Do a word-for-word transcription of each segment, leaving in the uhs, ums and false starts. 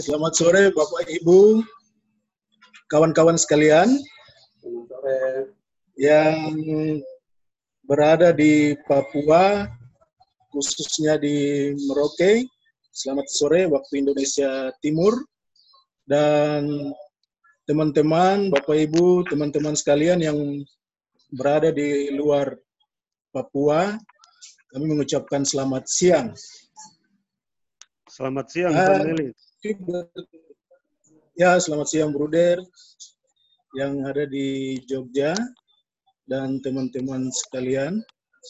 Selamat sore Bapak Ibu, kawan-kawan sekalian yang berada di Papua, khususnya di Merauke. Selamat sore waktu Indonesia Timur, dan teman-teman, Bapak Ibu, teman-teman sekalian yang berada di luar Papua, kami mengucapkan selamat siang. Selamat siang, Ah, Bang Nelly. Ya, selamat siang, Bruder, yang ada di Jogja, dan teman-teman sekalian.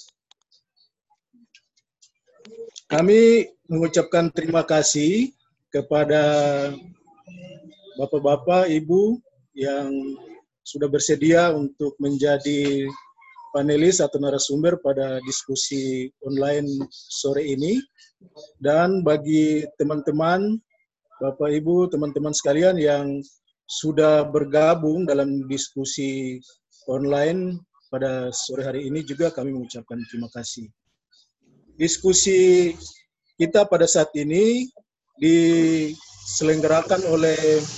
Kami mengucapkan terima kasih kepada Bapak-Bapak, Ibu yang sudah bersedia untuk menjadi panelis atau narasumber pada diskusi online sore ini. Dan bagi teman-teman, Bapak Ibu, teman-teman sekalian yang sudah bergabung dalam diskusi online pada sore hari ini juga kami mengucapkan terima kasih. Diskusi kita pada saat ini diselenggarakan oleh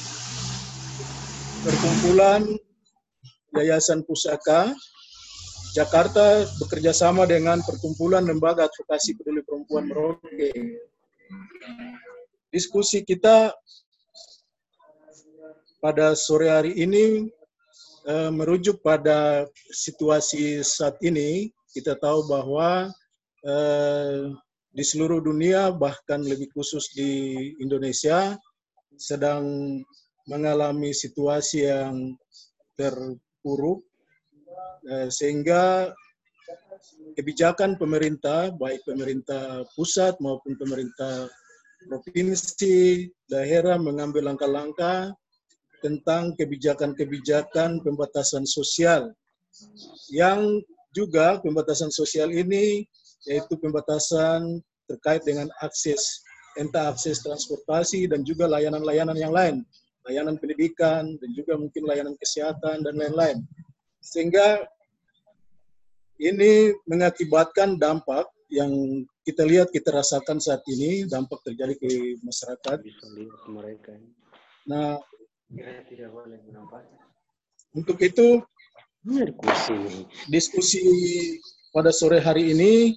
Perkumpulan Yayasan Pusaka Jakarta bekerja sama dengan Perkumpulan Lembaga Advokasi Peduli Perempuan Merauke. Diskusi kita pada sore hari ini eh, merujuk pada situasi saat ini. Kita tahu bahwa eh, di seluruh dunia, bahkan lebih khusus di Indonesia, sedang mengalami situasi yang terpuruk, eh, sehingga kebijakan pemerintah, baik pemerintah pusat maupun pemerintah provinsi, daerah mengambil langkah-langkah tentang kebijakan-kebijakan pembatasan sosial, yang juga pembatasan sosial ini yaitu pembatasan terkait dengan akses, entah akses transportasi dan juga layanan-layanan yang lain, layanan pendidikan dan juga mungkin layanan kesehatan dan lain-lain. Sehingga ini mengakibatkan dampak yang kita lihat, kita rasakan saat ini, dampak terjadi ke masyarakat. Nah, untuk itu, diskusi pada sore hari ini,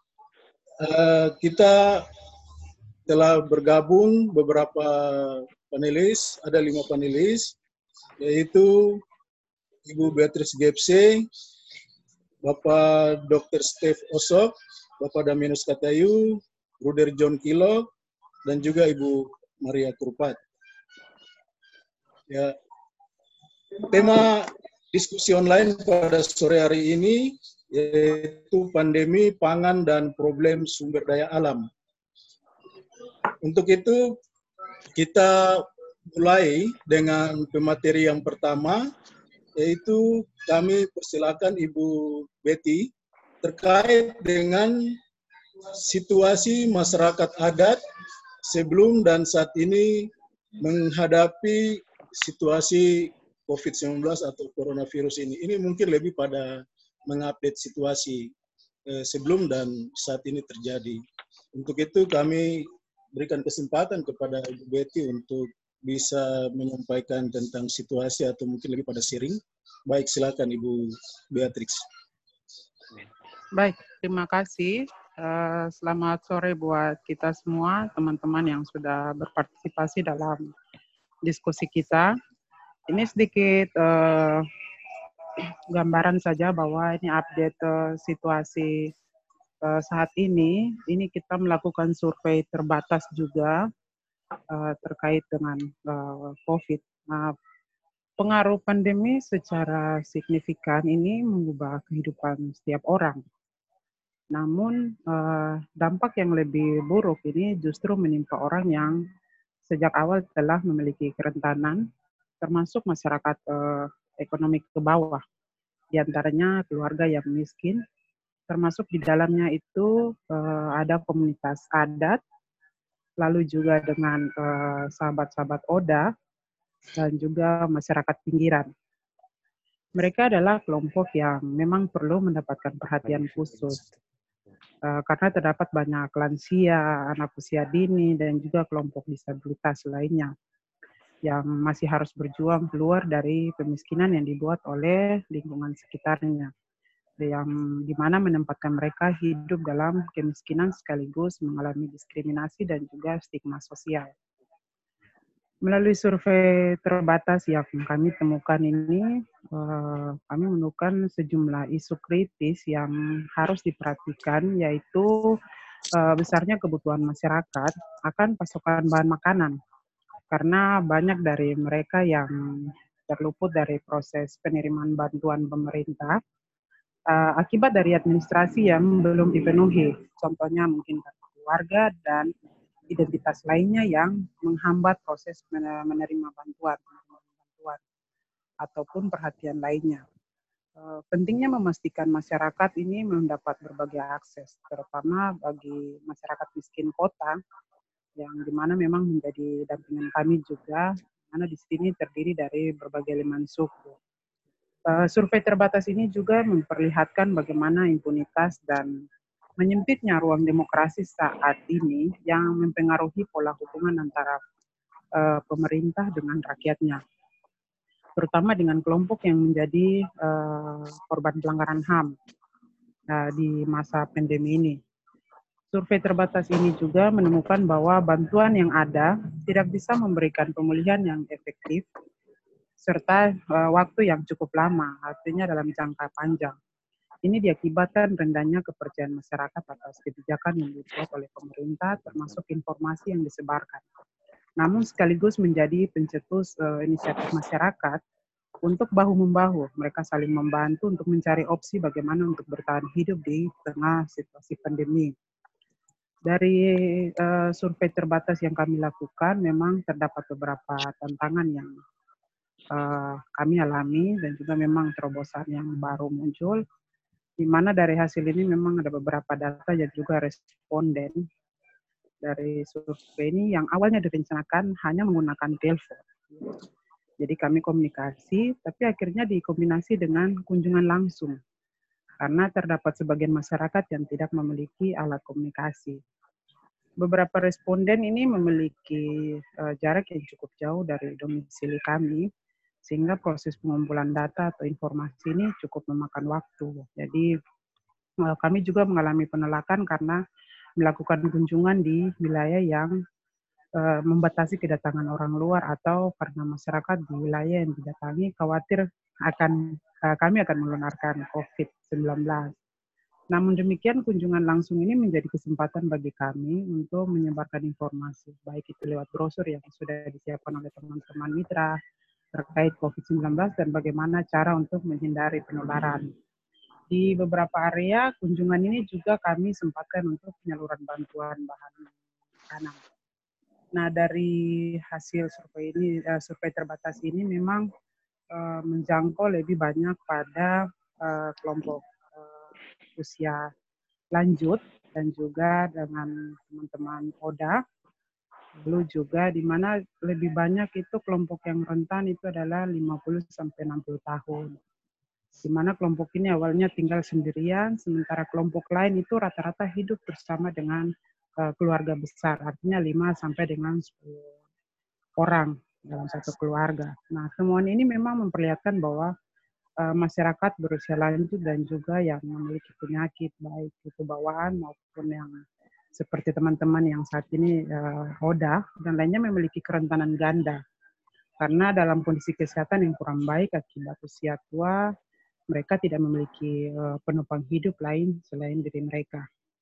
kita telah bergabung beberapa panelis, ada lima panelis, yaitu Ibu Beatrice Gepse, Bapak Dokter Steve Osok, Bapak Daminus Katayu, Bruder John Kilog, dan juga Ibu Maria Kurpat. Ya, tema diskusi online pada sore hari ini yaitu pandemi pangan dan problem sumber daya alam. Untuk itu, kita mulai dengan pemateri yang pertama, yaitu kami persilakan Ibu Betty terkait dengan situasi masyarakat adat sebelum dan saat ini menghadapi situasi COVID sembilan belas atau coronavirus ini. Ini mungkin lebih pada mengupdate situasi eh, sebelum dan saat ini terjadi. Untuk itu kami berikan kesempatan kepada Ibu Betty untuk bisa menyampaikan tentang situasi atau mungkin lebih pada sharing. Baik, silakan Ibu Beatrix. Baik, terima kasih. Uh, selamat sore buat kita semua, teman-teman yang sudah berpartisipasi dalam diskusi kita. Ini sedikit uh, gambaran saja bahwa ini update uh, situasi uh, saat ini. Ini kita melakukan survei terbatas juga uh, terkait dengan uh, COVID. Nah, pengaruh pandemi secara signifikan ini mengubah kehidupan setiap orang. Namun uh, dampak yang lebih buruk ini justru menimpa orang yang sejak awal telah memiliki kerentanan, termasuk masyarakat uh, ekonomi ke bawah, di antaranya keluarga yang miskin, termasuk di dalamnya itu uh, ada komunitas adat, lalu juga dengan uh, sahabat-sahabat Oda, dan juga masyarakat pinggiran. Mereka adalah kelompok yang memang perlu mendapatkan perhatian khusus. uh, karena terdapat banyak lansia, anak usia dini, dan juga kelompok disabilitas lainnya yang masih harus berjuang keluar dari kemiskinan yang dibuat oleh lingkungan sekitarnya, yang dimana menempatkan mereka hidup dalam kemiskinan sekaligus mengalami diskriminasi dan juga stigma sosial. Melalui survei terbatas yang kami temukan ini, eh, kami menemukan sejumlah isu kritis yang harus diperhatikan, yaitu eh, besarnya kebutuhan masyarakat akan pasokan bahan makanan, karena banyak dari mereka yang terluput dari proses penerimaan bantuan pemerintah uh, akibat dari administrasi yang belum dipenuhi. Contohnya mungkin kartu keluarga dan identitas lainnya yang menghambat proses menerima bantuan, bantuan ataupun perhatian lainnya. Uh, pentingnya memastikan masyarakat ini mendapat berbagai akses, terutama bagi masyarakat miskin kota, yang dimana memang menjadi dampingan kami juga, karena di sini terdiri dari berbagai elemen suku. Uh, survei terbatas ini juga memperlihatkan bagaimana impunitas dan menyempitnya ruang demokrasi saat ini yang mempengaruhi pola hubungan antara uh, pemerintah dengan rakyatnya, terutama dengan kelompok yang menjadi uh, korban pelanggaran H A M uh, di masa pandemi ini. Survei terbatas ini juga menemukan bahwa bantuan yang ada tidak bisa memberikan pemulihan yang efektif serta uh, waktu yang cukup lama, artinya dalam jangka panjang. Ini diakibatkan rendahnya kepercayaan masyarakat atas kebijakan yang dibuat oleh pemerintah, termasuk informasi yang disebarkan. Namun sekaligus menjadi pencetus uh, inisiatif masyarakat untuk bahu-membahu. Mereka saling membantu untuk mencari opsi bagaimana untuk bertahan hidup di tengah situasi pandemi. Dari uh, survei terbatas yang kami lakukan, memang terdapat beberapa tantangan yang uh, kami alami dan juga memang terobosan yang baru muncul, di mana dari hasil ini memang ada beberapa data dan juga responden dari survei ini yang awalnya direncanakan hanya menggunakan telepon. Jadi kami komunikasi, tapi akhirnya dikombinasi dengan kunjungan langsung, karena terdapat sebagian masyarakat yang tidak memiliki alat komunikasi. Beberapa responden ini memiliki uh, jarak yang cukup jauh dari domisili kami, sehingga proses pengumpulan data atau informasi ini cukup memakan waktu. Jadi kami juga mengalami penolakan karena melakukan kunjungan di wilayah yang uh, membatasi kedatangan orang luar, atau karena masyarakat di wilayah yang didatangi khawatir akan uh, kami akan menularkan covid sembilan belas. Namun demikian, kunjungan langsung ini menjadi kesempatan bagi kami untuk menyebarkan informasi, baik itu lewat brosur yang sudah disiapkan oleh teman-teman mitra terkait covid sembilan belas dan bagaimana cara untuk menghindari penularan. Di beberapa area kunjungan ini juga kami sempatkan untuk penyaluran bantuan bahan makanan. Nah, dari hasil survei ini, uh, survei terbatas ini memang uh, menjangkau lebih banyak pada uh, kelompok uh, usia lanjut dan juga dengan teman-teman O D A. Lalu juga di mana lebih banyak itu kelompok yang rentan itu adalah lima puluh sampai enam puluh tahun. Di mana kelompok ini awalnya tinggal sendirian, sementara kelompok lain itu rata-rata hidup bersama dengan uh, keluarga besar, artinya lima sampai dengan sepuluh orang dalam satu keluarga. Nah, temuan ini memang memperlihatkan bahwa uh, masyarakat berusia lanjut dan juga yang memiliki penyakit, baik itu bawaan maupun yang seperti teman-teman yang saat ini uh, O D A dan lainnya memiliki kerentanan ganda. Karena dalam kondisi kesehatan yang kurang baik akibat usia tua, mereka tidak memiliki uh, penopang hidup lain selain diri mereka.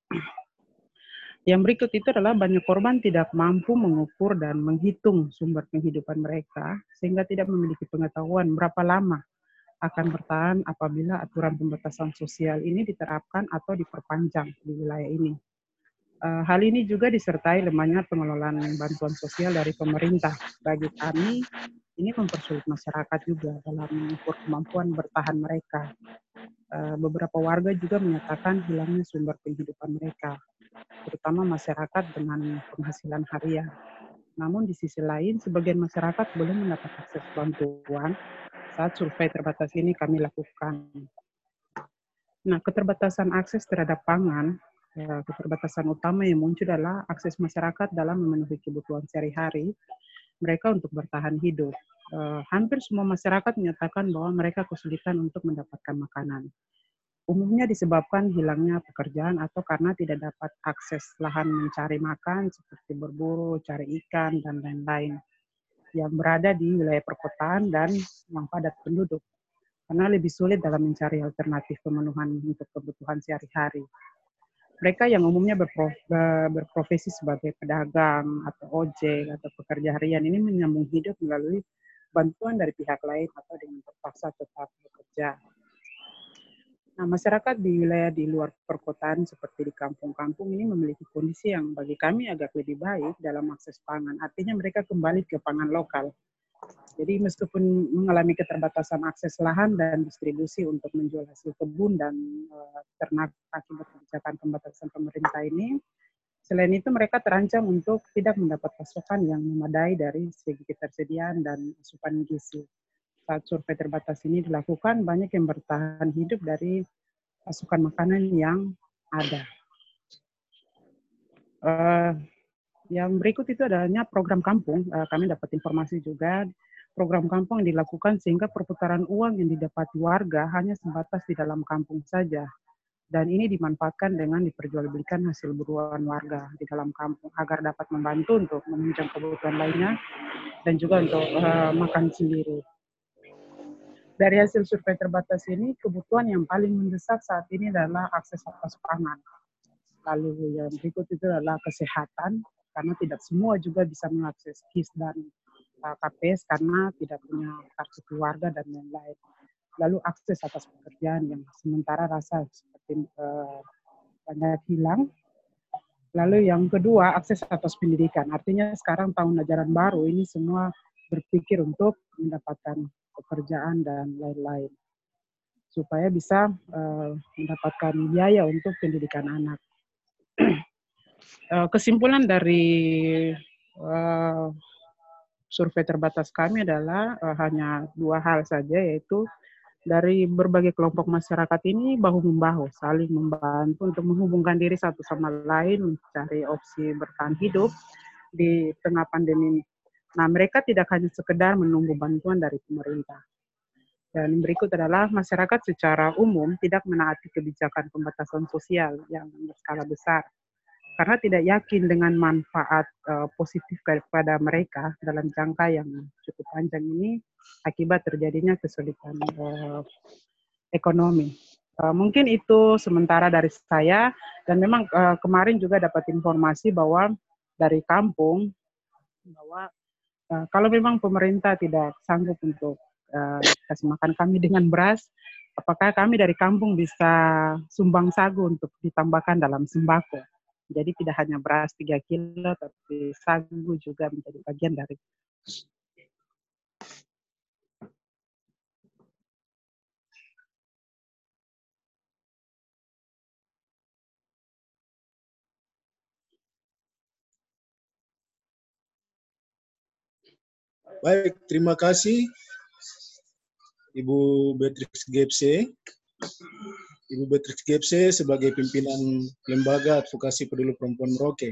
Yang berikut itu adalah banyak korban tidak mampu mengukur dan menghitung sumber penghidupan mereka, sehingga tidak memiliki pengetahuan berapa lama akan bertahan apabila aturan pembatasan sosial ini diterapkan atau diperpanjang di wilayah ini. Uh, hal ini juga disertai lemahnya pengelolaan bantuan sosial dari pemerintah. Bagi kami, ini mempersulit masyarakat juga dalam mengukur kemampuan bertahan mereka. Uh, beberapa warga juga menyatakan hilangnya sumber penghidupan mereka, terutama masyarakat dengan penghasilan harian. Namun di sisi lain, sebagian masyarakat belum mendapat akses bantuan saat survei terbatas ini kami lakukan. Nah, keterbatasan akses terhadap pangan Ya, keterbatasan utama yang muncul adalah akses masyarakat dalam memenuhi kebutuhan sehari-hari mereka untuk bertahan hidup. Uh, hampir semua masyarakat menyatakan bahwa mereka kesulitan untuk mendapatkan makanan. Umumnya disebabkan hilangnya pekerjaan atau karena tidak dapat akses lahan mencari makan seperti berburu, cari ikan, dan lain-lain yang berada di wilayah perkotaan dan yang padat penduduk. Karena lebih sulit dalam mencari alternatif pemenuhan untuk kebutuhan sehari-hari. Mereka yang umumnya berprof, berprofesi sebagai pedagang atau ojek atau pekerja harian ini menyambung hidup melalui bantuan dari pihak lain atau dengan terpaksa tetap bekerja. Nah, masyarakat di wilayah di luar perkotaan seperti di kampung-kampung ini memiliki kondisi yang bagi kami agak lebih baik dalam akses pangan. Artinya mereka kembali ke pangan lokal. Jadi meskipun mengalami keterbatasan akses lahan dan distribusi untuk menjual hasil kebun dan uh, ternak akibat kebijakan pembatasan pemerintah ini, selain itu mereka terancam untuk tidak mendapat pasokan yang memadai dari segi ketersediaan dan asupan gizi. Saat survei terbatas ini dilakukan, banyak yang bertahan hidup dari pasokan makanan yang ada. Uh, yang berikut itu adanya program kampung. Uh, kami dapat informasi juga program kampung yang dilakukan sehingga perputaran uang yang didapati warga hanya sebatas di dalam kampung saja. Dan ini dimanfaatkan dengan diperjualbelikan hasil buruan warga di dalam kampung agar dapat membantu untuk menunjang kebutuhan lainnya dan juga untuk uh, makan sendiri. Dari hasil survei terbatas ini, kebutuhan yang paling mendesak saat ini adalah akses atas pangan. Lalu yang berikut itu adalah kesehatan, karena tidak semua juga bisa mengakses K I S dan K P S karena tidak punya kartu keluarga dan lain-lain. Lalu akses atas pekerjaan yang sementara rasa seperti uh, banyak hilang. Lalu yang kedua, akses atas pendidikan. Artinya sekarang tahun ajaran baru ini semua berpikir untuk mendapatkan pekerjaan dan lain-lain. Supaya bisa uh, mendapatkan biaya untuk pendidikan anak. uh, kesimpulan dari uh, survei terbatas kami adalah uh, hanya dua hal saja, yaitu dari berbagai kelompok masyarakat ini bahu-membahu, saling membantu untuk menghubungkan diri satu sama lain, mencari opsi bertahan hidup di tengah pandemi. Nah, mereka tidak hanya sekedar menunggu bantuan dari pemerintah. Dan berikut adalah masyarakat secara umum tidak menaati kebijakan pembatasan sosial yang berskala besar, karena tidak yakin dengan manfaat uh, positif kepada mereka dalam jangka yang cukup panjang ini akibat terjadinya kesulitan uh, ekonomi. Uh, mungkin itu sementara dari saya, dan memang uh, kemarin juga dapat informasi bahwa dari kampung, bahwa uh, kalau memang pemerintah tidak sanggup untuk uh, kasih makan kami dengan beras, apakah kami dari kampung bisa sumbang sagu untuk ditambahkan dalam sembako. Jadi tidak hanya beras tiga kilo, tapi sagu juga menjadi bagian dari. Baik, terima kasih Ibu Beatrix Gepse. Ibu Beatrix Gepse sebagai pimpinan Lembaga Advokasi Peduli Perempuan Merauke.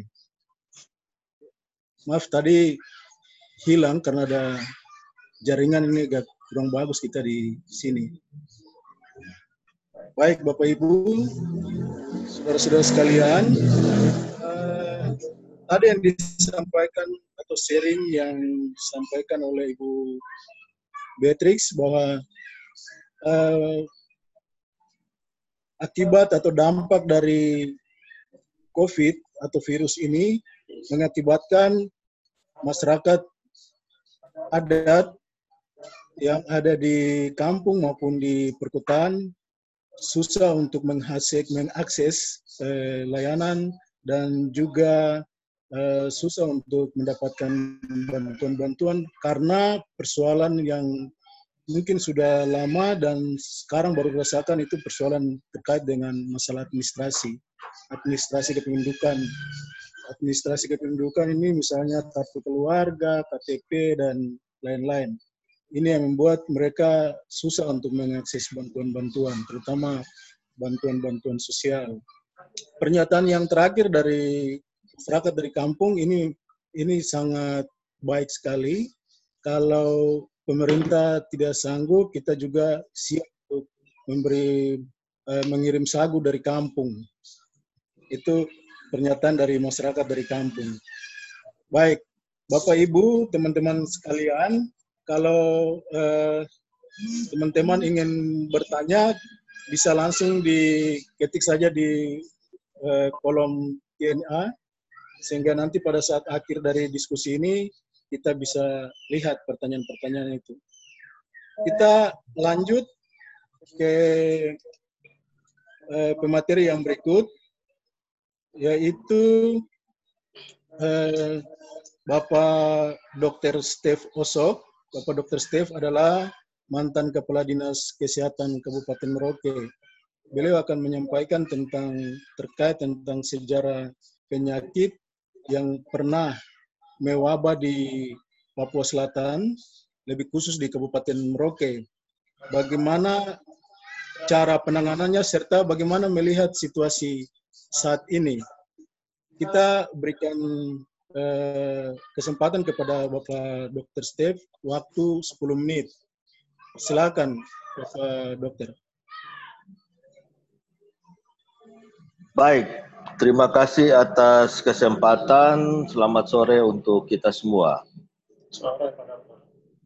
Maaf tadi hilang karena ada jaringan ini agak kurang bagus kita di sini. Baik Bapak Ibu, saudara-saudara sekalian, uh, ada yang disampaikan atau sharing yang disampaikan oleh Ibu Beatrix bahwa uh, akibat atau dampak dari COVID atau virus ini mengakibatkan masyarakat adat yang ada di kampung maupun di perkotaan susah untuk mengakses, mengakses eh, layanan dan juga eh, susah untuk mendapatkan bantuan-bantuan karena persoalan yang mungkin sudah lama dan sekarang baru dirasakan, itu persoalan terkait dengan masalah administrasi, administrasi kependudukan. Administrasi kependudukan ini misalnya kartu keluarga, K T P, dan lain-lain. Ini yang membuat mereka susah untuk mengakses bantuan-bantuan, terutama bantuan-bantuan sosial. pernyataan yang terakhir dari masyarakat dari kampung ini ini sangat baik sekali. Kalau pemerintah tidak sanggup, kita juga siap untuk memberi eh, mengirim sagu dari kampung. Itu pernyataan dari masyarakat dari kampung. Baik, Bapak Ibu, teman-teman sekalian, kalau eh, teman-teman ingin bertanya, bisa langsung diketik saja di eh, kolom Q and A, sehingga nanti pada saat akhir dari diskusi ini, kita bisa lihat pertanyaan-pertanyaan itu. Kita lanjut ke eh, pemateri yang berikut, yaitu eh, Bapak Dokter Steve Osok. Bapak Dokter Steve adalah mantan Kepala Dinas Kesehatan Kabupaten Merauke. Beliau akan menyampaikan tentang terkait tentang sejarah penyakit yang pernah mewabah di Papua Selatan, lebih khusus di Kabupaten Merauke. Bagaimana cara penanganannya serta bagaimana melihat situasi saat ini. Kita berikan eh, kesempatan kepada Bapak Dokter Steve, waktu sepuluh menit. Silakan, Bapak Dokter. Baik, terima kasih atas kesempatan. Selamat sore untuk kita semua. Sore, Pak Dokter.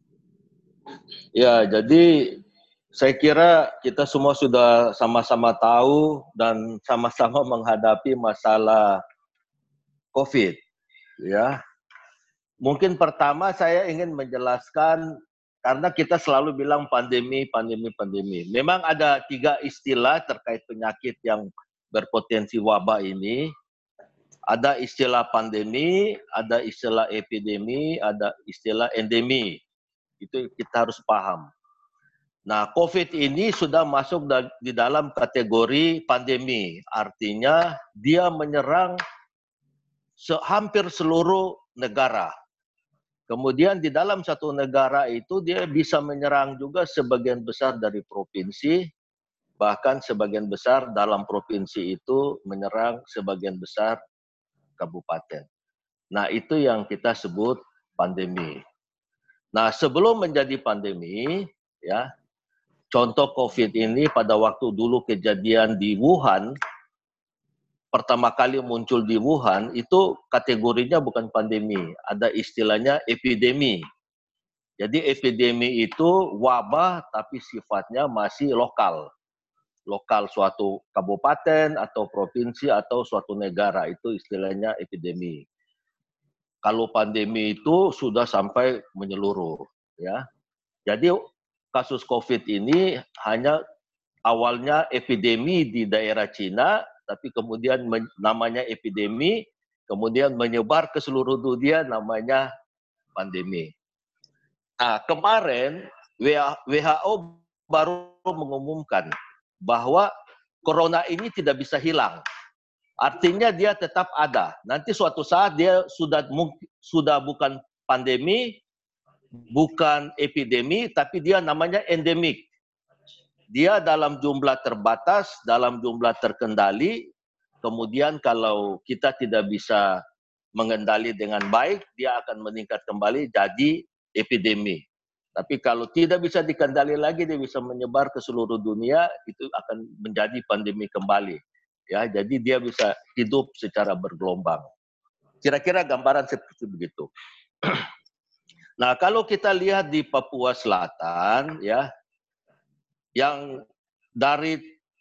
Ya, jadi saya kira kita semua sudah sama-sama tahu dan sama-sama menghadapi masalah COVID. Ya, mungkin pertama saya ingin menjelaskan, karena kita selalu bilang pandemi, pandemi, pandemi. Memang ada tiga istilah terkait penyakit yang berpotensi wabah ini. Ada istilah pandemi, ada istilah epidemi, ada istilah endemi. Itu kita harus paham. Nah, COVID ini sudah masuk di dalam kategori pandemi. Artinya dia menyerang hampir seluruh negara. Kemudian di dalam satu negara itu dia bisa menyerang juga sebagian besar dari provinsi, bahkan sebagian besar dalam provinsi itu menyerang sebagian besar kabupaten. Nah, itu yang kita sebut pandemi. Nah, sebelum menjadi pandemi, ya, contoh COVID ini pada waktu dulu kejadian di Wuhan, pertama kali muncul di Wuhan, itu kategorinya bukan pandemi, ada istilahnya epidemi. Jadi epidemi itu wabah tapi sifatnya masih lokal. Lokal suatu kabupaten atau provinsi atau suatu negara, itu istilahnya epidemi. Kalau pandemi itu sudah sampai menyeluruh, ya. Jadi kasus COVID ini hanya awalnya epidemi di daerah Cina, tapi kemudian namanya epidemi, kemudian menyebar ke seluruh dunia namanya pandemi. Nah, kemarin W H O baru mengumumkan bahwa corona ini tidak bisa hilang. Artinya dia tetap ada. Nanti suatu saat dia sudah sudah bukan pandemi, bukan epidemi, tapi dia namanya endemik. Dia dalam jumlah terbatas, dalam jumlah terkendali. Kemudian kalau kita tidak bisa mengendali dengan baik, dia akan meningkat kembali jadi epidemi. Tapi kalau tidak bisa dikendali lagi, dia bisa menyebar ke seluruh dunia, itu akan menjadi pandemi kembali. Ya, jadi dia bisa hidup secara bergelombang. Kira-kira gambaran seperti begitu. Nah, kalau kita lihat di Papua Selatan, ya, yang dari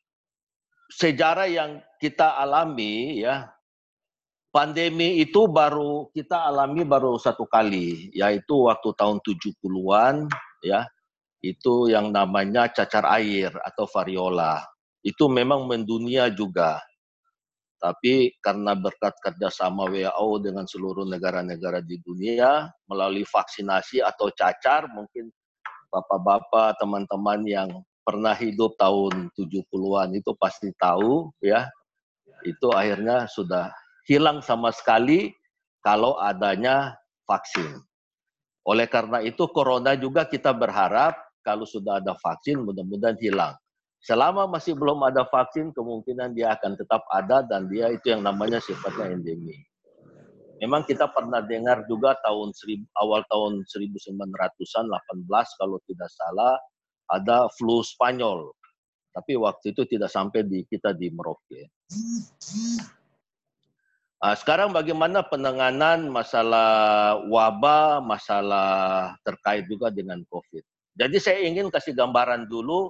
sejarah yang kita alami, ya, pandemi itu baru kita alami baru satu kali, yaitu waktu tahun tujuh puluhan, ya, itu yang namanya cacar air atau variola. Itu memang mendunia juga. Tapi karena berkat kerjasama W H O dengan seluruh negara-negara di dunia, melalui vaksinasi atau cacar, mungkin bapak-bapak, teman-teman yang pernah hidup tahun tujuh puluhan itu pasti tahu, ya, itu akhirnya sudah hilang sama sekali kalau adanya vaksin. Oleh karena itu, corona juga kita berharap kalau sudah ada vaksin mudah-mudahan hilang. Selama masih belum ada vaksin, kemungkinan dia akan tetap ada dan dia itu yang namanya sifatnya endemi. Memang kita pernah dengar juga tahun seribu, awal tahun seribu sembilan ratusan delapan belas kalau tidak salah ada flu Spanyol. Tapi waktu itu tidak sampai di kita di Merauke. Nah, sekarang bagaimana penanganan masalah wabah, masalah terkait juga dengan COVID. Jadi saya ingin kasih gambaran dulu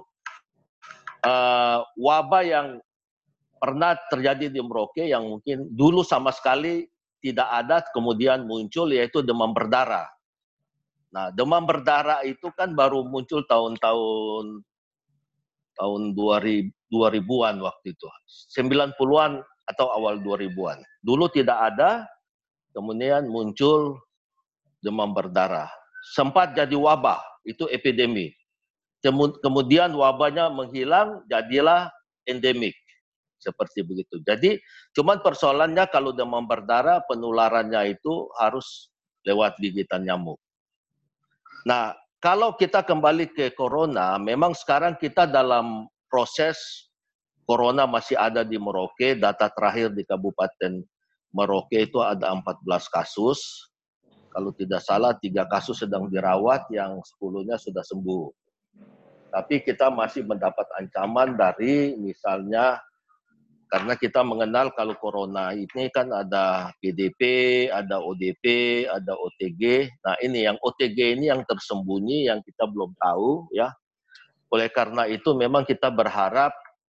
Uh, wabah yang pernah terjadi di Merauke yang mungkin dulu sama sekali tidak ada, kemudian muncul, yaitu demam berdarah. Nah, demam berdarah itu kan baru muncul tahun-tahun tahun dua ribuan waktu itu. sembilan puluhan atau awal dua ribuan. Dulu tidak ada, kemudian muncul demam berdarah. Sempat jadi wabah, itu epidemi. Kemudian wabahnya menghilang, jadilah endemik. Seperti begitu. Jadi, cuman persoalannya kalau demam berdarah, penularannya itu harus lewat gigitan nyamuk. Nah, kalau kita kembali ke corona, memang sekarang kita dalam proses corona masih ada di Merauke. Data terakhir di Kabupaten Merauke itu ada empat belas kasus. Kalau tidak salah, tiga kasus sedang dirawat, yang sepuluhnya sudah sembuh. Tapi kita masih mendapat ancaman dari misalnya, karena kita mengenal kalau corona ini kan ada P D P, ada O D P, ada O T G. Nah ini yang O T G ini yang tersembunyi, yang kita belum tahu ya. Oleh karena itu memang kita berharap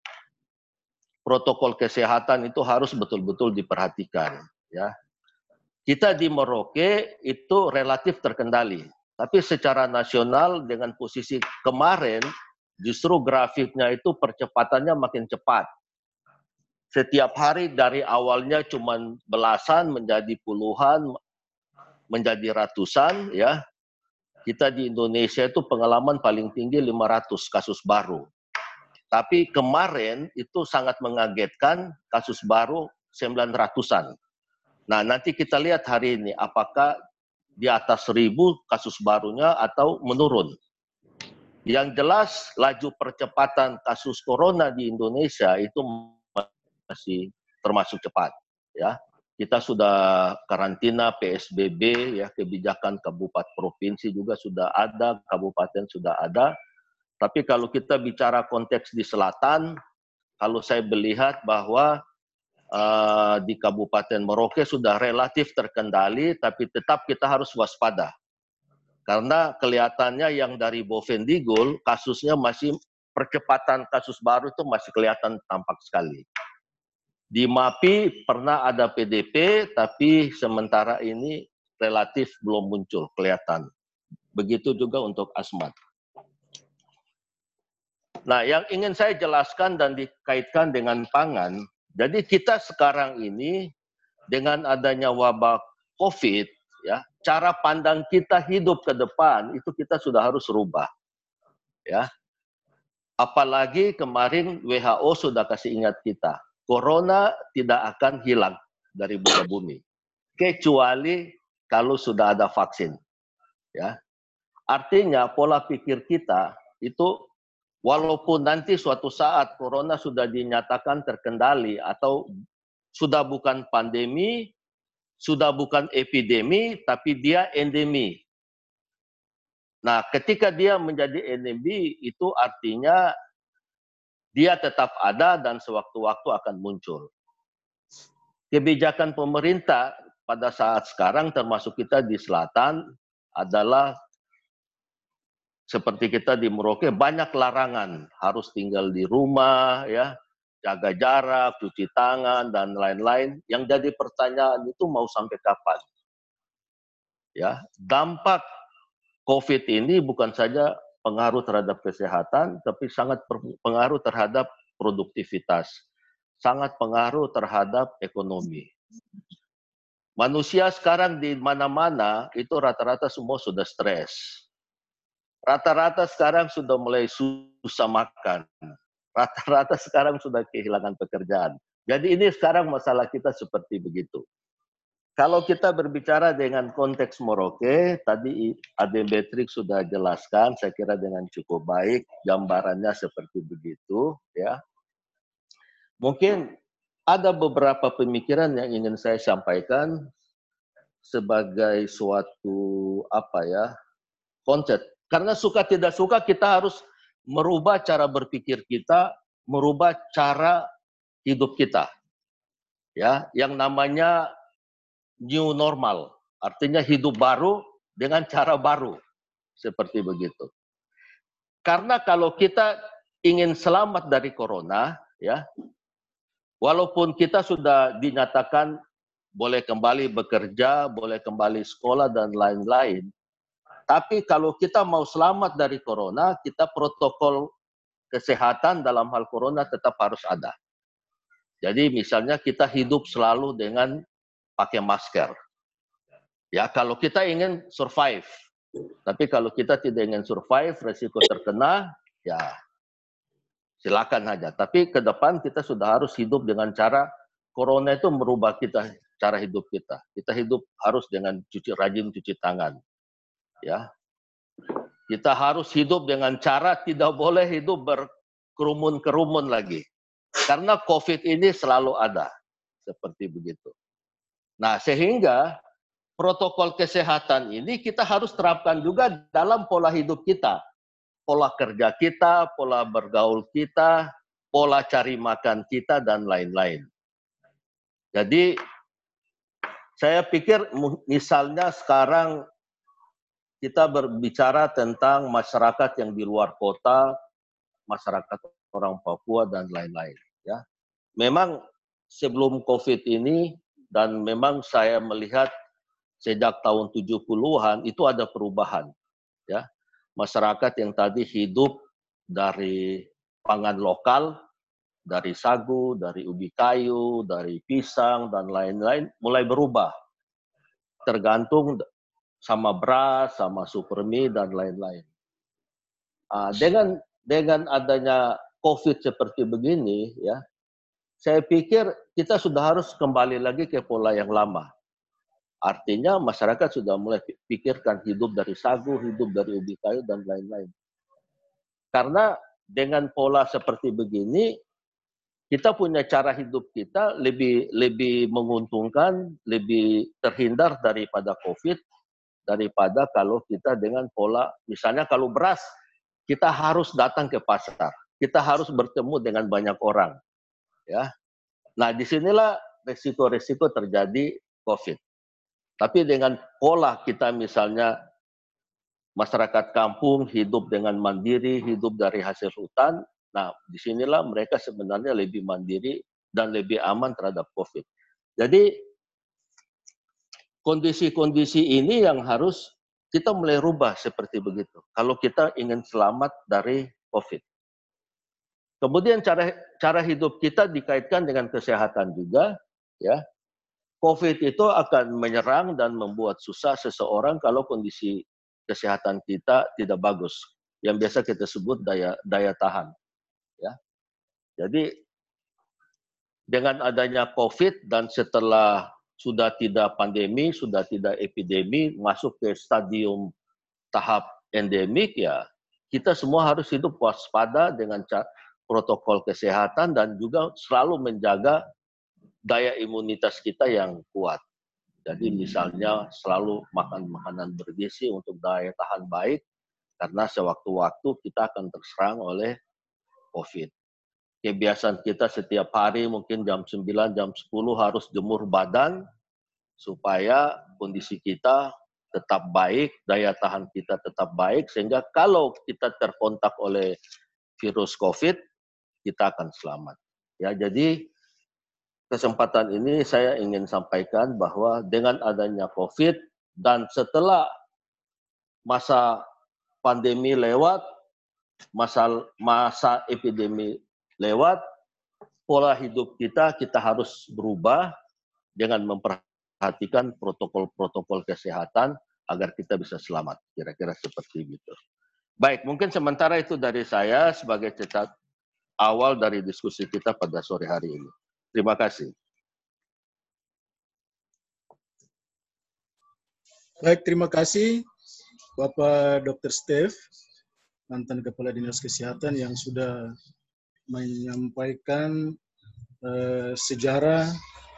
protokol kesehatan itu harus betul-betul diperhatikan ya. Kita di Merauke itu relatif terkendali. Tapi secara nasional dengan posisi kemarin, justru grafiknya itu percepatannya makin cepat. Setiap hari dari awalnya cuma belasan menjadi puluhan, menjadi ratusan ya. Kita di Indonesia itu pengalaman paling tinggi lima ratus kasus baru. Tapi kemarin itu sangat mengagetkan, kasus baru sembilan ratusan. Nah nanti kita lihat hari ini apakah di atas seribu kasus barunya atau menurun. Yang jelas laju percepatan kasus corona di Indonesia itu masih termasuk cepat ya. Kita sudah karantina, P S B B ya, kebijakan kabupaten provinsi juga sudah ada, kabupaten sudah ada. Tapi kalau kita bicara konteks di selatan, kalau saya melihat bahwa Uh, di Kabupaten Merauke sudah relatif terkendali, tapi tetap kita harus waspada. Karena kelihatannya yang dari Bovendigul, kasusnya masih, percepatan kasus baru itu masih kelihatan tampak sekali. Di MAPI pernah ada P D P, tapi sementara ini relatif belum muncul, kelihatan. Begitu juga untuk Asmat. Nah, yang ingin saya jelaskan dan dikaitkan dengan pangan, jadi kita sekarang ini dengan adanya wabah COVID, ya, cara pandang kita hidup ke depan itu kita sudah harus rubah, ya. Apalagi kemarin W H O sudah kasih ingat kita, corona tidak akan hilang dari muka bumi, kecuali kalau sudah ada vaksin, ya. Artinya pola pikir kita itu, walaupun nanti suatu saat corona sudah dinyatakan terkendali atau sudah bukan pandemi, sudah bukan epidemi, tapi dia endemi. Nah, ketika dia menjadi endemi, itu artinya dia tetap ada dan sewaktu-waktu akan muncul. Kebijakan pemerintah pada saat sekarang, termasuk kita di selatan, adalah seperti kita di Merauke, banyak larangan, harus tinggal di rumah, ya, jaga jarak, cuci tangan, dan lain-lain. Yang jadi pertanyaan itu mau sampai kapan? Ya, dampak COVID ini bukan saja pengaruh terhadap kesehatan, tapi sangat pengaruh terhadap produktivitas, sangat pengaruh terhadap ekonomi. Manusia sekarang di mana-mana itu rata-rata semua sudah stres. Rata-rata sekarang sudah mulai susah makan. Rata-rata sekarang sudah kehilangan pekerjaan. Jadi ini sekarang masalah kita seperti begitu. kalau kita berbicara dengan konteks Merauke, tadi Ade Betrik sudah jelaskan, saya kira dengan cukup baik, gambarannya seperti begitu, ya. Mungkin ada beberapa pemikiran yang ingin saya sampaikan sebagai suatu apa ya konsep. Karena suka tidak suka kita harus merubah cara berpikir kita, merubah cara hidup kita. Ya, yang namanya new normal, artinya hidup baru dengan cara baru, seperti begitu. Karena kalau kita ingin selamat dari corona, ya, walaupun kita sudah dinyatakan boleh kembali bekerja, boleh kembali sekolah dan lain-lain, tapi kalau kita mau selamat dari corona, kita protokol kesehatan dalam hal corona tetap harus ada. Jadi misalnya kita hidup selalu dengan pakai masker. Ya, kalau kita ingin survive. Tapi kalau kita tidak ingin survive, resiko terkena, ya silakan aja. Tapi ke depan kita sudah harus hidup dengan cara corona itu merubah kita, cara hidup kita. Kita hidup harus dengan cuci rajin cuci tangan. Ya, kita harus hidup dengan cara tidak boleh hidup berkerumun-kerumun lagi, karena COVID ini selalu ada, seperti begitu. Nah, sehingga protokol kesehatan ini kita harus terapkan juga dalam pola hidup kita, pola kerja kita, pola bergaul kita, pola cari makan kita dan lain-lain. Jadi saya pikir misalnya sekarang kita berbicara tentang masyarakat yang di luar kota, masyarakat orang Papua dan lain-lain. Ya, memang sebelum COVID ini dan memang saya melihat sejak tahun tujuh puluhan itu ada perubahan. Ya, masyarakat yang tadi hidup dari pangan lokal, dari sagu, dari ubi kayu, dari pisang dan lain-lain mulai berubah, tergantung sama beras, sama supermie dan lain-lain. Uh, dengan dengan adanya COVID seperti begini, ya, saya pikir kita sudah harus kembali lagi ke pola yang lama. Artinya masyarakat sudah mulai pikirkan hidup dari sagu, hidup dari ubi kayu dan lain-lain. Karena dengan pola seperti begini, kita punya cara hidup kita lebih lebih menguntungkan, lebih terhindar daripada COVID. Daripada kalau kita dengan pola, misalnya kalau beras, kita harus datang ke pasar, kita harus bertemu dengan banyak orang, ya. Nah, disinilah resiko-resiko terjadi COVID. Tapi dengan pola kita misalnya masyarakat kampung hidup dengan mandiri, hidup dari hasil hutan, nah disinilah mereka sebenarnya lebih mandiri dan lebih aman terhadap COVID. Jadi kondisi-kondisi ini yang harus kita mulai rubah seperti begitu. Kalau kita ingin selamat dari COVID. Kemudian cara cara hidup kita dikaitkan dengan kesehatan juga, ya. COVID itu akan menyerang dan membuat susah seseorang kalau kondisi kesehatan kita tidak bagus. Yang biasa kita sebut daya daya tahan, ya. Jadi dengan adanya COVID dan setelah sudah tidak pandemi, sudah tidak epidemi, masuk ke stadium tahap endemik, ya kita semua harus hidup waspada dengan protokol kesehatan dan juga selalu menjaga daya imunitas kita yang kuat. Jadi misalnya selalu makan makanan bergizi untuk daya tahan baik, karena sewaktu-waktu kita akan terserang oleh COVID. Kebiasaan kita setiap hari mungkin jam sembilan, jam sepuluh harus jemur badan supaya kondisi kita tetap baik, daya tahan kita tetap baik, sehingga kalau kita terkontak oleh virus COVID, kita akan selamat. Ya, jadi kesempatan ini saya ingin sampaikan bahwa dengan adanya COVID dan setelah masa pandemi lewat, masa masa epidemi lewat, pola hidup kita kita harus berubah dengan memperhatikan protokol-protokol kesehatan agar kita bisa selamat. Kira-kira seperti itu. Baik, mungkin sementara itu dari saya sebagai cetak awal dari diskusi kita pada sore hari ini. Terima kasih. Baik, terima kasih Bapak Dokter Steve, mantan Kepala Dinas Kesehatan yang sudah menyampaikan uh, sejarah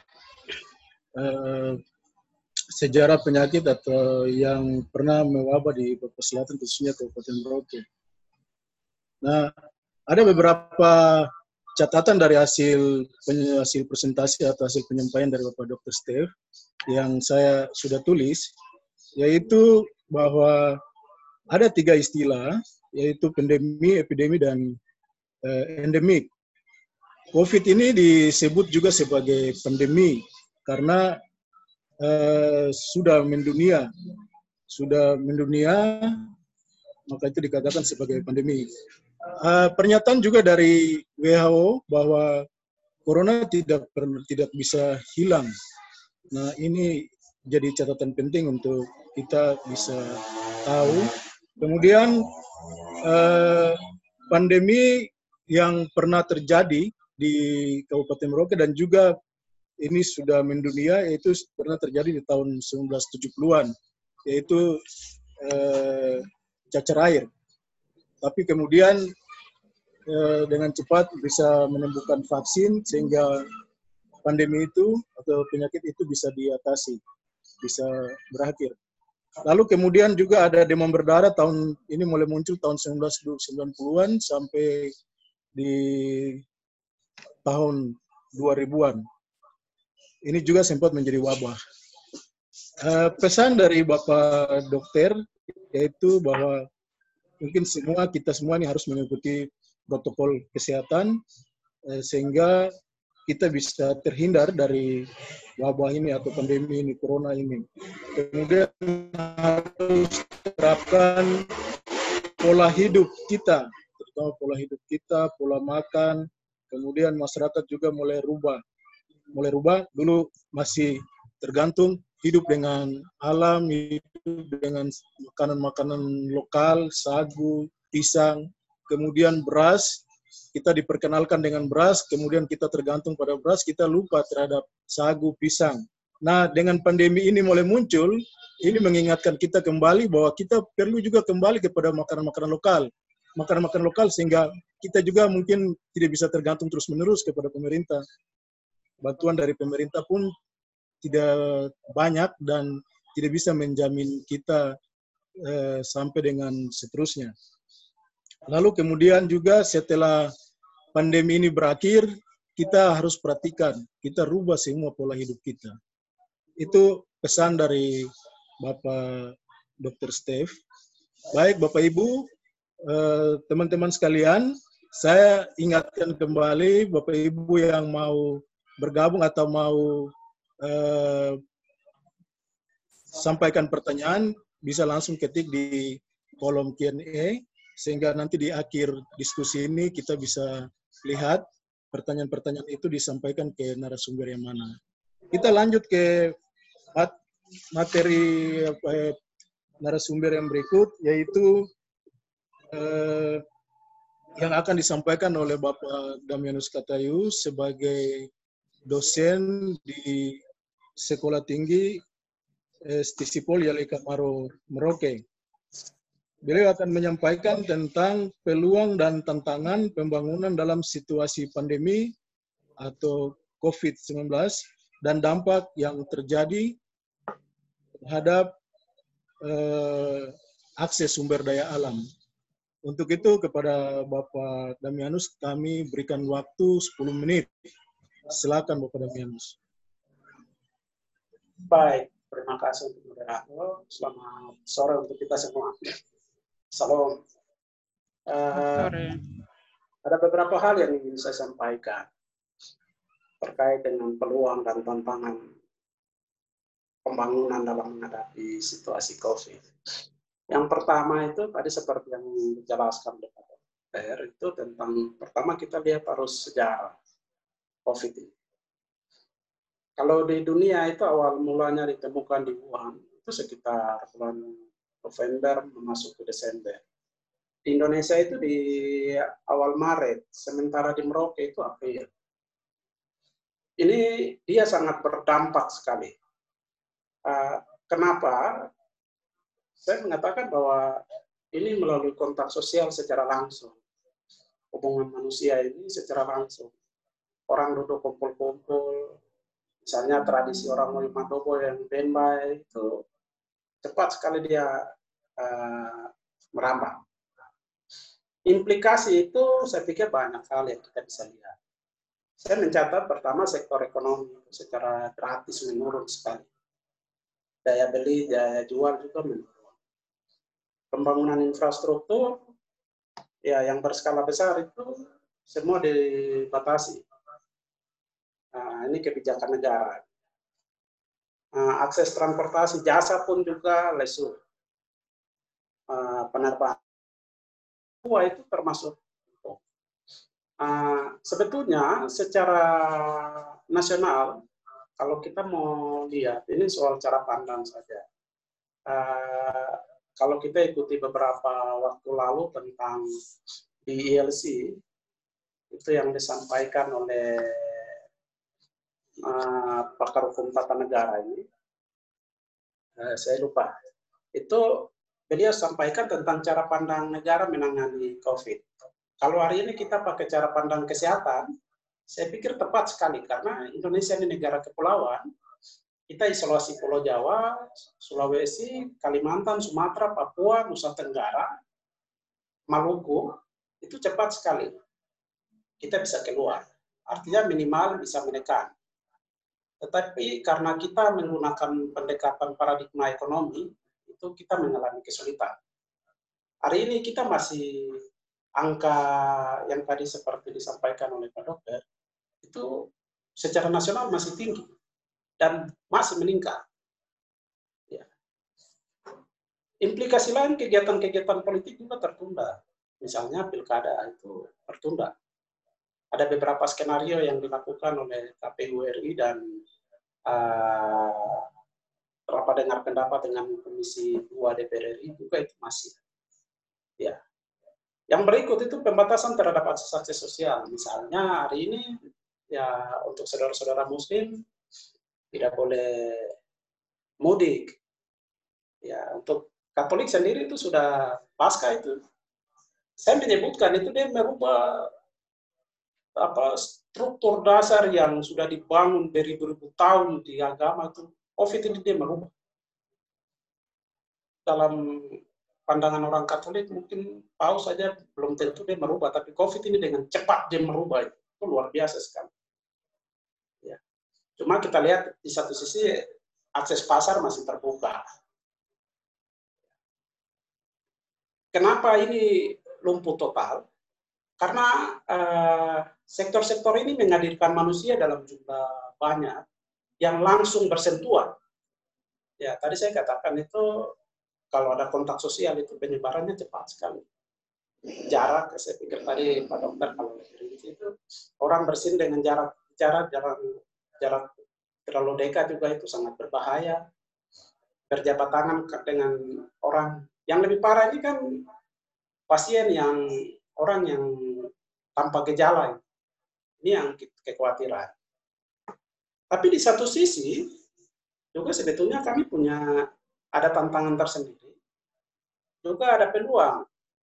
uh, sejarah penyakit atau yang pernah mewabah di Papua Selatan, khususnya Kabupaten Merauke. Nah, ada beberapa catatan dari hasil hasil presentasi atau hasil penyampaian dari Bapak Dokter Steve yang saya sudah tulis, yaitu bahwa ada tiga istilah, yaitu pandemi, epidemi, dan uh, endemik. COVID ini disebut juga sebagai pandemi karena uh, sudah mendunia, sudah mendunia, maka itu dikatakan sebagai pandemi. Uh, pernyataan juga dari W H O bahwa corona tidak tidak bisa hilang. Nah, ini jadi catatan penting untuk kita bisa tahu. Kemudian eh, pandemi yang pernah terjadi di Kabupaten Merauke dan juga ini sudah mendunia, yaitu pernah terjadi di tahun seribu sembilan ratus tujuh puluhan, yaitu eh, cacar air. Tapi kemudian eh, dengan cepat bisa menemukan vaksin sehingga pandemi itu atau penyakit itu bisa diatasi, bisa berakhir. Lalu kemudian juga ada demam berdarah tahun ini mulai muncul tahun seribu sembilan ratus sembilan puluhan sampai di tahun dua ribuan. Ini juga sempat menjadi wabah. Uh, pesan dari Bapak Dokter yaitu bahwa mungkin semua kita semua ini harus mengikuti protokol kesehatan uh, sehingga kita bisa terhindar dari wabah ini atau pandemi ini, corona ini. Kemudian harus terapkan pola hidup kita, terutama pola hidup kita, pola makan, kemudian masyarakat juga mulai rubah. Mulai rubah, dulu masih tergantung hidup dengan alam, hidup dengan makanan-makanan lokal, sagu, pisang, kemudian beras, kita diperkenalkan dengan beras, kemudian kita tergantung pada beras, kita lupa terhadap sagu, pisang. Nah, dengan pandemi ini mulai muncul, ini mengingatkan kita kembali bahwa kita perlu juga kembali kepada makanan-makanan lokal. Makanan-makanan lokal sehingga kita juga mungkin tidak bisa tergantung terus-menerus kepada pemerintah. Bantuan dari pemerintah pun tidak banyak dan tidak bisa menjamin kita eh, sampai dengan seterusnya. Lalu kemudian juga setelah pandemi ini berakhir, kita harus perhatikan, kita rubah semua pola hidup kita. Itu pesan dari Bapak Dokter Steve. Baik Bapak Ibu, teman-teman sekalian, saya ingatkan kembali Bapak Ibu yang mau bergabung atau mau eh, sampaikan pertanyaan, bisa langsung ketik di kolom Q and A, sehingga nanti di akhir diskusi ini kita bisa lihat pertanyaan-pertanyaan itu disampaikan ke narasumber yang mana. Kita lanjut ke materi apa, narasumber yang berikut, yaitu eh, yang akan disampaikan oleh Bapak Damianus Katayu sebagai dosen di Sekolah Tinggi Stisipol Yaleka Maro Merauke. Beliau akan menyampaikan tentang peluang dan tantangan pembangunan dalam situasi pandemi atau COVID sembilan belas dan dampak yang terjadi terhadap eh, akses sumber daya alam. Untuk itu kepada Bapak Damianus kami berikan waktu sepuluh menit. Silakan Bapak Damianus. Baik, terima kasih untuk moderator. Selamat sore untuk kita semua. Salam. Uh, ada beberapa hal yang ingin saya sampaikan terkait dengan peluang dan tantangan pembangunan dalam menghadapi situasi COVID. Yang pertama itu tadi seperti yang dijelaskan oleh Pak Dokter, itu tentang pertama kita lihat harus sejarah COVID ini. Kalau di dunia itu awal mulanya ditemukan di Wuhan itu sekitar bulan November memasuki Desember. Di Indonesia itu di awal Maret, sementara di Merauke itu April. Ini dia sangat berdampak sekali. Uh, kenapa? Saya mengatakan bahwa ini melalui kontak sosial secara langsung. Hubungan manusia ini secara langsung. Orang duduk kumpul-kumpul, misalnya tradisi orang Madobo yang Benbai itu cepat sekali dia uh, merambah. Implikasi itu saya pikir banyak hal yang kita bisa lihat. Saya mencatat pertama sektor ekonomi secara gratis menurun sekali. Daya beli, daya jual juga menurun. Pembangunan infrastruktur ya yang berskala besar itu semua dibatasi. Nah, ini kebijakan negara. Nah, akses transportasi jasa pun juga lesu. Uh, penerbangan itu termasuk. Uh, sebetulnya secara nasional kalau kita mau lihat ini soal cara pandang saja. Uh, kalau kita ikuti beberapa waktu lalu tentang di I L C itu yang disampaikan oleh uh, pakar hukum tata negara ini, uh, saya lupa. Itu beliau sampaikan tentang cara pandang negara menangani COVID. Kalau hari ini kita pakai cara pandang kesehatan, saya pikir tepat sekali karena Indonesia ini negara kepulauan. Kita isolasi Pulau Jawa, Sulawesi, Kalimantan, Sumatera, Papua, Nusa Tenggara, Maluku, itu cepat sekali. Kita bisa keluar. Artinya minimal bisa menekan. Tetapi karena kita menggunakan pendekatan paradigma ekonomi, itu kita mengalami kesulitan. Hari ini kita masih angka yang tadi seperti disampaikan oleh Pak Dokter, itu secara nasional masih tinggi. Dan masih meningkat. Ya. Implikasi lain kegiatan-kegiatan politik juga tertunda. Misalnya pilkada itu tertunda. Ada beberapa skenario yang dilakukan oleh K P U R I dan uh, rapat dengar pendapat dengan Komisi dua D P R R I juga itu masih. Ya. Yang berikut itu pembatasan terhadap akses sosial. Misalnya hari ini ya untuk saudara-saudara Muslim tidak boleh mudik. Ya, untuk Katolik sendiri itu sudah pasca itu. Saya menyebutkan itu dia merubah apa struktur dasar yang sudah dibangun beribu-ribu tahun di agama itu. COVID ini dia merubah. Dalam pandangan orang Katolik mungkin paus saja belum tentu dia merubah, tapi COVID ini dengan cepat dia merubah itu, itu luar biasa sekali. Ya. Cuma kita lihat di satu sisi akses pasar masih terbuka. Kenapa ini lumpuh total? Karena sektor-sektor uh, ini menghadirkan manusia dalam jumlah banyak yang langsung bersentuhan. Ya, tadi saya katakan itu kalau ada kontak sosial itu penyebarannya cepat sekali. Jarak, saya pikir tadi Pak Dokter kalau itu orang bersin dengan jarak jarak jarak jarak terlalu dekat juga itu sangat berbahaya. Berjabat tangan dengan orang yang lebih parah ini kan pasien yang orang yang tanpa gejala. Ini yang kekhawatiran. Tapi di satu sisi juga sebetulnya kami punya ada tantangan tersendiri. Juga ada peluang.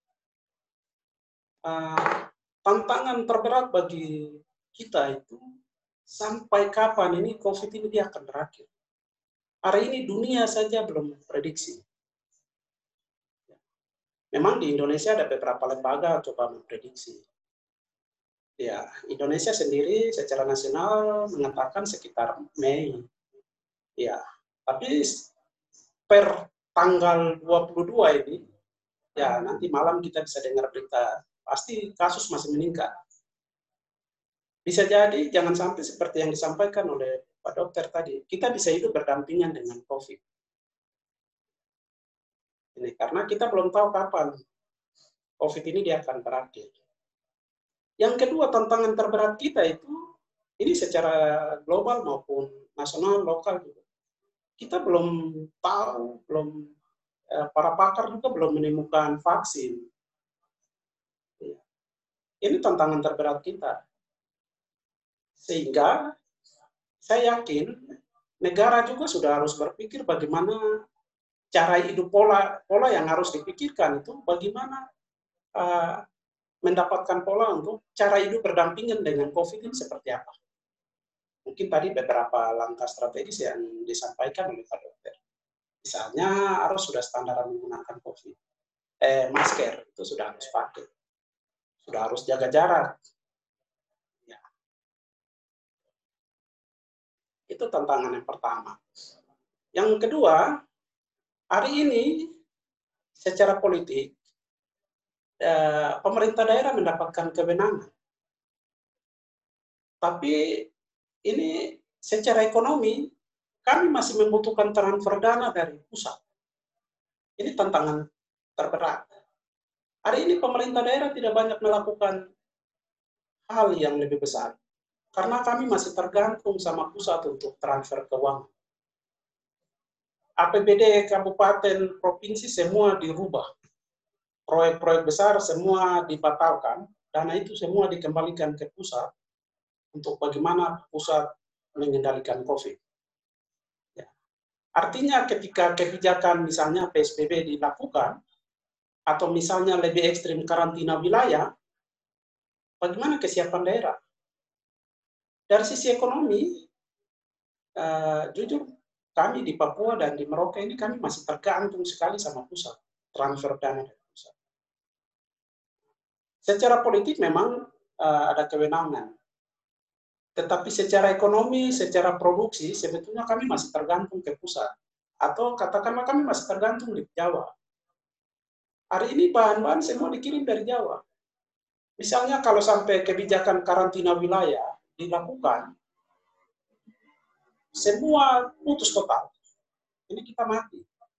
Uh, tantangan terberat bagi kita itu sampai kapan ini COVID ini dia akan berakhir. Hari ini dunia saja belum prediksi. Memang di Indonesia ada beberapa lembaga coba memprediksi. Ya, Indonesia sendiri secara nasional mengatakan sekitar Mei. Ya, tapi per tanggal dua puluh dua ini, ya nanti malam kita bisa dengar berita, pasti kasus masih meningkat. Bisa jadi jangan sampai seperti yang disampaikan oleh Pak Dokter tadi, kita bisa hidup berdampingan dengan COVID. Ini karena kita belum tahu kapan COVID ini dia akan berakhir. Yang kedua tantangan terberat kita itu, ini secara global maupun nasional, lokal juga. Kita belum tahu, belum para pakar juga belum menemukan vaksin. Ini tantangan terberat kita. Sehingga saya yakin negara juga sudah harus berpikir bagaimana cara hidup pola pola yang harus dipikirkan itu bagaimana uh, mendapatkan pola untuk cara hidup berdampingan dengan COVID ini seperti apa. Mungkin tadi beberapa langkah strategis yang disampaikan oleh Pak Dokter. Misalnya harus sudah standar menggunakan COVID, eh, masker itu sudah harus pakai, sudah harus jaga jarak. Ya. Itu tantangan yang pertama. Yang kedua, hari ini secara politik eh, pemerintah daerah mendapatkan kewenangan, tapi ini secara ekonomi kami masih membutuhkan transfer dana dari pusat. Ini tantangan terberat. Hari ini pemerintah daerah tidak banyak melakukan hal yang lebih besar, karena kami masih tergantung sama pusat untuk transfer keuangan. A P B D kabupaten, provinsi semua dirubah. Proyek-proyek besar semua dibatalkan, dana itu semua dikembalikan ke pusat untuk bagaimana pusat mengendalikan COVID. Ya. Artinya ketika kebijakan misalnya P S B B dilakukan, atau misalnya lebih ekstrim karantina wilayah, bagaimana kesiapan daerah? Dari sisi ekonomi, uh, jujur kami di Papua dan di Merauke ini kami masih tergantung sekali sama pusat, transfer dana dari pusat. Secara politik memang uh, ada kewenangan, tetapi secara ekonomi, secara produksi, sebetulnya kami masih tergantung ke pusat. Atau katakanlah kami masih tergantung di Jawa. Hari ini bahan-bahan semua dikirim dari Jawa. Misalnya kalau sampai kebijakan karantina wilayah dilakukan, semua putus total. Ini kita mati.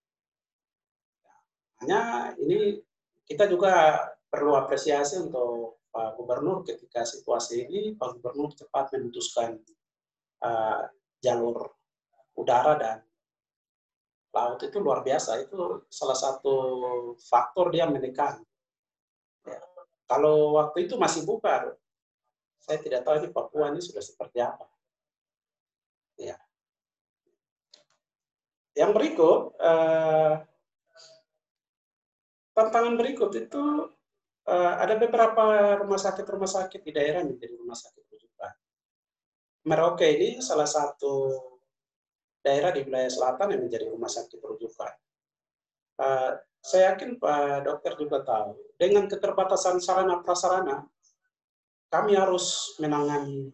Hanya ini kita juga perlu apresiasi untuk Pak Gubernur ketika situasi ini, Pak Gubernur cepat memutuskan uh, jalur udara dan laut itu luar biasa. Itu salah satu faktor dia menekan. Ya. Kalau waktu itu masih buka, saya tidak tahu di Papua ini sudah seperti apa. Ya. Yang berikut, uh, tantangan berikut itu uh, ada beberapa rumah sakit-rumah sakit di daerah yang menjadi rumah sakit rujukan. Merauke ini salah satu daerah di wilayah selatan yang menjadi rumah sakit rujukan. Uh, saya yakin Pak Dokter juga tahu, dengan keterbatasan sarana prasarana, kami harus menangani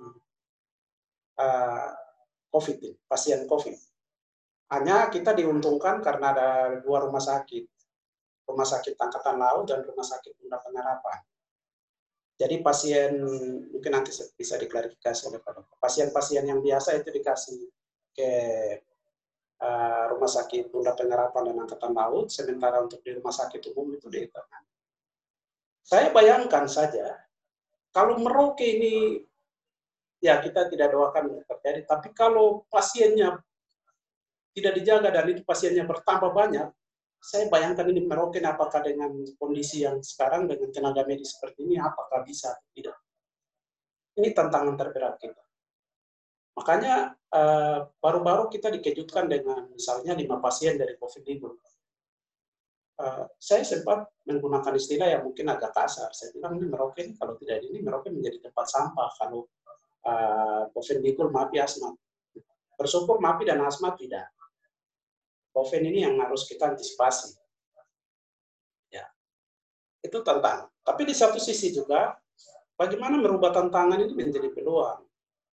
uh, COVID, pasien COVID. Hanya kita diuntungkan karena ada dua rumah sakit, rumah sakit Angkatan Laut dan rumah sakit Bunda Pengharapan. Jadi pasien, mungkin nanti bisa diklarifikasi oleh Pak Dokter, pasien-pasien yang biasa itu dikasih ke uh, rumah sakit Bunda Pengharapan dan Angkatan Laut, sementara untuk di rumah sakit umum itu ditangani. Saya bayangkan saja, kalau Merauke ini, ya kita tidak doakan untuk terjadi, tapi kalau pasiennya tidak dijaga dan itu pasiennya bertambah banyak, saya bayangkan ini Merauke apakah dengan kondisi yang sekarang dengan tenaga medis seperti ini apakah bisa atau tidak. Ini tantangan terberat kita. Makanya baru-baru uh, kita dikejutkan dengan misalnya lima pasien dari COVID ini. Uh, saya sempat menggunakan istilah yang mungkin agak kasar. Saya bilang ini Merauke ini kalau tidak ini Merauke menjadi tempat sampah kalau uh, COVID Digul maaf ya asmat. Bersyukur maaf dan asmat tidak. COVID ini yang harus kita antisipasi. Ya, itu tantangan. Tapi di satu sisi juga, bagaimana merubah tantangan ini menjadi peluang.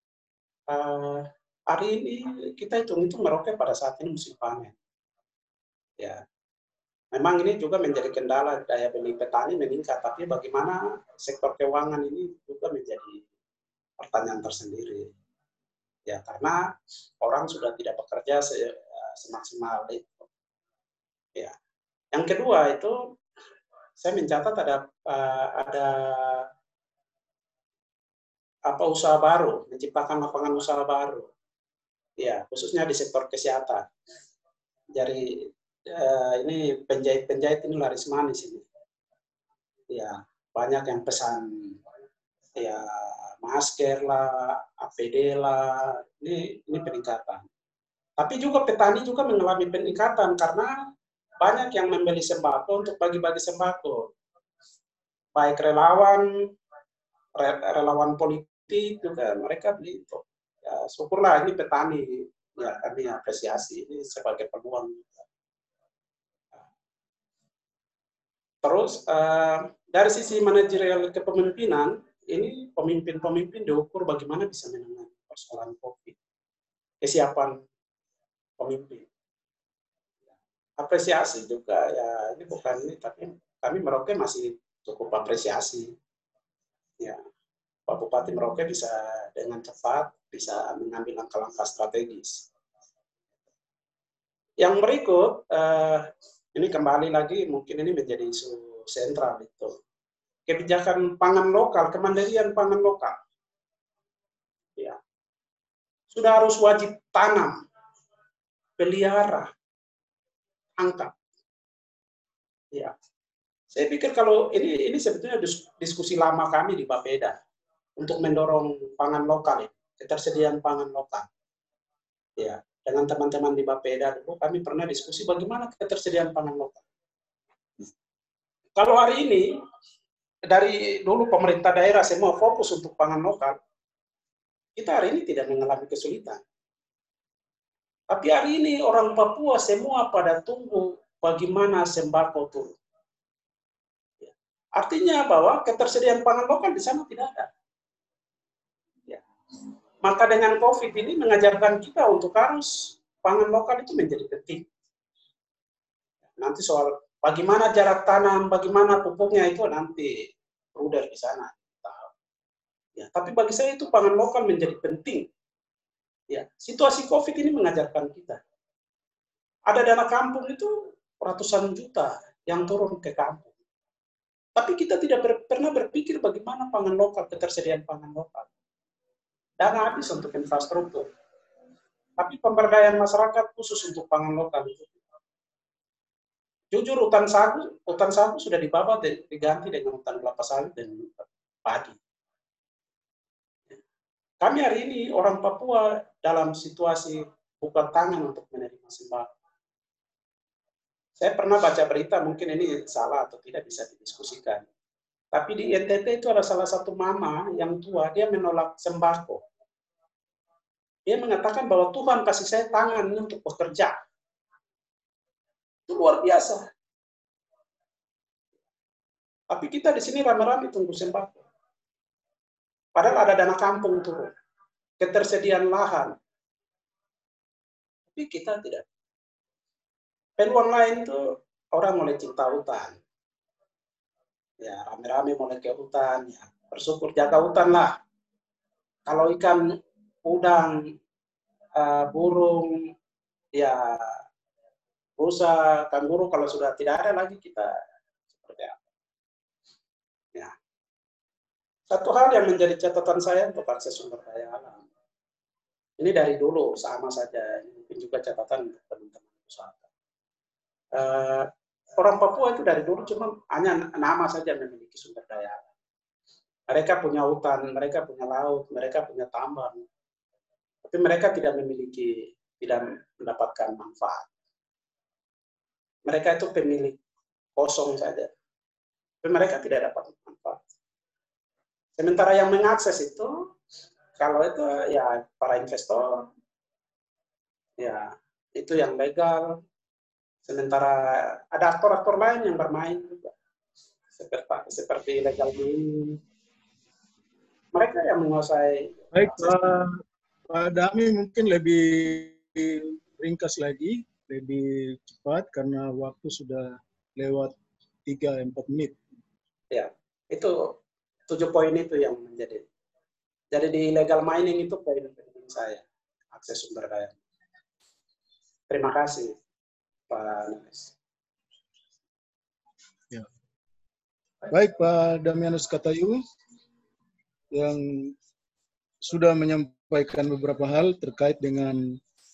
Uh, hari ini kita hitung-hitung Merauke pada saat ini musim panen. Ya, memang ini juga menjadi kendala daya beli petani meningkat. Tapi bagaimana sektor keuangan ini juga menjadi pertanyaan tersendiri. Ya, karena orang sudah tidak bekerja se semaksimal itu. Ya. Yang kedua itu saya mencatat ada uh, ada apa usaha baru, menciptakan lapangan usaha baru. Ya, khususnya di sektor kesehatan. Jadi uh, ini penjahit-penjahit ini laris manis ini. Ya, banyak yang pesan ya masker lah, A P D lah, ini ini peningkatan. Tapi juga petani juga mengalami peningkatan karena banyak yang membeli sembako untuk bagi-bagi sembako. Baik relawan, relawan politik juga mereka beli itu. Ya, syukurlah ini petani, ya kami apresiasi ini sebagai peluang. Terus uh, dari sisi manajerial kepemimpinan, ini pemimpin-pemimpin diukur bagaimana bisa menangani persoalan COVID, kesiapan pemimpin. Apresiasi juga ya, ini bukan ini, tapi kami Merauke masih cukup apresiasi. Ya, Pak Bupati Merauke bisa dengan cepat bisa mengambil langkah-langkah strategis. Yang berikut, eh, ini kembali lagi mungkin ini menjadi isu sentral itu. Kebijakan pangan lokal, kemandirian pangan lokal. Ya. Sudah harus wajib tanam, pelihara, angkat. Ya. Saya pikir kalau ini ini sebetulnya diskusi lama kami di Bapeda untuk mendorong pangan lokal, ketersediaan pangan lokal. Ya, dengan teman-teman di Bapeda dulu kami pernah diskusi bagaimana ketersediaan pangan lokal. Kalau hari ini dari dulu pemerintah daerah semua fokus untuk pangan lokal, kita hari ini tidak mengalami kesulitan. Tapi hari ini orang Papua semua pada tunggu bagaimana sembako turun. Artinya bahwa ketersediaan pangan lokal di sana tidak ada. Ya. Maka dengan COVID ini mengajarkan kita untuk harus pangan lokal itu menjadi penting. Nanti soal bagaimana jarak tanam, bagaimana pupuknya itu nanti ruder di sana. Ya, tapi bagi saya itu pangan lokal menjadi penting. Ya, situasi COVID ini mengajarkan kita. Ada dana kampung itu ratusan juta yang turun ke kampung. Tapi kita tidak ber, pernah berpikir bagaimana pangan lokal, ketersediaan pangan lokal. Dana habis untuk infrastruktur. Tapi pemberdayaan masyarakat khusus untuk pangan lokal itu. Jujur hutan sagu, hutan sagu sudah dibabat dan diganti dengan hutan kelapa sawit dan padi. Kami hari ini orang Papua dalam situasi buka tangan untuk menerima sembako. Saya pernah baca berita, mungkin ini salah atau tidak bisa didiskusikan. Tapi di N T T itu ada salah satu mama yang tua, dia menolak sembako. Dia mengatakan bahwa Tuhan kasih saya tangan untuk bekerja. Itu luar biasa. Tapi kita di sini rame-rame tunggu sembako. Padahal ada dana kampung turun, ketersediaan lahan. Tapi kita tidak. Peluang lain itu orang mulai cinta hutan. Ya, rame-rame mulai ke hutan. Ya, bersyukur jaga hutan lah. Kalau ikan, udang, uh, burung, ya rusa, kanguru kalau sudah tidak ada lagi kita seperti apa. Ya. Satu hal yang menjadi catatan saya untuk akses sumber daya alam. Ini dari dulu sama saja, mungkin juga catatan untuk teman-teman usaha. Uh, orang Papua itu dari dulu cuma hanya nama saja memiliki sumber daya alam. Mereka punya hutan, mereka punya laut, mereka punya tambang. Tapi mereka tidak memiliki, tidak mendapatkan manfaat. Mereka itu pemilik kosong saja. Tapi mereka tidak dapat manfaat. Sementara yang mengakses itu, kalau itu ya para investor, ya itu yang legal. Sementara ada aktor-aktor lain yang bermain juga, seperti seperti legal ini. Mereka yang menguasai. Baik, Pak, Pak Dami mungkin lebih ringkas lagi, lebih cepat karena waktu sudah lewat tiga empat menit. Ya, itu tujuh poin itu yang menjadi. Jadi di legal mining itu poin penting saya, akses sumber daya. Terima kasih, Pak Nulis. Ya. Baik, Pak Damianus Katayu yang sudah menyampaikan beberapa hal terkait dengan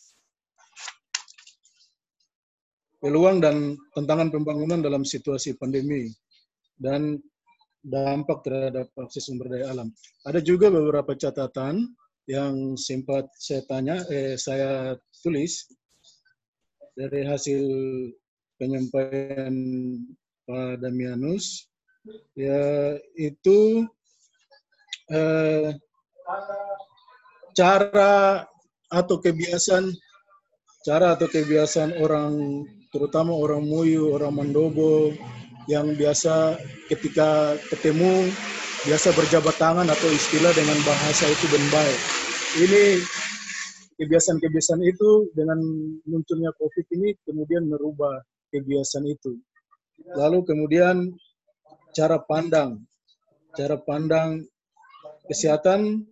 peluang dan tantangan pembangunan dalam situasi pandemi dan dampak terhadap akses sumber daya alam. Ada juga beberapa catatan yang sempat saya tanya, eh, saya tulis dari hasil penyampaian Pak Damianus, ya itu eh, cara atau kebiasaan cara atau kebiasaan orang, terutama orang Muyu, orang Mandobo, yang biasa ketika ketemu biasa berjabat tangan atau istilah dengan bahasa itu benbai. Ini kebiasaan-kebiasaan itu dengan munculnya COVID ini kemudian merubah kebiasaan itu. Lalu kemudian cara pandang, cara pandang kesehatan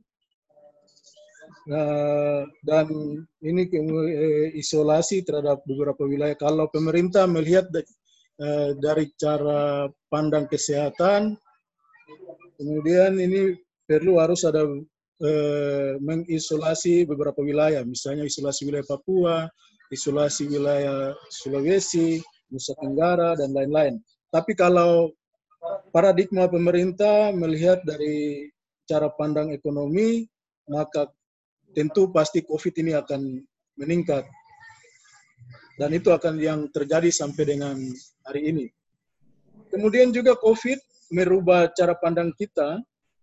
uh, dan ini uh, isolasi terhadap beberapa wilayah. Kalau pemerintah melihat uh, dari cara pandang kesehatan, kemudian ini perlu harus ada uh, mengisolasi beberapa wilayah, misalnya isolasi wilayah Papua, isolasi wilayah Sulawesi, Nusa Tenggara, dan lain-lain. Tapi kalau paradigma pemerintah melihat dari cara pandang ekonomi, maka tentu pasti COVID ini akan meningkat. Dan itu akan yang terjadi sampai dengan hari ini. Kemudian juga COVID merubah cara pandang kita,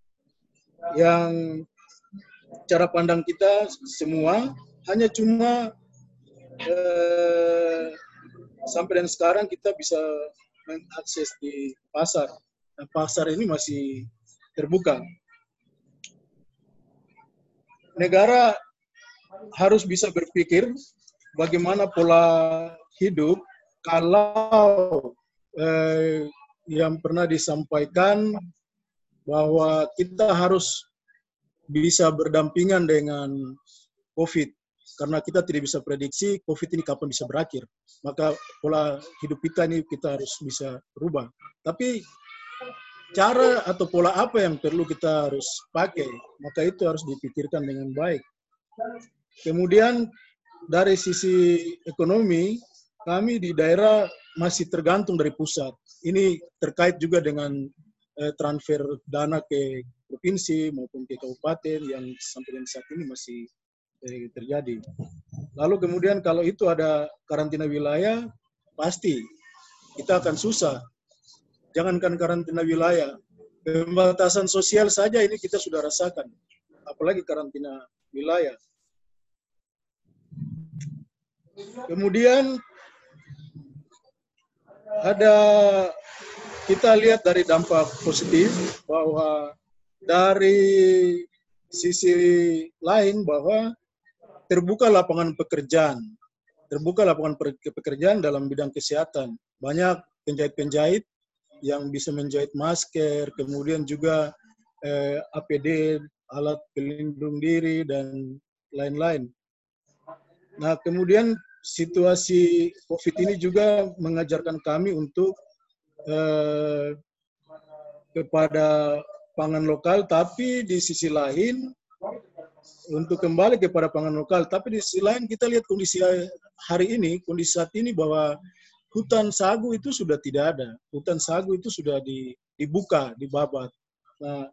yang cara pandang kita semua hanya cuma eh, sampai dan sekarang kita bisa mengakses di pasar. Nah, pasar ini masih terbuka. Negara harus bisa berpikir bagaimana pola hidup kalau eh, yang pernah disampaikan bahwa kita harus bisa berdampingan dengan COVID. Karena kita tidak bisa prediksi COVID ini kapan bisa berakhir. Maka pola hidup kita ini kita harus bisa berubah. Tapi cara atau pola apa yang perlu kita harus pakai, maka itu harus dipikirkan dengan baik. Kemudian dari sisi ekonomi, kami di daerah masih tergantung dari pusat. Ini terkait juga dengan eh, transfer dana ke provinsi maupun ke kabupaten yang sampai dengan saat ini masih eh, terjadi. Lalu kemudian kalau itu ada karantina wilayah, pasti kita akan susah. Jangankan karantina wilayah, pembatasan sosial saja ini kita sudah rasakan. Apalagi karantina wilayah. Kemudian ada, kita lihat dari dampak positif bahwa dari sisi lain bahwa terbuka lapangan pekerjaan. Terbuka lapangan pekerjaan dalam bidang kesehatan. Banyak penjahit-penjahit yang bisa menjahit masker, kemudian juga eh, A P D, alat pelindung diri, dan lain-lain. Nah, kemudian situasi COVID ini juga mengajarkan kami untuk eh, kepada pangan lokal, tapi di sisi lain untuk kembali kepada pangan lokal. Tapi di sisi lain kita lihat kondisi hari ini, kondisi saat ini bahwa hutan sagu itu sudah tidak ada. Hutan sagu itu sudah dibuka, dibabat. Nah,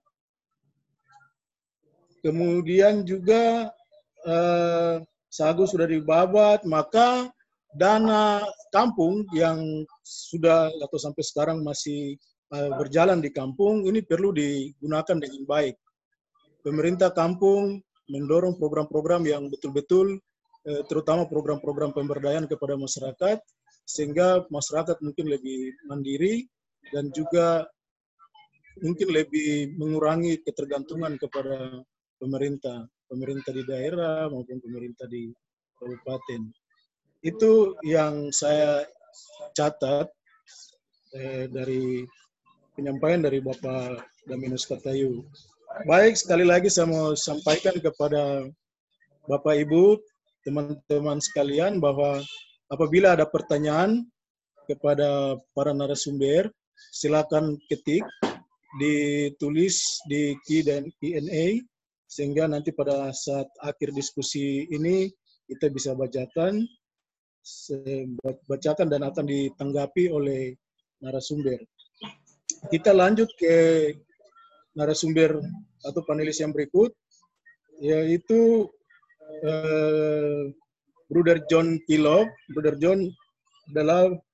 kemudian juga eh, sagu sudah dibabat, maka dana kampung yang sudah atau sampai sekarang masih eh, berjalan di kampung, ini perlu digunakan dengan baik. Pemerintah kampung mendorong program-program yang betul-betul, eh, terutama program-program pemberdayaan kepada masyarakat, sehingga masyarakat mungkin lebih mandiri dan juga mungkin lebih mengurangi ketergantungan kepada pemerintah, pemerintah di daerah maupun pemerintah di kabupaten. Itu yang saya catat eh, dari penyampaian dari Bapak Damianus Katayu. Baik, sekali lagi saya mau sampaikan kepada Bapak Ibu, teman-teman sekalian, bahwa apabila ada pertanyaan kepada para narasumber, silakan ketik, ditulis di Q and A, sehingga nanti pada saat akhir diskusi ini kita bisa bacakan, bacakan dan akan ditanggapi oleh narasumber. Kita lanjut ke narasumber atau panelis yang berikut, yaitu eh, Bruder John Pilog. Bruder John adalah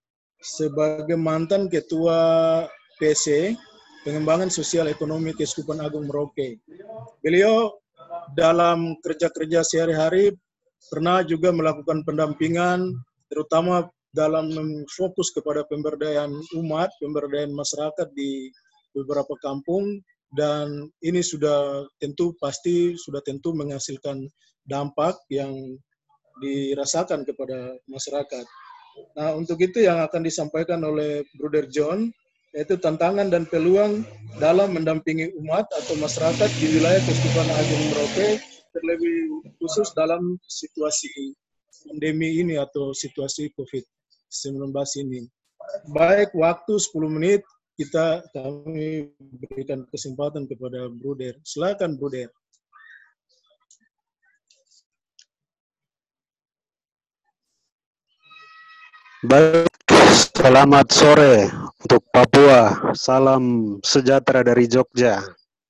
sebagai mantan Ketua P C, Pengembangan Sosial Ekonomi Keuskupan Agung Merauke. Beliau dalam kerja-kerja sehari-hari pernah juga melakukan pendampingan, terutama dalam fokus kepada pemberdayaan umat, pemberdayaan masyarakat di beberapa kampung, dan ini sudah tentu pasti sudah tentu menghasilkan dampak yang dirasakan kepada masyarakat. Nah, untuk itu yang akan disampaikan oleh Bruder John, yaitu tantangan dan peluang dalam mendampingi umat atau masyarakat di wilayah Keuskupan Agung Merauke, terlebih khusus dalam situasi pandemi ini atau situasi covid sembilan belas ini. Baik, waktu sepuluh menit kita kami berikan kesempatan kepada Bruder. Silakan, Bruder. Baik, selamat sore untuk Papua. Salam sejahtera dari Jogja.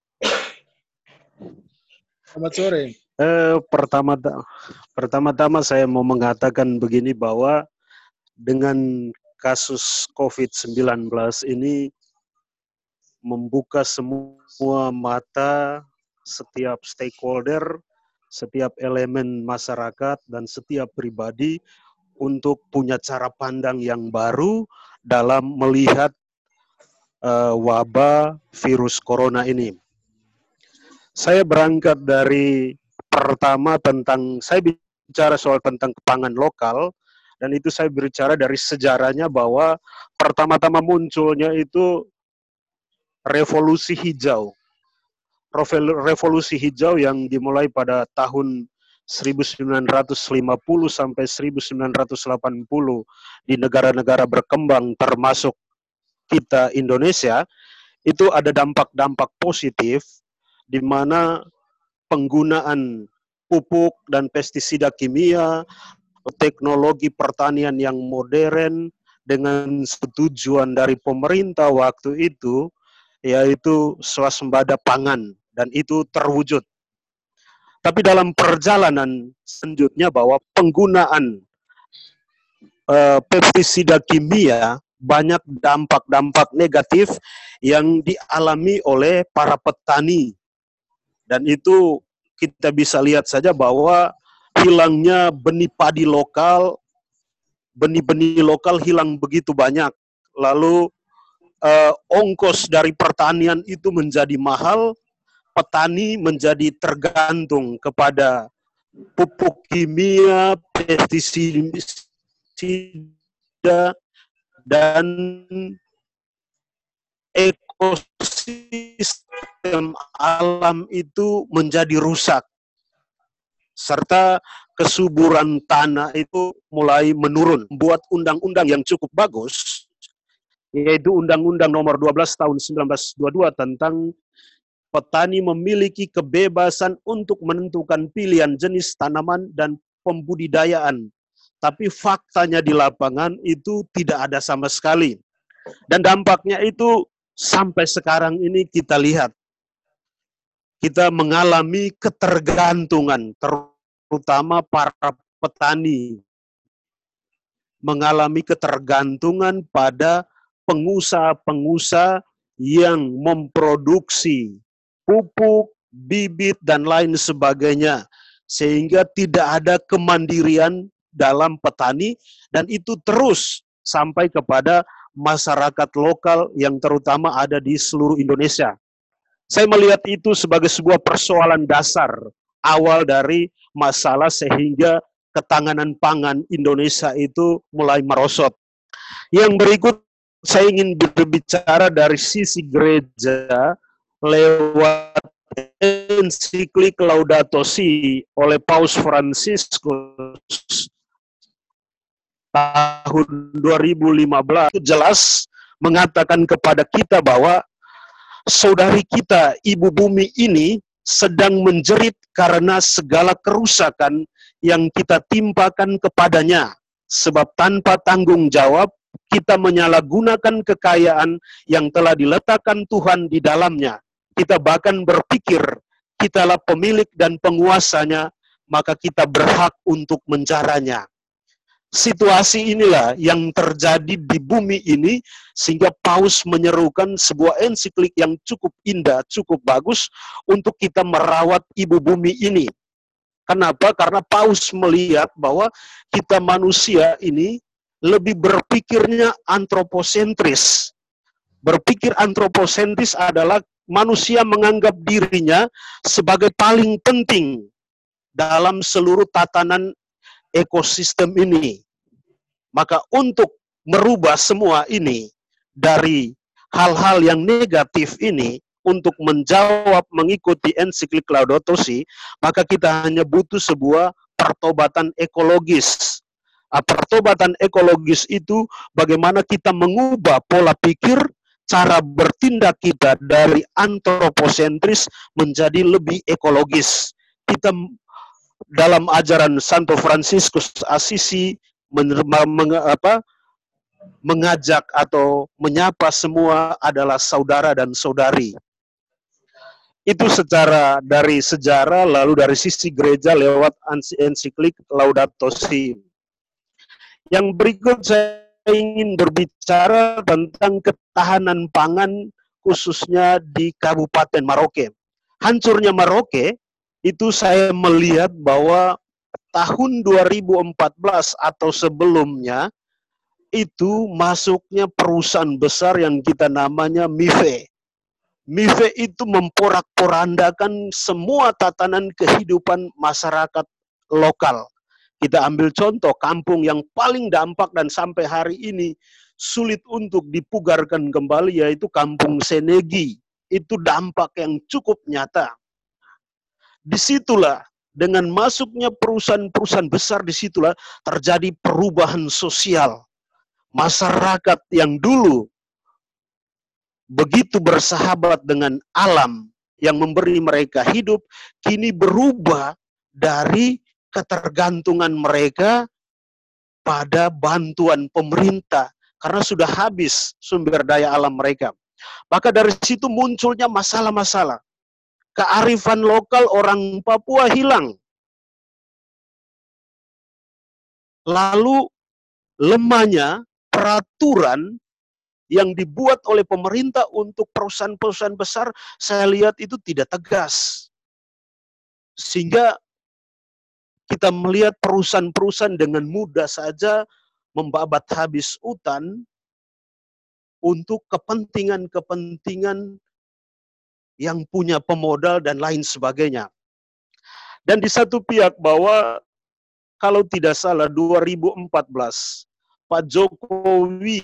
Selamat sore. Eh, pertama, pertama-tama saya mau mengatakan begini bahwa dengan kasus covid sembilan belas ini membuka semua mata setiap stakeholder, setiap elemen masyarakat, dan setiap pribadi untuk punya cara pandang yang baru dalam melihat uh, wabah virus corona ini. Saya berangkat dari pertama tentang, saya bicara soal tentang pangan lokal, dan itu saya berbicara dari sejarahnya bahwa pertama-tama munculnya itu revolusi hijau. Revolusi hijau yang dimulai pada tahun seribu sembilan ratus lima puluh sampai seribu sembilan ratus delapan puluh di negara-negara berkembang termasuk kita Indonesia, itu ada dampak-dampak positif di mana penggunaan pupuk dan pestisida kimia, teknologi pertanian yang modern dengan setujuan dari pemerintah waktu itu, yaitu swasembada pangan, dan itu terwujud. Tapi dalam perjalanan selanjutnya bahwa penggunaan uh, pestisida kimia banyak dampak-dampak negatif yang dialami oleh para petani. Dan itu kita bisa lihat saja bahwa hilangnya benih padi lokal, benih-benih lokal hilang begitu banyak. Lalu uh, ongkos dari pertanian itu menjadi mahal, petani menjadi tergantung kepada pupuk kimia, pestisida, dan ekosistem alam itu menjadi rusak. Serta kesuburan tanah itu mulai menurun. Buat undang-undang yang cukup bagus, yaitu Undang-Undang Nomor dua belas Tahun seribu sembilan ratus dua puluh dua tentang petani memiliki kebebasan untuk menentukan pilihan jenis tanaman dan pembudidayaan. Tapi faktanya di lapangan itu tidak ada sama sekali. Dan dampaknya itu sampai sekarang ini kita lihat. Kita mengalami ketergantungan, terutama para petani. Mengalami ketergantungan pada pengusaha-pengusaha yang memproduksi pupuk, bibit, dan lain sebagainya. Sehingga tidak ada kemandirian dalam petani, dan itu terus sampai kepada masyarakat lokal yang terutama ada di seluruh Indonesia. Saya melihat itu sebagai sebuah persoalan dasar awal dari masalah sehingga ketahanan pangan Indonesia itu mulai merosot. Yang berikut saya ingin berbicara dari sisi gereja lewat ensiklik Laudato Si oleh Paus Fransiskus tahun dua ribu lima belas, itu jelas mengatakan kepada kita bahwa saudari kita, ibu bumi ini sedang menjerit karena segala kerusakan yang kita timpakan kepadanya. Sebab tanpa tanggung jawab, kita menyalahgunakan kekayaan yang telah diletakkan Tuhan di dalamnya. Kita bahkan berpikir, kitalah pemilik dan penguasanya, maka kita berhak untuk menjaranya. situasi inilah yang terjadi di bumi ini, sehingga Paus menyerukan sebuah ensiklik yang cukup indah, cukup bagus untuk kita merawat ibu bumi ini. Kenapa? Karena Paus melihat bahwa kita manusia ini lebih berpikirnya antroposentris. Berpikir antroposentris adalah manusia menganggap dirinya sebagai paling penting dalam seluruh tatanan ekosistem ini. Maka untuk merubah semua ini dari hal-hal yang negatif ini, untuk menjawab mengikuti ensiklik Laudato Si, maka kita hanya butuh sebuah pertobatan ekologis. Pertobatan ekologis itu bagaimana kita mengubah pola pikir, cara bertindak kita dari antroposentris menjadi lebih ekologis. Kita dalam ajaran Santo Fransiskus Assisi menerima, meng, apa, mengajak atau menyapa semua adalah saudara dan saudari. Itu secara dari sejarah, lalu dari sisi gereja lewat ensiklik Laudato Si. Yang berikut saya ingin berbicara tentang ketahanan pangan khususnya di Kabupaten Maroke. Hancurnya Maroke itu saya melihat bahwa tahun dua ribu empat belas atau sebelumnya itu masuknya perusahaan besar yang kita namanya M I F E. M I F E itu memporak-porandakan semua tatanan kehidupan masyarakat lokal. Kita ambil contoh kampung yang paling dampak dan sampai hari ini sulit untuk dipugarkan kembali, yaitu Kampung Senegi. Itu dampak yang cukup nyata. Disitulah dengan masuknya perusahaan-perusahaan besar, disitulah terjadi perubahan sosial. Masyarakat yang dulu begitu bersahabat dengan alam yang memberi mereka hidup, kini berubah dari ketergantungan mereka pada bantuan pemerintah karena sudah habis sumber daya alam mereka. Maka dari situ munculnya masalah-masalah. Kearifan lokal orang Papua hilang. Lalu lemahnya peraturan yang dibuat oleh pemerintah untuk perusahaan-perusahaan besar, saya lihat itu tidak tegas. Sehingga kita melihat perusahaan-perusahaan dengan mudah saja membabat habis hutan untuk kepentingan-kepentingan yang punya pemodal dan lain sebagainya. Dan di satu pihak bahwa kalau tidak salah dua ribu empat belas Pak Jokowi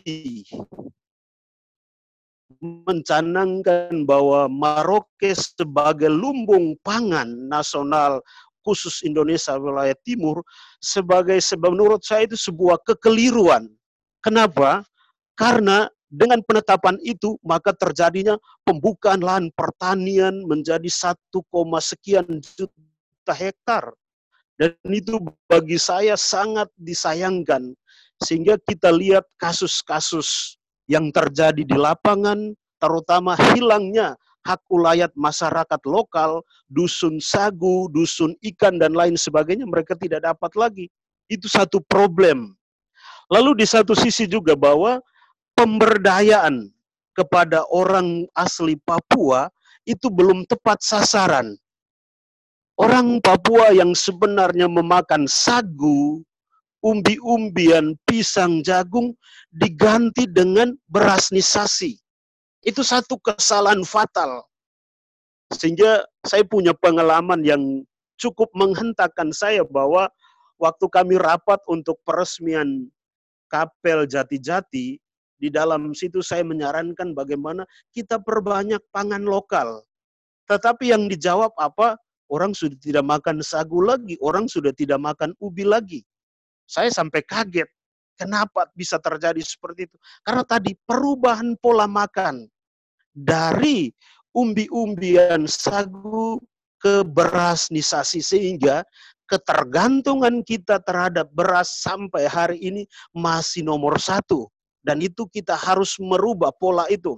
mencanangkan bahwa Maroke sebagai lumbung pangan nasional khusus Indonesia wilayah timur sebagai sebab menurut saya itu sebuah kekeliruan. Kenapa? Karena dengan penetapan itu maka terjadinya pembukaan lahan pertanian menjadi satu, sekian juta hektar. Dan itu bagi saya sangat disayangkan. Sehingga kita lihat kasus-kasus yang terjadi di lapangan, terutama hilangnya hak ulayat masyarakat lokal, dusun sagu, dusun ikan, dan lain sebagainya, mereka tidak dapat lagi. Itu satu problem. Lalu di satu sisi juga bahwa pemberdayaan kepada orang asli Papua itu belum tepat sasaran. Orang Papua yang sebenarnya memakan sagu, umbi-umbian, pisang, jagung, diganti dengan berasnisasi. Itu satu kesalahan fatal. Sehingga saya punya pengalaman yang cukup menghentakkan saya bahwa waktu kami rapat untuk peresmian Kapel Jati-Jati, di dalam situ saya menyarankan bagaimana kita perbanyak pangan lokal. Tetapi yang dijawab apa? Orang sudah tidak makan sagu lagi, orang sudah tidak makan ubi lagi. Saya sampai kaget. Kenapa bisa terjadi seperti itu? Karena tadi perubahan pola makan dari umbi-umbian sagu ke berasnisasi, sehingga ketergantungan kita terhadap beras sampai hari ini masih nomor satu. Dan itu kita harus merubah pola itu.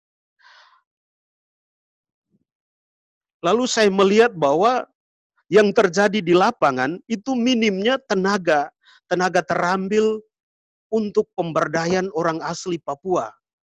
Lalu saya melihat bahwa yang terjadi di lapangan itu minimnya tenaga. tenaga terambil untuk pemberdayaan orang asli Papua.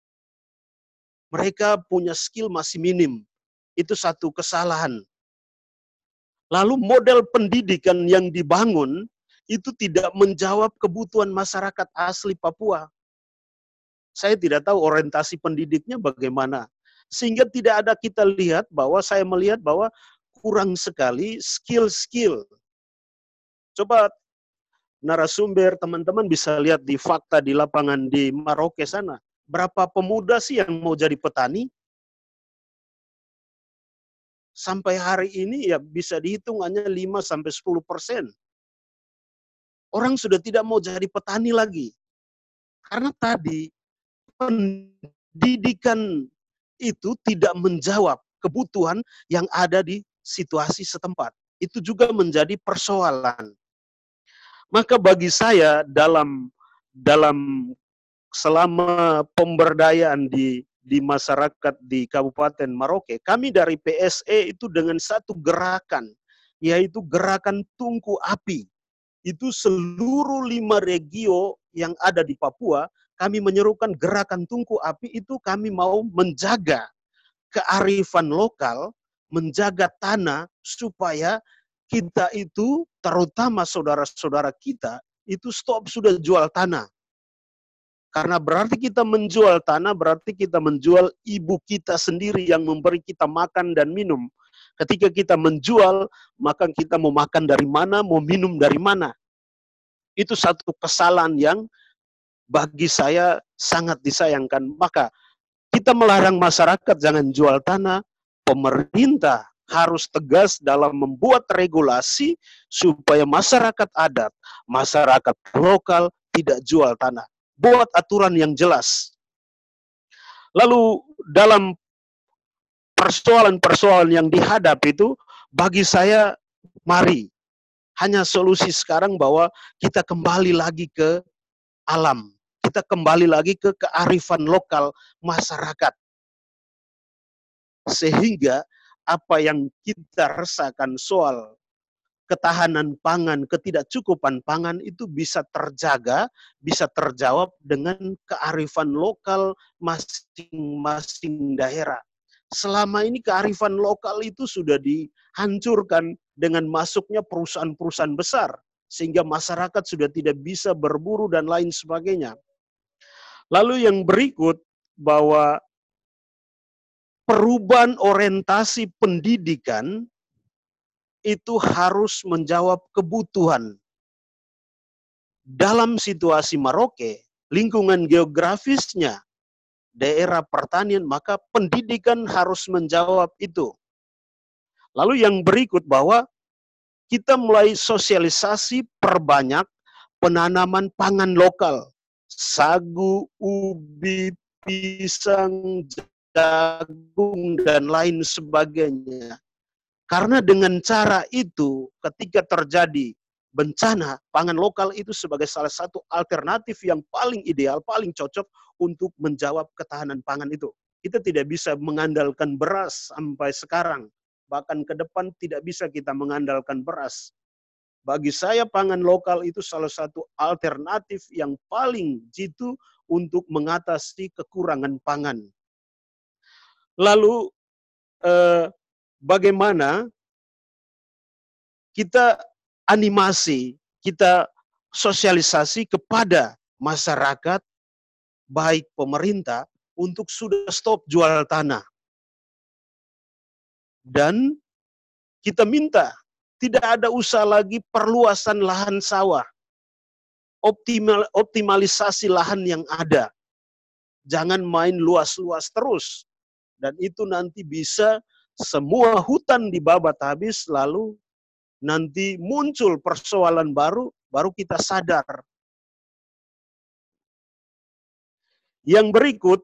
Mereka punya skill masih minim. Itu satu kesalahan. Lalu model pendidikan yang dibangun itu tidak menjawab kebutuhan masyarakat asli Papua. Saya tidak tahu orientasi pendidiknya bagaimana. Sehingga tidak ada kita lihat bahwa, saya melihat bahwa kurang sekali skill-skill. Coba narasumber, teman-teman bisa lihat di fakta di lapangan di Merauke sana. Berapa pemuda sih yang mau jadi petani? Sampai hari ini ya bisa dihitung hanya lima sampai sepuluh persen. Orang sudah tidak mau jadi petani lagi. Karena tadi pendidikan itu tidak menjawab kebutuhan yang ada di situasi setempat. Itu juga menjadi persoalan. Maka bagi saya dalam dalam selama pemberdayaan di di masyarakat di Kabupaten Merauke, kami dari P S E itu dengan satu gerakan, yaitu gerakan Tungku Api. Itu seluruh lima regio yang ada di Papua, kami menyerukan gerakan Tungku Api itu kami mau menjaga kearifan lokal, menjaga tanah supaya kita itu, terutama saudara-saudara kita, itu stop sudah jual tanah. Karena berarti kita menjual tanah, berarti kita menjual ibu kita sendiri yang memberi kita makan dan minum. Ketika kita menjual, maka kita mau makan dari mana, mau minum dari mana. Itu satu kesalahan yang bagi saya sangat disayangkan. Maka kita melarang masyarakat jangan jual tanah, pemerintah harus tegas dalam membuat regulasi supaya masyarakat adat, masyarakat lokal tidak jual tanah. Buat aturan yang jelas. Lalu dalam persoalan-persoalan yang dihadapi itu, bagi saya, mari, hanya solusi sekarang bahwa kita kembali lagi ke alam. Kita kembali lagi ke kearifan lokal masyarakat. Sehingga apa yang kita rasakan soal ketahanan pangan, ketidakcukupan pangan itu bisa terjaga, bisa terjawab dengan kearifan lokal masing-masing daerah. Selama ini kearifan lokal itu sudah dihancurkan dengan masuknya perusahaan-perusahaan besar, sehingga masyarakat sudah tidak bisa berburu dan lain sebagainya. Lalu yang berikut, bahwa perubahan orientasi pendidikan itu harus menjawab kebutuhan. Dalam situasi Merauke, lingkungan geografisnya, daerah pertanian, maka pendidikan harus menjawab itu. Lalu yang berikut, bahwa kita mulai sosialisasi perbanyak penanaman pangan lokal. Sagu, ubi, pisang, jagung, dan lain sebagainya. Karena dengan cara itu, ketika terjadi bencana, pangan lokal itu sebagai salah satu alternatif yang paling ideal, paling cocok untuk menjawab ketahanan pangan itu. Kita tidak bisa mengandalkan beras sampai sekarang. Bahkan ke depan tidak bisa kita mengandalkan beras. Bagi saya pangan lokal itu salah satu alternatif yang paling jitu untuk mengatasi kekurangan pangan. Lalu eh, bagaimana kita animasi, kita sosialisasi kepada masyarakat, baik pemerintah, untuk sudah stop jual tanah. Dan kita minta, tidak ada usaha lagi perluasan lahan sawah. Optimal, optimalisasi lahan yang ada. Jangan main luas-luas terus. Dan itu nanti bisa semua hutan dibabat habis, lalu nanti muncul persoalan baru, baru kita sadar. Yang berikut,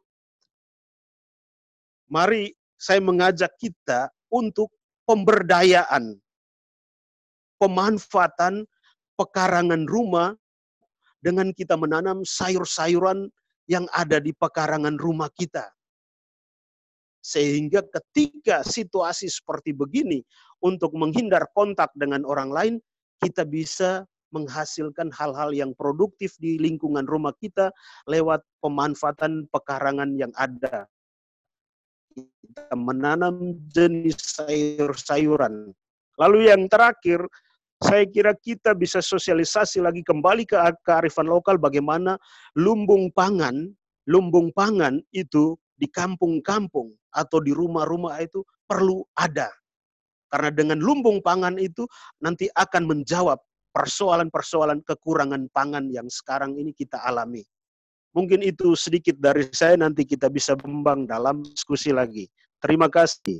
mari saya mengajak kita untuk pemberdayaan, pemanfaatan pekarangan rumah dengan kita menanam sayur-sayuran yang ada di pekarangan rumah kita. Sehingga ketika situasi seperti begini, untuk menghindar kontak dengan orang lain, kita bisa menghasilkan hal-hal yang produktif di lingkungan rumah kita lewat pemanfaatan pekarangan yang ada. Kita menanam jenis sayur-sayuran. Lalu yang terakhir, saya kira kita bisa sosialisasi lagi kembali ke kearifan lokal bagaimana lumbung pangan, lumbung pangan itu di kampung-kampung atau di rumah-rumah itu perlu ada. Karena dengan lumbung pangan itu nanti akan menjawab persoalan-persoalan kekurangan pangan yang sekarang ini kita alami. Mungkin itu sedikit dari saya, nanti kita bisa berkembang dalam diskusi lagi. Terima kasih.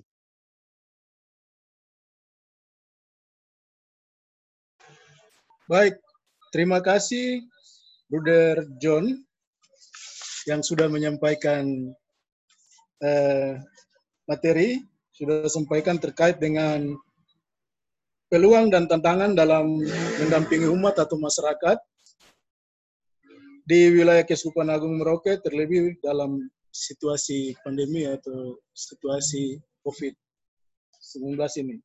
Baik, terima kasih Bruder John yang sudah menyampaikan eh, materi, sudah sampaikan terkait dengan peluang dan tantangan dalam mendampingi umat atau masyarakat di wilayah Keuskupan Agung Merauke, terlebih dalam situasi pandemi atau situasi COVID sembilan belas ini.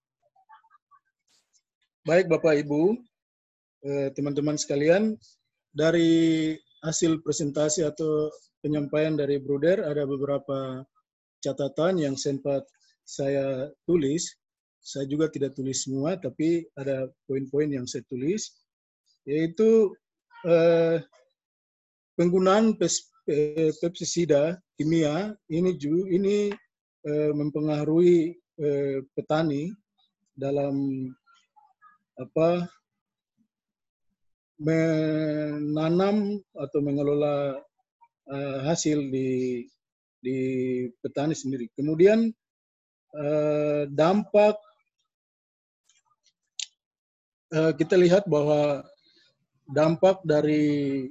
Baik Bapak Ibu, teman-teman sekalian, dari hasil presentasi atau penyampaian dari Bruder ada beberapa catatan yang sempat saya tulis. Saya juga tidak tulis semua, tapi ada poin-poin yang saya tulis, yaitu eh, penggunaan pestisida kimia ini juga ini eh, mempengaruhi eh, petani dalam apa menanam atau mengelola uh, hasil di di petani sendiri. Kemudian uh, dampak uh, kita lihat bahwa dampak dari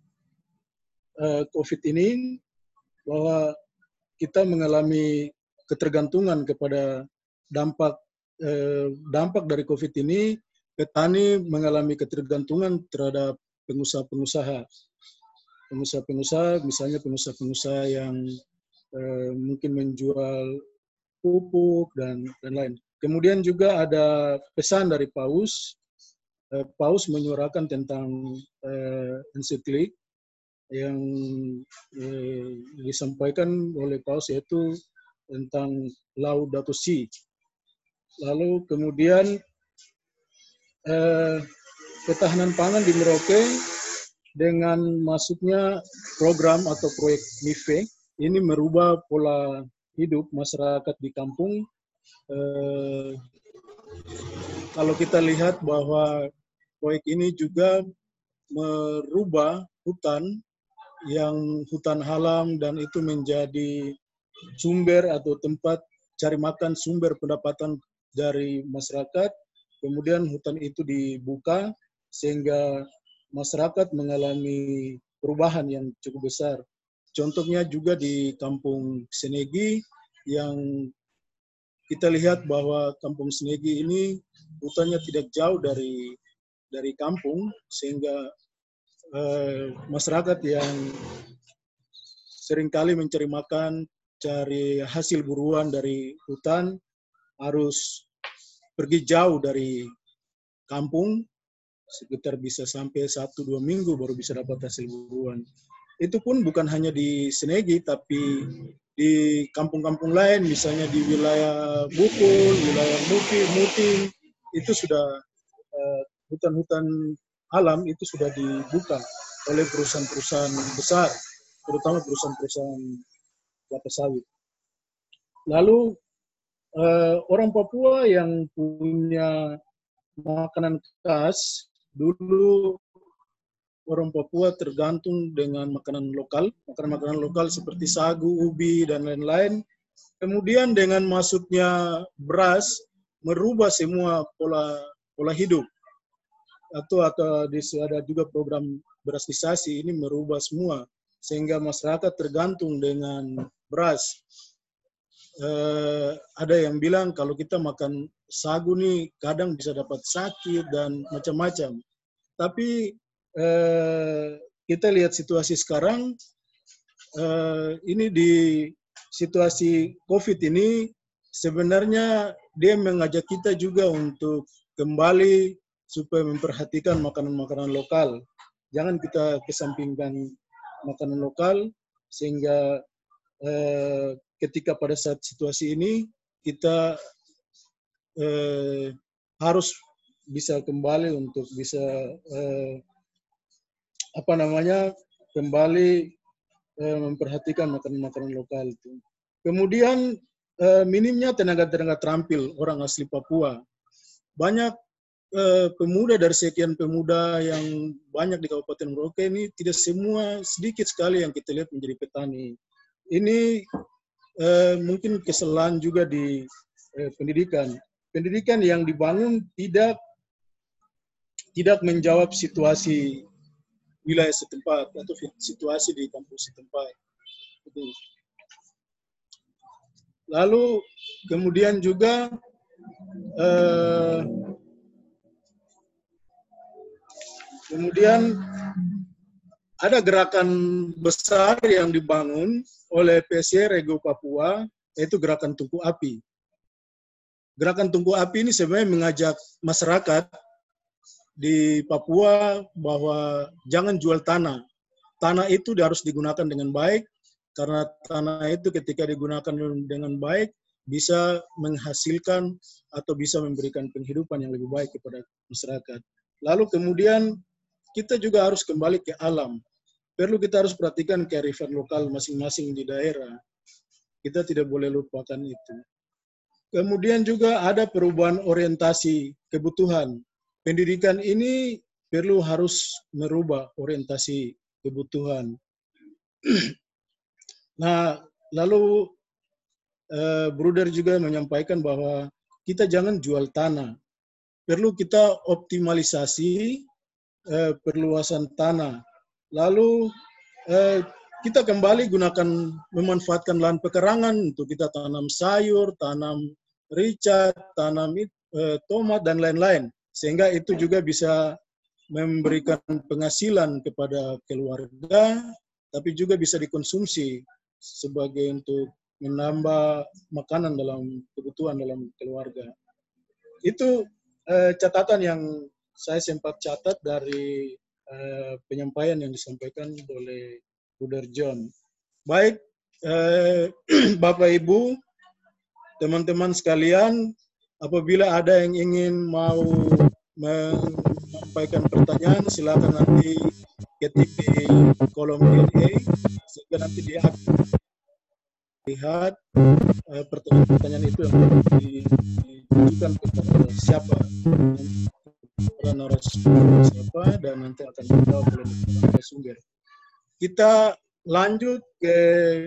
uh, COVID ini bahwa kita mengalami ketergantungan kepada dampak uh, dampak dari COVID ini. Petani mengalami ketergantungan terhadap pengusaha-pengusaha. Pengusaha-pengusaha, misalnya pengusaha-pengusaha yang eh, mungkin menjual pupuk dan lain-lain. Kemudian juga ada pesan dari Paus. Eh, Paus menyuarakan tentang eh, ensiklik yang eh, disampaikan oleh Paus, yaitu tentang Laudato Si. Lalu kemudian Eh, ketahanan pangan di Merauke dengan masuknya program atau proyek M I F E ini merubah pola hidup masyarakat di kampung. Eh, kalau kita lihat bahwa proyek ini juga merubah hutan yang hutan alam dan itu menjadi sumber atau tempat cari makan, sumber pendapatan dari masyarakat. Kemudian hutan itu dibuka sehingga masyarakat mengalami perubahan yang cukup besar. Contohnya juga di Kampung Senegi yang kita lihat bahwa Kampung Senegi ini hutannya tidak jauh dari dari kampung, sehingga eh, masyarakat yang seringkali mencari makan, cari hasil buruan dari hutan harus pergi jauh dari kampung, sekitar bisa sampai satu dua minggu baru bisa dapat hasil buruan. Itu pun bukan hanya di Senegi, tapi di kampung-kampung lain, misalnya di wilayah Bukul, wilayah Muti, Muti, itu sudah hutan-hutan uh, alam itu sudah dibuka oleh perusahaan-perusahaan besar, terutama perusahaan-perusahaan kelapa sawit. Lalu Uh, orang Papua yang punya makanan khas, dulu orang Papua tergantung dengan makanan lokal, makanan-makanan lokal seperti sagu, ubi, dan lain-lain. Kemudian dengan masuknya beras, merubah semua pola pola hidup. Atau, atau ada juga program berasisasi, ini merubah semua, sehingga masyarakat tergantung dengan beras. Uh, ada yang bilang kalau kita makan sagu nih kadang bisa dapat sakit dan macam-macam. Tapi uh, kita lihat situasi sekarang, uh, ini di situasi COVID ini sebenarnya dia mengajak kita juga untuk kembali supaya memperhatikan makanan-makanan lokal. Jangan kita kesampingkan makanan lokal, sehingga eh, ketika pada saat situasi ini kita eh, harus bisa kembali untuk bisa eh, apa namanya kembali eh, memperhatikan makanan-makanan lokal itu. Kemudian eh, minimnya tenaga-tenaga terampil orang asli Papua. Banyak eh, pemuda dari sekian pemuda yang banyak di Kabupaten Merauke ini, tidak semua, sedikit sekali yang kita lihat menjadi petani. Ini eh, mungkin kesalahan juga di eh, pendidikan. Pendidikan yang dibangun tidak tidak menjawab situasi wilayah setempat atau situasi di kampus setempat. Lalu kemudian juga eh, kemudian ada gerakan besar yang dibangun oleh P S Y Rego Papua, yaitu gerakan Tungku Api. Gerakan Tungku Api ini sebenarnya mengajak masyarakat di Papua bahwa jangan jual tanah. Tanah itu harus digunakan dengan baik, karena tanah itu ketika digunakan dengan baik bisa menghasilkan atau bisa memberikan penghidupan yang lebih baik kepada masyarakat. Lalu kemudian kita juga harus kembali ke alam. Perlu kita harus perhatikan kearifan lokal masing-masing di daerah. Kita tidak boleh lupakan itu. Kemudian juga ada perubahan orientasi kebutuhan. Pendidikan ini perlu harus merubah orientasi kebutuhan. Nah, lalu eh, Bruder juga menyampaikan bahwa kita jangan jual tanah. Perlu kita optimalisasi eh, perluasan tanah. Lalu eh, kita kembali gunakan, memanfaatkan lahan pekarangan untuk kita tanam sayur, tanam rica, tanam eh, tomat, dan lain-lain. Sehingga itu juga bisa memberikan penghasilan kepada keluarga, tapi juga bisa dikonsumsi sebagai untuk menambah makanan dalam kebutuhan dalam keluarga. Itu eh, catatan yang saya sempat catat dari eh, penyampaian yang disampaikan oleh Bruder John. Baik, eh, Bapak Ibu, teman-teman sekalian, apabila ada yang ingin mau menyampaikan pertanyaan, silakan nanti ketik di kolom Q and A, sehingga nanti dia akan lihat uh, pertanyaan-pertanyaan itu yang ditujukan kepada siapa, kepada narasumber siapa, dan nanti akan dijawab oleh narasumber. Kita lanjut ke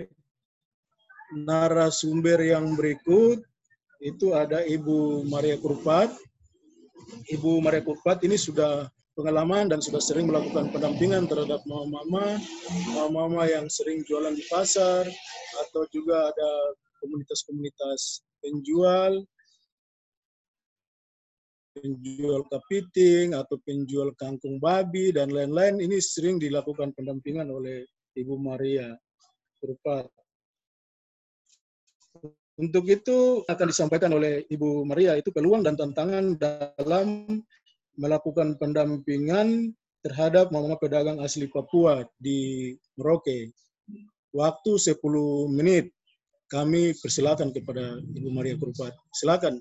narasumber yang berikut. Itu ada Ibu Maria Kurpat. Ibu Maria Kurpat ini sudah pengalaman dan sudah sering melakukan pendampingan terhadap mama-mama, mama-mama yang sering jualan di pasar, atau juga ada komunitas-komunitas penjual, penjual kepiting, atau penjual kangkung babi, dan lain-lain. Ini sering dilakukan pendampingan oleh Ibu Maria Kurpat. Untuk itu akan disampaikan oleh Ibu Maria itu peluang dan tantangan dalam melakukan pendampingan terhadap mama pedagang asli Papua di Merauke. Waktu sepuluh menit. Kami persilakan kepada Ibu Maria Kurpat. Silakan.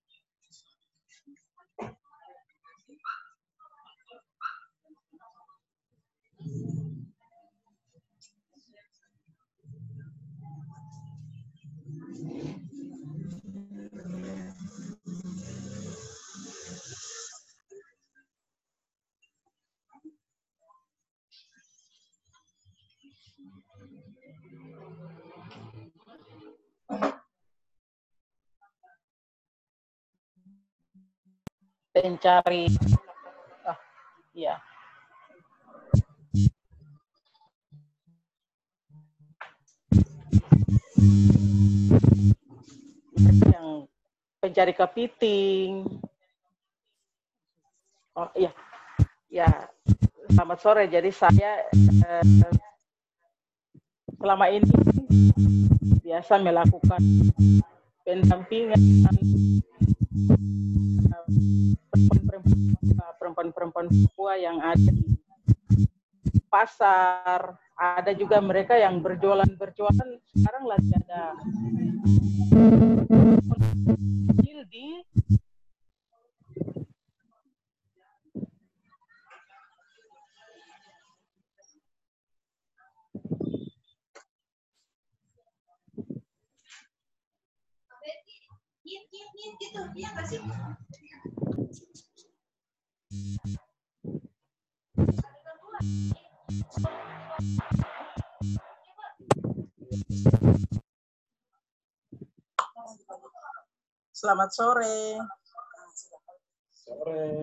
Pencari, ah, ya. Yang pencari kepiting. Oh iya, ya. Selamat sore. Jadi saya eh, selama ini biasa melakukan pendampingan perempuan Papua yang ada di pasar, ada juga mereka yang berjualan-berjualan, sekarang lagi ada di gitu, iya nggak sih? Selamat sore. Sore.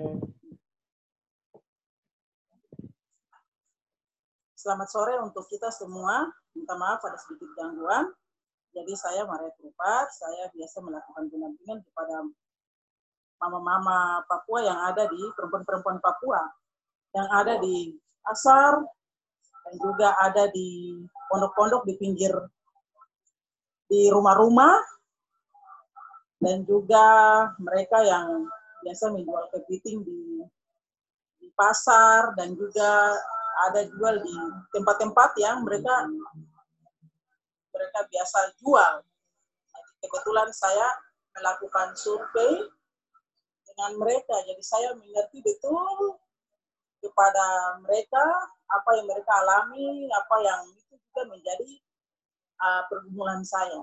Selamat sore untuk kita semua. Minta maaf ada sedikit gangguan. Jadi saya Maria Trupat, saya biasa melakukan pendampingan kepada mama-mama Papua yang ada di perempuan-perempuan Papua, yang ada di pasar, dan juga ada di pondok-pondok di pinggir, di rumah-rumah, dan juga mereka yang biasa menjual kepiting di, di pasar, dan juga ada jual di tempat-tempat yang mereka mereka biasa jual. Jadi kebetulan saya melakukan survei dengan mereka, jadi saya mengerti betul kepada mereka apa yang mereka alami, apa yang itu juga menjadi uh, pergumulan saya.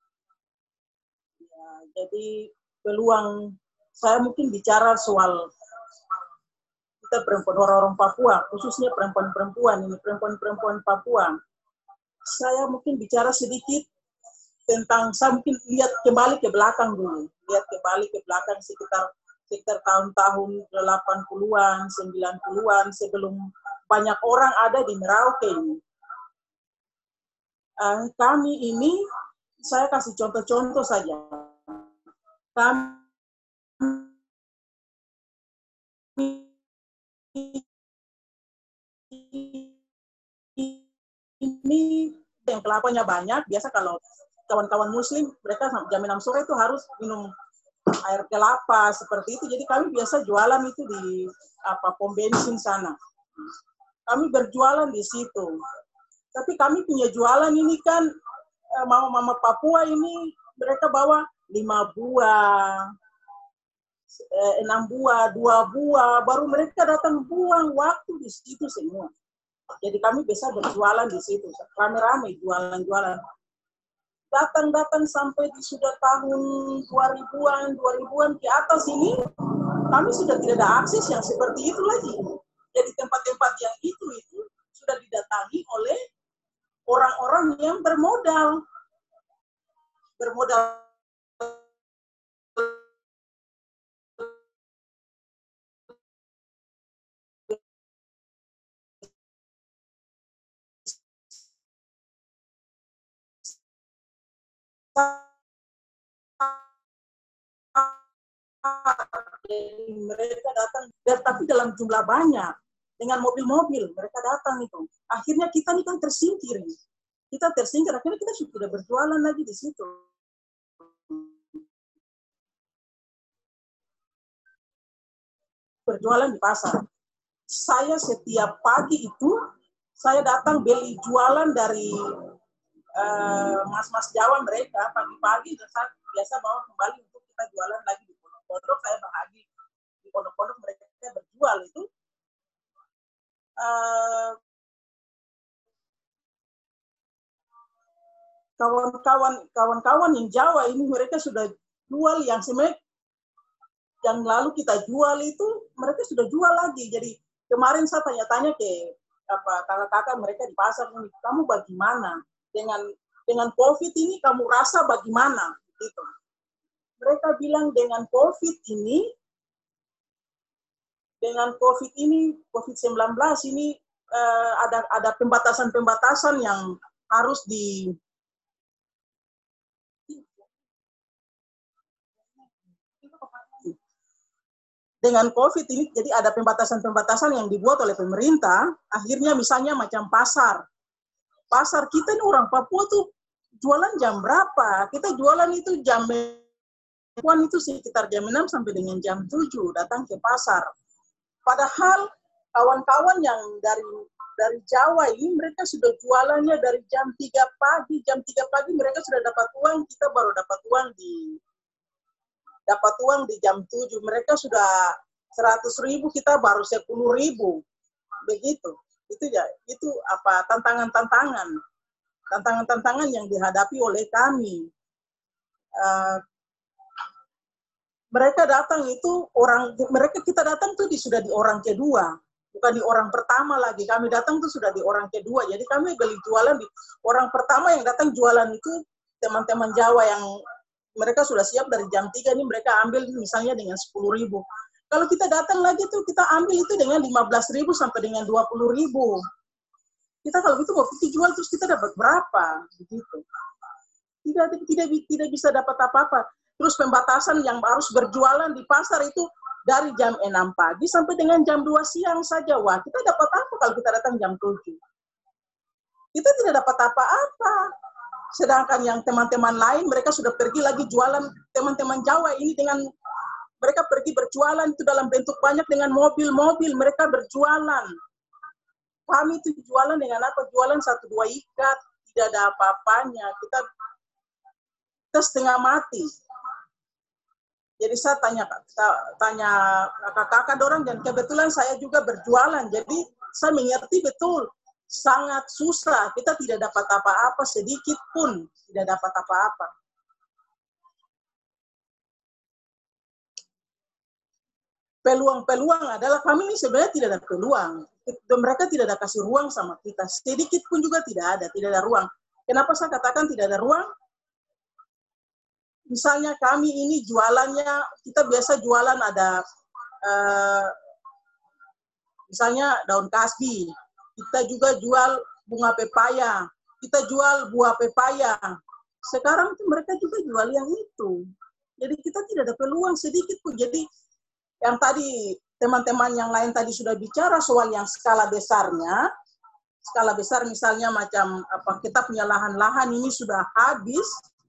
Ya, jadi peluang saya mungkin bicara soal kita perempuan orang-orang Papua, khususnya perempuan-perempuan ini, perempuan-perempuan Papua. Saya mungkin bicara sedikit tentang, saya mungkin lihat kembali ke belakang dulu, lihat kembali ke belakang sekitar sekitar tahun-tahun delapan puluhan, sembilan puluhan, sebelum banyak orang ada di Merauke ini. Uh, kami ini, saya kasih contoh-contoh saja. Kami ini yang kelapanya banyak, biasa kalau kawan-kawan muslim, mereka jam enam sore itu harus minum air kelapa, seperti itu. Jadi kami biasa jualan itu di apa pom bensin sana. Kami berjualan di situ. Tapi kami punya jualan ini kan, mama-mama Papua ini, mereka bawa lima buah, enam buah, dua buah, baru mereka datang buang waktu di situ semua. Jadi kami bisa berjualan di situ, rame-rame jualan-jualan. Datang-datang sampai di sudah tahun dua ribuan, dua ribuan ke atas ini, kami sudah tidak ada akses yang seperti itu lagi. Jadi tempat-tempat yang itu itu sudah didatangi oleh orang-orang yang bermodal, bermodal mereka datang, tapi dalam jumlah banyak, dengan mobil-mobil mereka datang itu. Akhirnya kita ini kan tersingkir, kita tersingkir. Akhirnya kita sudah berjualan lagi di situ. Berjualan di pasar. Saya setiap pagi itu saya datang beli jualan dari uh, mas-mas Jawa mereka pagi-pagi, dan saya biasa bawa kembali untuk kita jualan lagi di pondok-pondok. Saya bahagi di pondok-pondok mereka berjual itu. Uh, kawan-kawan kawan-kawan yang Jawa ini mereka sudah jual yang sebenarnya yang lalu kita jual itu mereka sudah jual lagi. Jadi kemarin saya tanya-tanya ke apa kakak-kakak mereka di pasar ini, kamu bagaimana dengan dengan COVID ini, kamu rasa bagaimana gitu. Mereka bilang dengan COVID ini dengan COVID ini, COVID sembilan belas ini uh, ada ada pembatasan-pembatasan yang harus di dengan COVID ini, jadi ada pembatasan-pembatasan yang dibuat oleh pemerintah. Akhirnya misalnya macam pasar. Pasar kita ini orang Papua tuh jualan jam berapa? Kita jualan itu jam itu sekitar jam enam sampai dengan jam tujuh datang ke pasar. Padahal kawan-kawan yang dari dari Jawa ini mereka sudah jualannya dari jam tiga pagi, jam tiga pagi mereka sudah dapat uang, kita baru dapat uang di dapat uang di jam tujuh. Mereka sudah seratus ribu, kita baru sepuluh ribu. Begitu. Itu ya, itu apa tantangan-tantangan. Tantangan-tantangan yang dihadapi oleh kami. Uh, mereka datang itu orang mereka kita datang tuh di, sudah di orang kedua. Bukan di orang pertama lagi, kami datang tuh sudah di orang kedua. Jadi kami beli jualan di orang pertama yang datang jualan itu teman-teman Jawa yang mereka sudah siap dari jam tiga ini mereka ambil misalnya dengan sepuluh ribu. Kalau kita datang lagi tuh kita ambil itu dengan lima belas ribu sampai dengan dua puluh ribu. Kita kalau gitu mau pergi jual terus kita dapat berapa? Begitu. Tidak, tidak, tidak bisa dapat apa-apa. Terus pembatasan yang harus berjualan di pasar itu dari jam enam pagi sampai dengan jam dua siang saja. Wah, kita dapat apa kalau kita datang jam tujuh? Kita tidak dapat apa-apa. Sedangkan yang teman-teman lain, mereka sudah pergi lagi jualan, teman-teman Jawa ini dengan, mereka pergi berjualan itu dalam bentuk banyak dengan mobil-mobil, mereka berjualan. Kami itu jualan dengan apa? Jualan satu dua ikat, tidak ada apa-apanya. Kita, kita setengah mati. Jadi saya tanya tanya kakak-kakak dorang dan kebetulan saya juga berjualan. Jadi saya mengerti betul sangat susah. Kita tidak dapat apa-apa sedikit pun tidak dapat apa-apa. Peluang-peluang adalah kami ini sebenarnya tidak ada peluang. Mereka tidak ada kasih ruang sama kita. Sedikit pun juga tidak ada, tidak ada ruang. Kenapa saya katakan tidak ada ruang? Misalnya kami ini jualannya, kita biasa jualan ada, uh, misalnya daun kasbi, kita juga jual bunga pepaya, kita jual buah pepaya. Sekarang tuh mereka juga jual yang itu. Jadi kita tidak ada peluang sedikit pun. Jadi yang tadi teman-teman yang lain tadi sudah bicara soal yang skala besarnya, skala besar misalnya macam apa kita punya lahan-lahan ini sudah habis.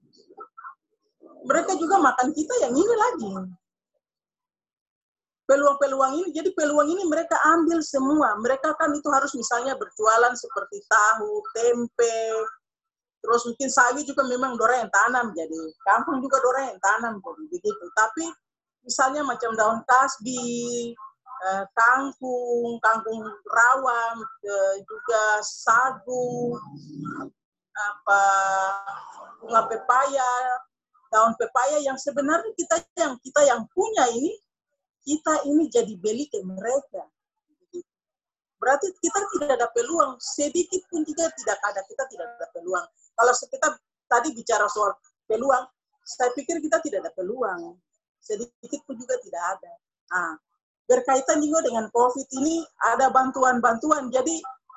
Mereka juga makan kita yang ini lagi. Peluang-peluang ini, jadi peluang ini mereka ambil semua. Mereka kan itu harus misalnya berjualan seperti tahu, tempe, terus mungkin sawi juga memang dorang yang tanam, jadi kampung juga dorang yang tanam, begitu. Tapi misalnya macam daun kasbi, eh, kangkung, kangkung rawam, eh, juga sagu, apa bunga pepaya, daun pepaya yang sebenarnya kita yang kita yang punya ini, kita ini jadi beli ke mereka. Berarti kita tidak ada peluang, sedikit pun juga tidak ada, kita tidak ada peluang. Kalau kita tadi bicara soal peluang, saya pikir kita tidak ada peluang, sedikit pun juga tidak ada. Nah, berkaitan juga dengan COVID ini, ada bantuan-bantuan, jadi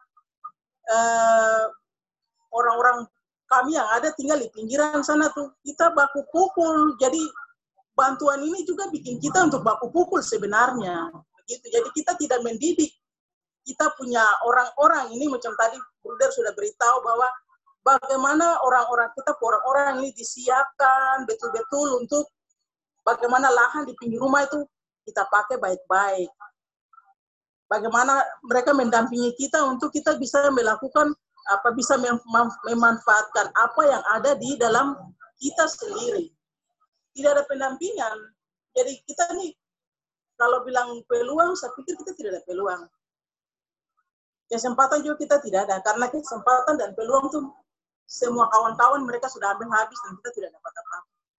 eh, orang-orang kami yang ada tinggal di pinggiran sana tuh, kita baku pukul. Jadi bantuan ini juga bikin kita untuk baku pukul sebenarnya. Begitu. Jadi kita tidak mendidik. Kita punya orang-orang ini, macam tadi Bruder sudah beritahu bahwa bagaimana orang-orang kita, orang-orang ini disiapkan betul-betul untuk bagaimana lahan di pinggir rumah itu kita pakai baik-baik. Bagaimana mereka mendampingi kita untuk kita bisa melakukan apa bisa mem memanfaatkan apa yang ada di dalam kita sendiri. Tidak ada pendampingan. Jadi kita nih, kalau bilang peluang, saya pikir kita tidak ada peluang. Kesempatan juga kita tidak ada, karena kesempatan dan peluang tuh semua kawan-kawan mereka sudah ambil habis dan kita tidak dapat apa-apa.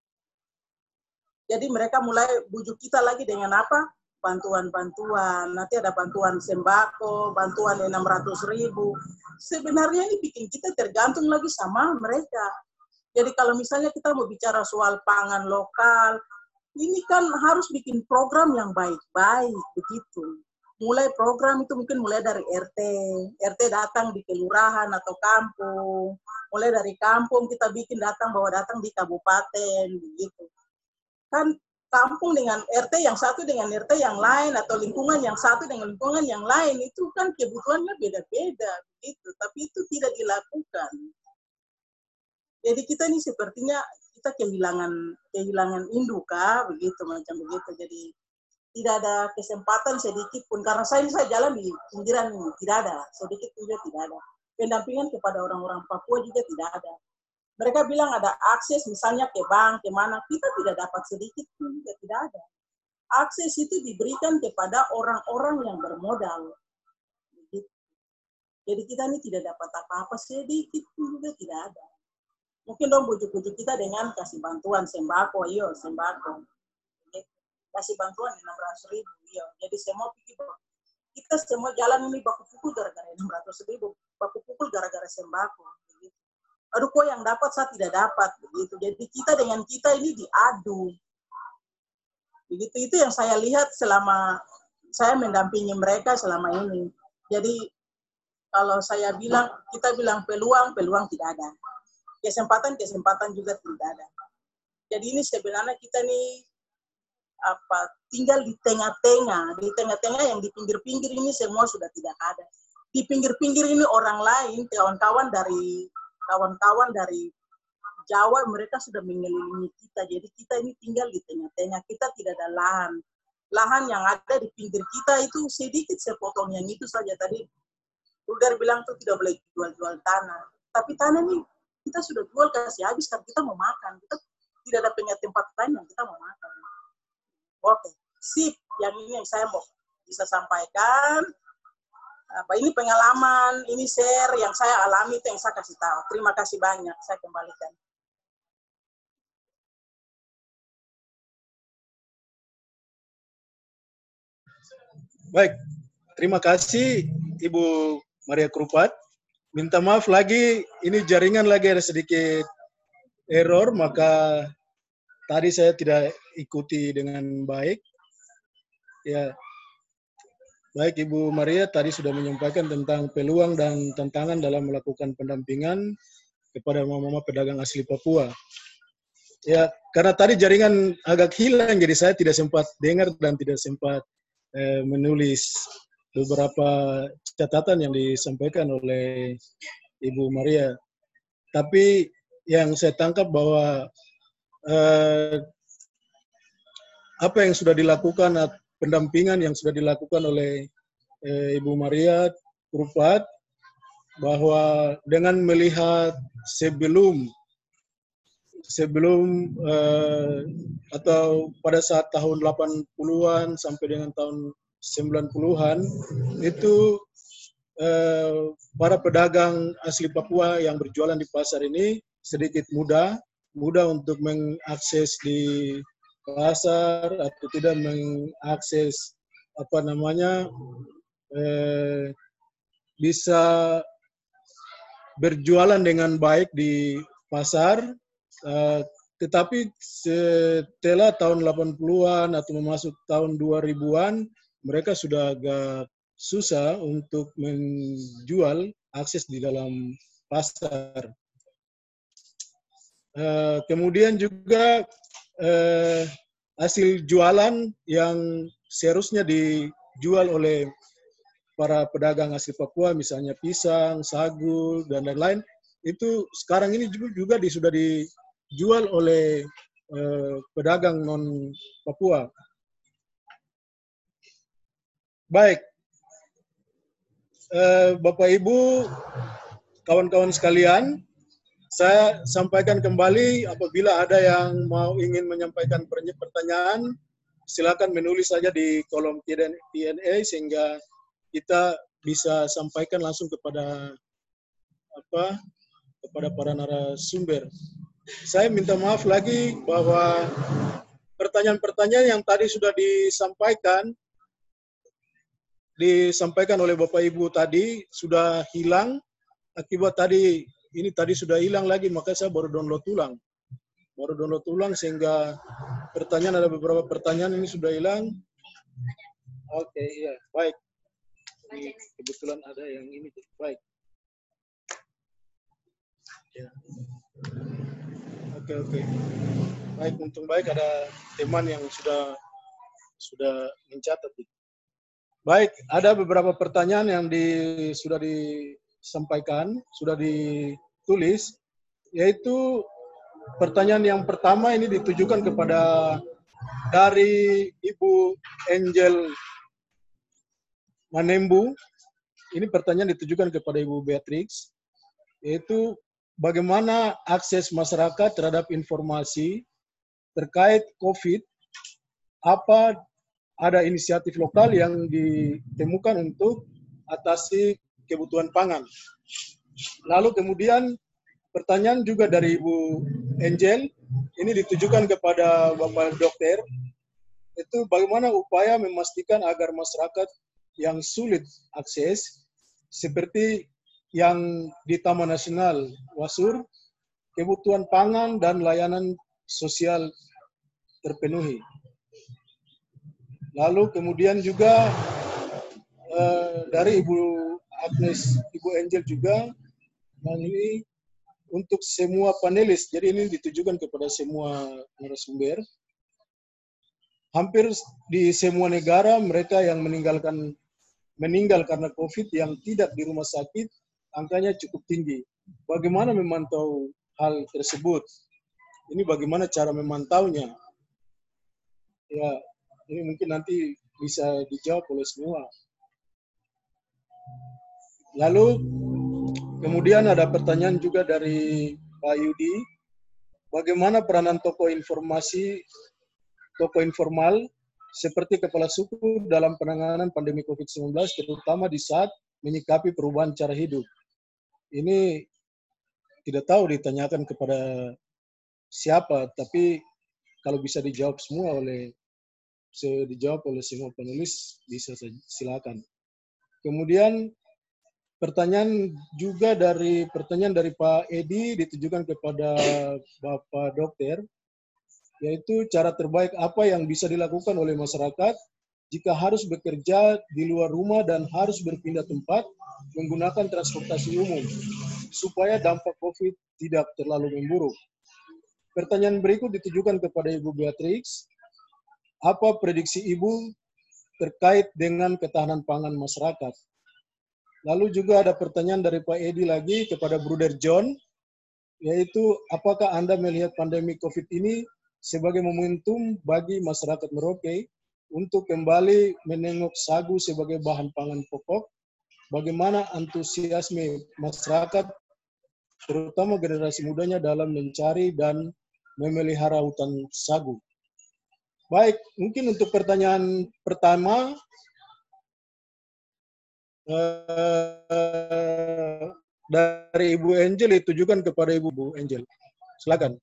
Jadi mereka mulai bujuk kita lagi dengan apa? Bantuan-bantuan, nanti ada bantuan sembako, bantuan enam ratus ribu. Sebenarnya ini bikin kita tergantung lagi sama mereka. Jadi kalau misalnya kita mau bicara soal pangan lokal, ini kan harus bikin program yang baik-baik, begitu. Mulai program itu mungkin mulai dari R T. R T datang di kelurahan atau kampung. Mulai dari kampung kita bikin datang bahwa datang di kabupaten, begitu. Kan kampung dengan R T yang satu dengan R T yang lain, atau lingkungan yang satu dengan lingkungan yang lain, itu kan kebutuhannya beda-beda, begitu. Tapi itu tidak dilakukan. Jadi kita ini sepertinya kita kehilangan kehilangan induk, begitu macam begitu. Jadi tidak ada kesempatan sedikit pun, karena saya saya jalan di pinggiran ini, tidak ada, sedikit pun juga tidak ada. Pendampingan kepada orang-orang Papua juga tidak ada. Mereka bilang ada akses misalnya ke bank, ke mana, kita tidak dapat sedikit pun juga tidak ada. Akses itu diberikan kepada orang-orang yang bermodal. Jadi kita ini tidak dapat apa-apa, sedikit pun juga tidak ada. Mungkin dong bujuk-bujuk kita dengan kasih bantuan sembako, iyo sembako. Kasih bantuan enam ratus ribu, iya. Jadi semua pikir kita semua jalan ini baku pukul gara-gara enam ratus ribu, baku pukul gara-gara sembako. Begitu. Aduh, kok yang dapat saya tidak dapat, begitu. Jadi kita dengan kita ini diadu. Begitu, itu yang saya lihat selama saya mendampingi mereka selama ini. Jadi kalau saya bilang, kita bilang peluang, peluang tidak ada. Kesempatan, kesempatan juga tidak ada. Jadi ini sebenarnya kita nih apa tinggal di tengah-tengah, di tengah-tengah yang di pinggir-pinggir ini semua sudah tidak ada. Di pinggir-pinggir ini orang lain, kawan-kawan dari kawan-kawan dari Jawa, mereka sudah mengelilingi kita. Jadi kita ini tinggal di tengah-tengah, kita tidak ada lahan. Lahan yang ada di pinggir kita itu sedikit sepotong yang itu saja. Tadi Rudar bilang tuh tidak boleh jual-jual tanah. Tapi tanah ini kita sudah jual kasih habis karena kita mau makan. Kita tidak ada punya tempat lain yang kita mau makan. Oke, sip. Yang ini yang saya mau bisa sampaikan. Apa ini pengalaman, ini share yang saya alami itu yang saya kasih tahu. Terima kasih banyak. Saya kembalikan. Baik, terima kasih Ibu Maria Krupat. Minta maaf lagi, ini jaringan lagi ada sedikit error, maka tadi saya tidak ikuti dengan baik. Ya, baik Ibu Maria tadi sudah menyampaikan tentang peluang dan tantangan dalam melakukan pendampingan kepada mama-mama pedagang asli Papua. Ya, karena tadi jaringan agak hilang, jadi saya tidak sempat dengar dan tidak sempat eh, menulis beberapa catatan yang disampaikan oleh Ibu Maria. Tapi yang saya tangkap bahwa eh, apa yang sudah dilakukan, pendampingan yang sudah dilakukan oleh eh, Ibu Maria Krupat, bahwa dengan melihat sebelum sebelum eh, atau pada saat tahun delapan puluhan sampai dengan tahun sembilan puluhan itu eh, para pedagang asli Papua yang berjualan di pasar ini sedikit mudah mudah untuk mengakses di pasar atau tidak mengakses apa namanya eh, bisa berjualan dengan baik di pasar. Uh, tetapi setelah tahun delapan puluhan atau masuk tahun dua ribuan, mereka sudah agak susah untuk menjual akses di dalam pasar. Uh, kemudian juga uh, hasil jualan yang seharusnya dijual oleh para pedagang asli Papua, misalnya pisang, sagu, dan lain-lain, itu sekarang ini juga, juga di, sudah di jual oleh eh, pedagang non-Papua. Baik, eh, Bapak Ibu, kawan-kawan sekalian, saya sampaikan kembali apabila ada yang mau ingin menyampaikan pertanyaan, silakan menulis saja di kolom Q and A sehingga kita bisa sampaikan langsung kepada apa kepada para narasumber. Saya minta maaf lagi bahwa pertanyaan-pertanyaan yang tadi sudah disampaikan, disampaikan oleh Bapak Ibu tadi sudah hilang, akibat tadi, ini tadi sudah hilang lagi, maka saya baru download ulang. Baru download ulang sehingga pertanyaan, ada beberapa pertanyaan ini sudah hilang. Oke, okay, iya, baik. Ini kebetulan ada yang ini, baik. Ya. Oke, oke. Baik, untung baik ada teman yang sudah sudah mencatat. Baik, ada beberapa pertanyaan yang di, sudah disampaikan, sudah ditulis, yaitu pertanyaan yang pertama ini ditujukan kepada dari Ibu Angel Manembu, ini pertanyaan ditujukan kepada Ibu Beatrix, yaitu bagaimana akses masyarakat terhadap informasi terkait COVID, apa ada inisiatif lokal yang ditemukan untuk atasi kebutuhan pangan. Lalu kemudian pertanyaan juga dari Ibu Angel, ini ditujukan kepada Bapak Dokter, itu bagaimana upaya memastikan agar masyarakat yang sulit akses, seperti yang di Taman Nasional Wasur, kebutuhan pangan dan layanan sosial terpenuhi. Lalu kemudian juga eh, dari Ibu Agnes, Ibu Angel juga, dan ini untuk semua panelis, jadi ini ditujukan kepada semua narasumber. Hampir di semua negara mereka yang meninggalkan meninggal karena COVID yang tidak di rumah sakit, angkanya cukup tinggi. Bagaimana memantau hal tersebut? Ini bagaimana cara memantaunya? Ya, ini mungkin nanti bisa dijawab oleh semua. Lalu kemudian ada pertanyaan juga dari Pak Yudi, bagaimana peranan tokoh informasi, tokoh informal seperti kepala suku dalam penanganan pandemi COVID sembilan belas, terutama di saat menyikapi perubahan cara hidup. Ini tidak tahu ditanyakan kepada siapa, tapi kalau bisa dijawab semua oleh dijawab oleh semua panelis, bisa silakan. Kemudian pertanyaan juga dari pertanyaan dari Pak Edi ditujukan kepada Bapak Dokter, yaitu cara terbaik apa yang bisa dilakukan oleh masyarakat jika harus bekerja di luar rumah dan harus berpindah tempat menggunakan transportasi umum, supaya dampak COVID tidak terlalu memburuk. Pertanyaan berikut ditujukan kepada Ibu Beatrix, apa prediksi Ibu terkait dengan ketahanan pangan masyarakat? Lalu juga ada pertanyaan dari Pak Edi lagi kepada Bruder John, yaitu apakah Anda melihat pandemi COVID ini sebagai momentum bagi masyarakat Merauke untuk kembali menengok sagu sebagai bahan pangan pokok? Bagaimana antusiasme masyarakat, terutama generasi mudanya dalam mencari dan memelihara hutan sagu? Baik, mungkin untuk pertanyaan pertama, eh, dari Ibu Angel ditujukan kepada Ibu Angel. Silakan.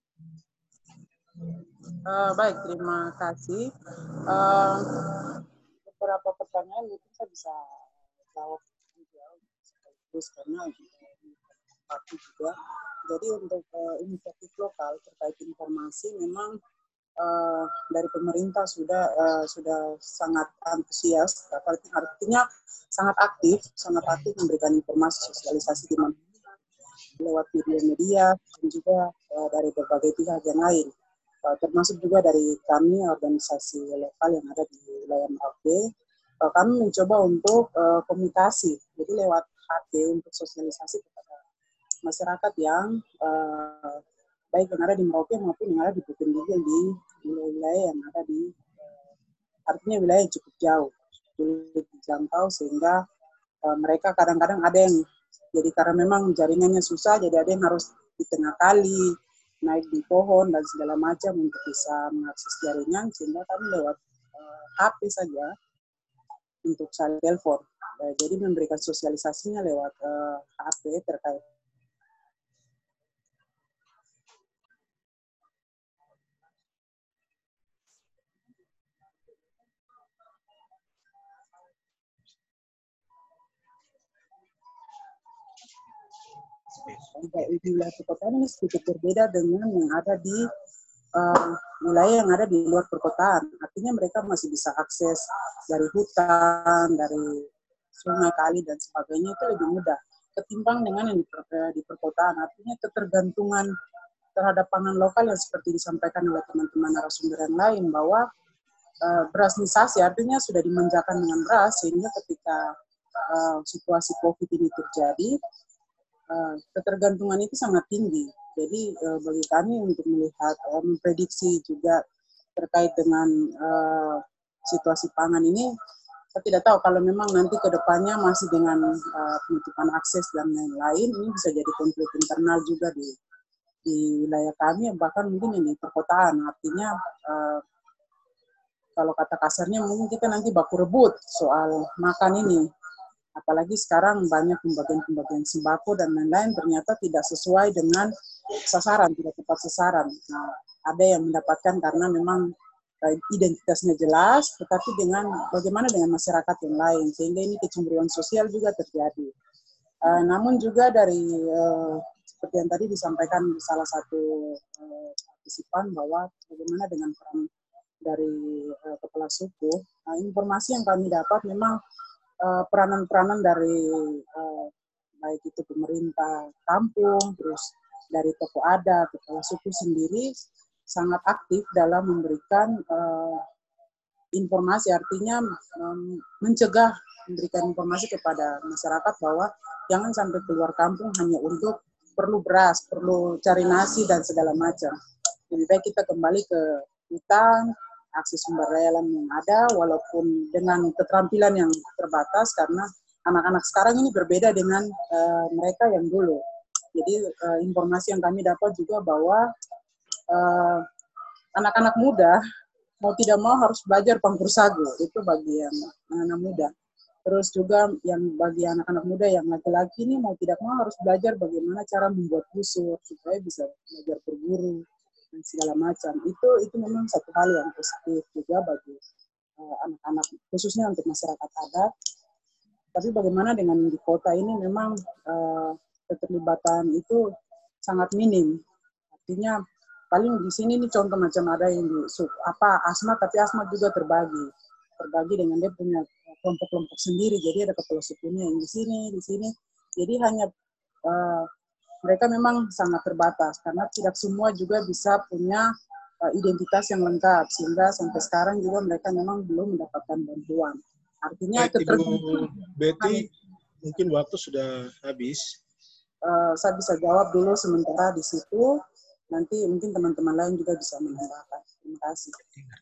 Uh, baik, terima kasih. Uh, beberapa pertanyaan mungkin saya bisa jawab juga sekaligus karena aku juga. Jadi untuk uh, inisiatif lokal terkait informasi memang uh, dari pemerintah sudah uh, sudah sangat antusias, artinya sangat aktif, sangat aktif memberikan informasi sosialisasi di mana lewat media-media dan juga uh, dari berbagai pihak yang lain. Uh, termasuk juga dari kami organisasi lokal yang ada di wilayah Merauke, uh, kami mencoba untuk uh, komunikasi, jadi lewat H P untuk sosialisasi kepada masyarakat yang uh, baik yang ada di Merauke maupun yang ada di Bukit-Bukit di wilayah yang ada di uh, artinya wilayah yang cukup jauh, sulit dijangkau sehingga uh, mereka kadang-kadang ada yang jadi karena memang jaringannya susah, jadi ada yang harus di tengah kali naik di pohon dan segala macam untuk bisa mengakses jaringan, sehingga kami lewat uh, H P saja untuk saling telepon. Uh, jadi memberikan sosialisasinya lewat uh, H P terkait di wilayah perkotaan ini sedikit berbeda dengan yang ada di uh, wilayah yang ada di luar perkotaan. Artinya mereka masih bisa akses dari hutan, dari sungai, kali, dan sebagainya, itu lebih mudah ketimbang dengan yang di, per, di perkotaan. Artinya ketergantungan terhadap pangan lokal yang seperti disampaikan oleh teman-teman narasumber yang lain, bahwa uh, berasnisasi artinya sudah dimanjakan dengan beras, sehingga ketika uh, situasi COVID ini terjadi, Uh, ketergantungan itu sangat tinggi. Jadi uh, bagi kami untuk melihat, uh, memprediksi juga terkait dengan uh, situasi pangan ini, saya tidak tahu kalau memang nanti ke depannya masih dengan uh, penutupan akses dan lain-lain, ini bisa jadi konflik internal juga di di wilayah kami, bahkan mungkin yang di perkotaan. Artinya uh, kalau kata kasarnya mungkin kita nanti baku rebut soal makan ini. Apalagi sekarang banyak pembagian-pembagian sembako dan lain-lain ternyata tidak sesuai dengan sasaran, tidak tepat sasaran. Nah, ada yang mendapatkan karena memang identitasnya jelas, tetapi dengan bagaimana dengan masyarakat yang lain, sehingga ini kecemburuan sosial juga terjadi. Uh, namun juga dari uh, seperti yang tadi disampaikan salah satu uh, partisipan bahwa bagaimana dengan peran dari uh, kepala suku, nah, informasi yang kami dapat memang uh, peranan-peranan dari uh, baik itu pemerintah kampung, terus dari tokoh adat, kepala suku sendiri sangat aktif dalam memberikan uh, informasi, artinya um, mencegah, memberikan informasi kepada masyarakat bahwa jangan sampai keluar kampung hanya untuk perlu beras, perlu cari nasi dan segala macam. Lebih baik kita kembali ke hutan, akses sumber daya alam yang ada, walaupun dengan keterampilan yang terbatas, karena anak-anak sekarang ini berbeda dengan uh, mereka yang dulu. Jadi uh, informasi yang kami dapat juga bahwa Uh, anak-anak muda mau tidak mau harus belajar pampur sagu, itu bagi yang anak-anak muda. Terus juga yang bagi anak-anak muda yang laki-laki ini mau tidak mau harus belajar bagaimana cara membuat busur supaya bisa belajar berburu dan segala macam. Itu itu memang satu hal yang positif juga bagi uh, anak-anak, khususnya untuk masyarakat adat. Tapi bagaimana dengan di kota ini memang uh, keterlibatan itu sangat minim. Artinya paling di sini nih contoh macam ada yang di apa asma, tapi asma juga terbagi, terbagi dengan dia punya kelompok-kelompok sendiri. Jadi ada kepala sukunya yang di sini, di sini. Jadi hanya uh, mereka memang sangat terbatas karena tidak semua juga bisa punya uh, identitas yang lengkap, sehingga sampai sekarang juga mereka memang belum mendapatkan bantuan. Artinya Baik, Ibu Betty, mungkin waktu sudah habis. Uh, saya bisa jawab dulu sementara di situ. Nanti mungkin teman-teman lain juga bisa menambahkan. Terima kasih.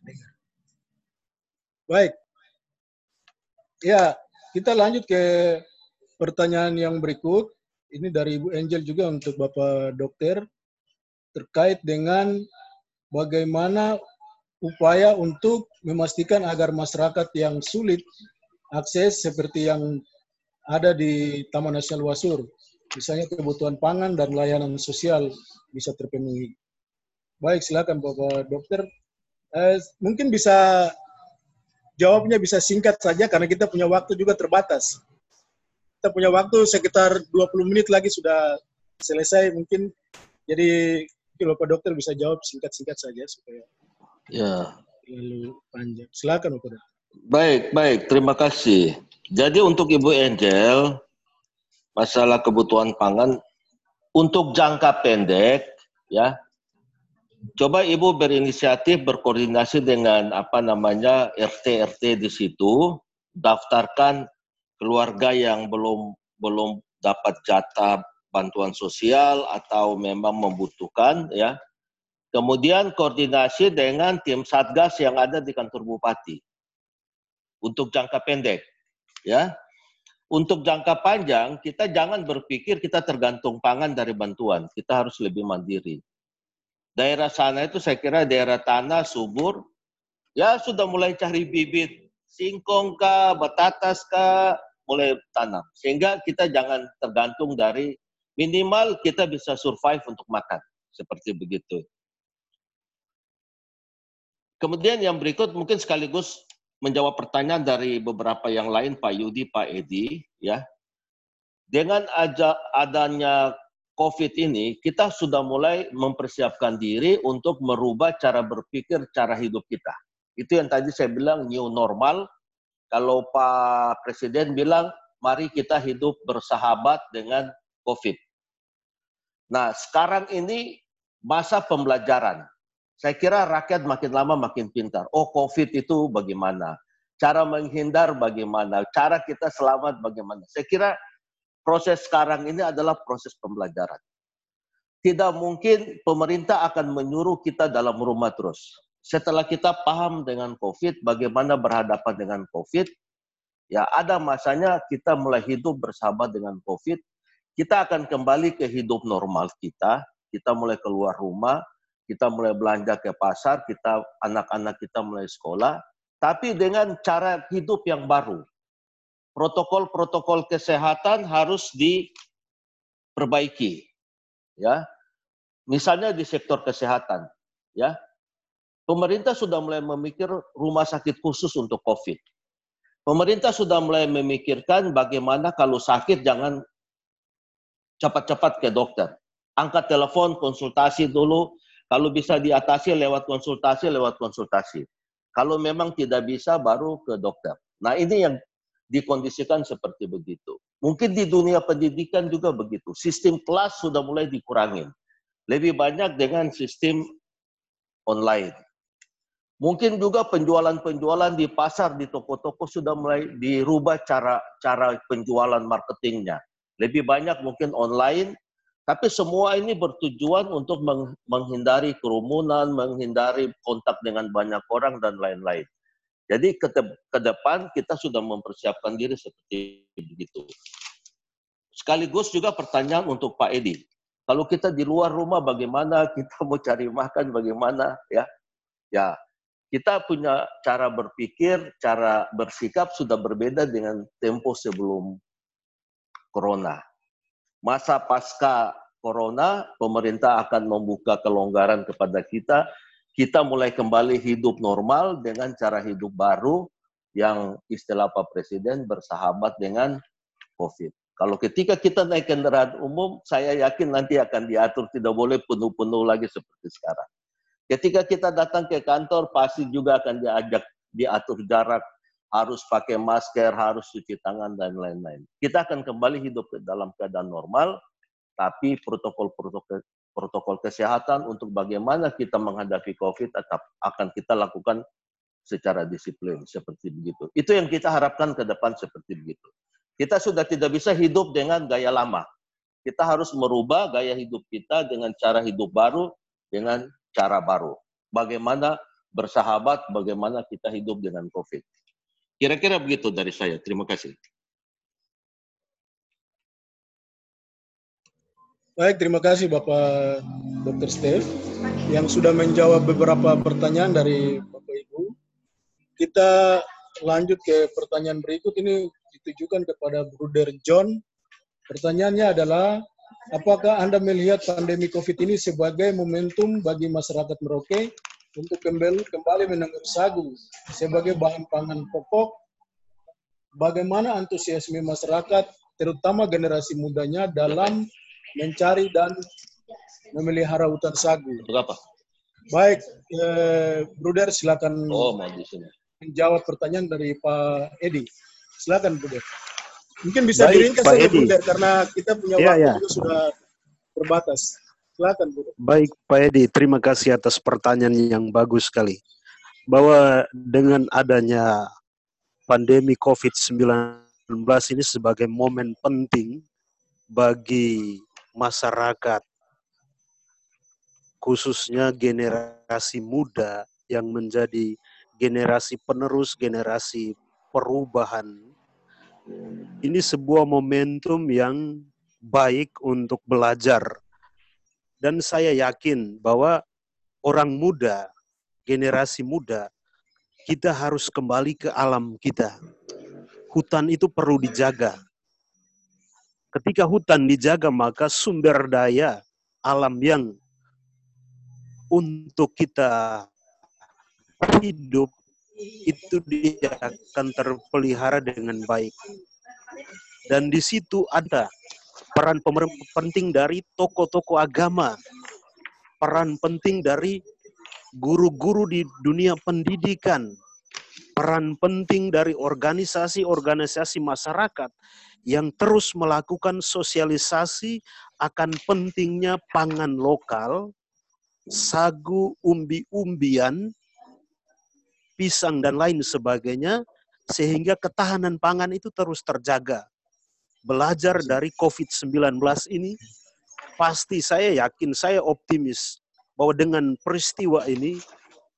Baik. Ya, kita lanjut ke pertanyaan yang berikut. Ini dari Ibu Angel juga untuk Bapak Dokter. Terkait dengan bagaimana upaya untuk memastikan agar masyarakat yang sulit akses seperti yang ada di Taman Nasional Wasur, misalnya kebutuhan pangan dan layanan sosial bisa terpenuhi. Baik, silakan Bapak Dokter. Eh, mungkin bisa jawabnya bisa singkat saja karena kita punya waktu juga terbatas. Kita punya waktu sekitar dua puluh menit lagi sudah selesai mungkin. Jadi Bapak Dokter bisa jawab singkat-singkat saja supaya ya terlalu panjang. Silakan Bapak Dokter. Baik, baik. Terima kasih. Jadi untuk Ibu Angel, masalah kebutuhan pangan untuk jangka pendek, ya, coba Ibu berinisiatif berkoordinasi dengan apa namanya R T R T di situ, daftarkan keluarga yang belum belum dapat jatah bantuan sosial atau memang membutuhkan, ya. Kemudian koordinasi dengan tim satgas yang ada di kantor bupati untuk jangka pendek, ya. Untuk jangka panjang, kita jangan berpikir kita tergantung pangan dari bantuan. Kita harus lebih mandiri. Daerah sana itu saya kira daerah tanah subur, ya sudah mulai cari bibit singkong kah, batatas kah, mulai tanam. Sehingga kita jangan tergantung dari, minimal kita bisa survive untuk makan. Seperti begitu. Kemudian yang berikut mungkin sekaligus menjawab pertanyaan dari beberapa yang lain, Pak Yudi, Pak Edi, ya. Dengan aja adanya COVID ini, kita sudah mulai mempersiapkan diri untuk merubah cara berpikir, cara hidup kita. Itu yang tadi saya bilang new normal. Kalau Pak Presiden bilang, mari kita hidup bersahabat dengan COVID. Nah, sekarang ini masa pembelajaran. Saya kira rakyat makin lama makin pintar. Oh, COVID itu bagaimana? Cara menghindar bagaimana? Cara kita selamat bagaimana? Saya kira proses sekarang ini adalah proses pembelajaran. Tidak mungkin pemerintah akan menyuruh kita dalam rumah terus. setelah kita paham dengan COVID, bagaimana berhadapan dengan COVID, ya ada masanya kita mulai hidup bersahabat dengan COVID, kita akan kembali ke hidup normal kita, kita mulai keluar rumah, kita mulai belanja ke pasar, kita anak-anak kita mulai sekolah, tapi dengan cara hidup yang baru. Protokol-protokol kesehatan harus diperbaiki, ya. Misalnya di sektor kesehatan, ya. Pemerintah sudah mulai memikir rumah sakit khusus untuk COVID. Pemerintah sudah mulai memikirkan bagaimana kalau sakit jangan cepat-cepat ke dokter. Angkat telepon, konsultasi dulu. Kalau bisa diatasi lewat konsultasi, lewat konsultasi. Kalau memang tidak bisa, baru ke dokter. Nah, ini yang dikondisikan seperti begitu. Mungkin di dunia pendidikan juga begitu. Sistem kelas sudah mulai dikurangin. Lebih banyak dengan sistem online. Mungkin juga penjualan-penjualan di pasar, di toko-toko sudah mulai dirubah cara cara penjualan marketingnya. Lebih banyak mungkin online, tapi semua ini bertujuan untuk menghindari kerumunan, menghindari kontak dengan banyak orang, dan lain-lain. Jadi ke, ke depan kita sudah mempersiapkan diri seperti begitu. Sekaligus juga pertanyaan untuk Pak Edi. Kalau kita di luar rumah bagaimana, kita mau cari makan bagaimana, ya? Ya, kita punya cara berpikir, cara bersikap sudah berbeda dengan tempo sebelum Corona. Masa pasca Corona, pemerintah akan membuka kelonggaran kepada kita. Kita mulai kembali hidup normal dengan cara hidup baru yang istilah Pak Presiden bersahabat dengan COVID. Kalau ketika kita naik kendaraan umum, saya yakin nanti akan diatur, tidak boleh penuh-penuh lagi seperti sekarang. Ketika kita datang ke kantor, pasti juga akan diajak diatur jarak, harus pakai masker, harus cuci tangan, dan lain-lain. Kita akan kembali hidup dalam keadaan normal, tapi protokol-protokol protokol kesehatan untuk bagaimana kita menghadapi COVID tetap akan kita lakukan secara disiplin, seperti begitu. Itu yang kita harapkan ke depan seperti begitu. Kita sudah tidak bisa hidup dengan gaya lama. Kita harus merubah gaya hidup kita dengan cara hidup baru, dengan cara baru. Bagaimana bersahabat, bagaimana kita hidup dengan COVID. Kira-kira begitu dari saya. Terima kasih. Baik, terima kasih Bapak Dokter Steve yang sudah menjawab beberapa pertanyaan dari Bapak Ibu. Kita lanjut ke pertanyaan berikut, ini ditujukan kepada Bruder John. Pertanyaannya adalah, apakah Anda melihat pandemi COVID ini sebagai momentum bagi masyarakat Merauke untuk kembali, kembali menanggap sagu sebagai bahan pangan pokok? Bagaimana antusiasme masyarakat, terutama generasi mudanya, dalam mencari dan memelihara hutan sagu? Berapa? Baik, eh, Bruder, silakan oh, mau di sini. menjawab pertanyaan dari Pak Edi. Silakan, Bruder. Mungkin bisa Baik, diringkas Pak saja, Edi. Bruder, karena kita punya Ya, waktu ya. juga sudah terbatas. Silakan, Bruder. Baik, Pak Edi, terima kasih atas pertanyaan yang bagus sekali. Bahwa dengan adanya pandemi COVID sembilan belas ini sebagai momen penting bagi masyarakat, khususnya generasi muda yang menjadi generasi penerus, generasi perubahan. Ini sebuah momentum yang baik untuk belajar. Dan saya yakin bahwa orang muda, generasi muda, kita harus kembali ke alam kita. Hutan itu perlu dijaga. Ketika hutan dijaga, maka sumber daya alam yang untuk kita hidup itu dia akan terpelihara dengan baik. Dan di situ ada peran penting dari tokoh-tokoh agama, peran penting dari guru-guru di dunia pendidikan, peran penting dari organisasi-organisasi masyarakat yang terus melakukan sosialisasi akan pentingnya pangan lokal, sagu, umbi-umbian, pisang, dan lain sebagainya, sehingga ketahanan pangan itu terus terjaga. Belajar dari COVID sembilan belas ini, pasti saya yakin, saya optimis, bahwa dengan peristiwa ini,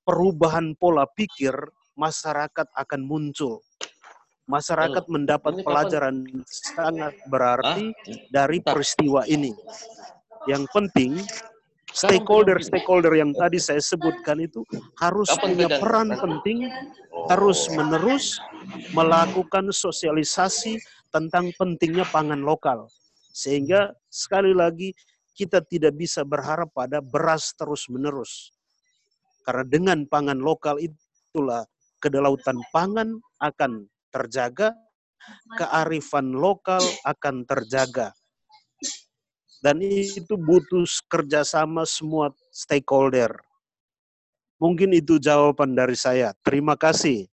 perubahan pola pikir masyarakat akan muncul. Masyarakat mendapat pelajaran sangat berarti dari peristiwa ini. Yang penting, stakeholder-stakeholder yang tadi saya sebutkan itu harus punya peran penting terus-menerus melakukan sosialisasi tentang pentingnya pangan lokal. Sehingga sekali lagi kita tidak bisa berharap pada beras terus-menerus. Karena dengan pangan lokal itulah kedaulatan pangan akan terjaga, kearifan lokal akan terjaga. Dan itu butuh kerjasama semua stakeholder. Mungkin itu jawaban dari saya. Terima kasih.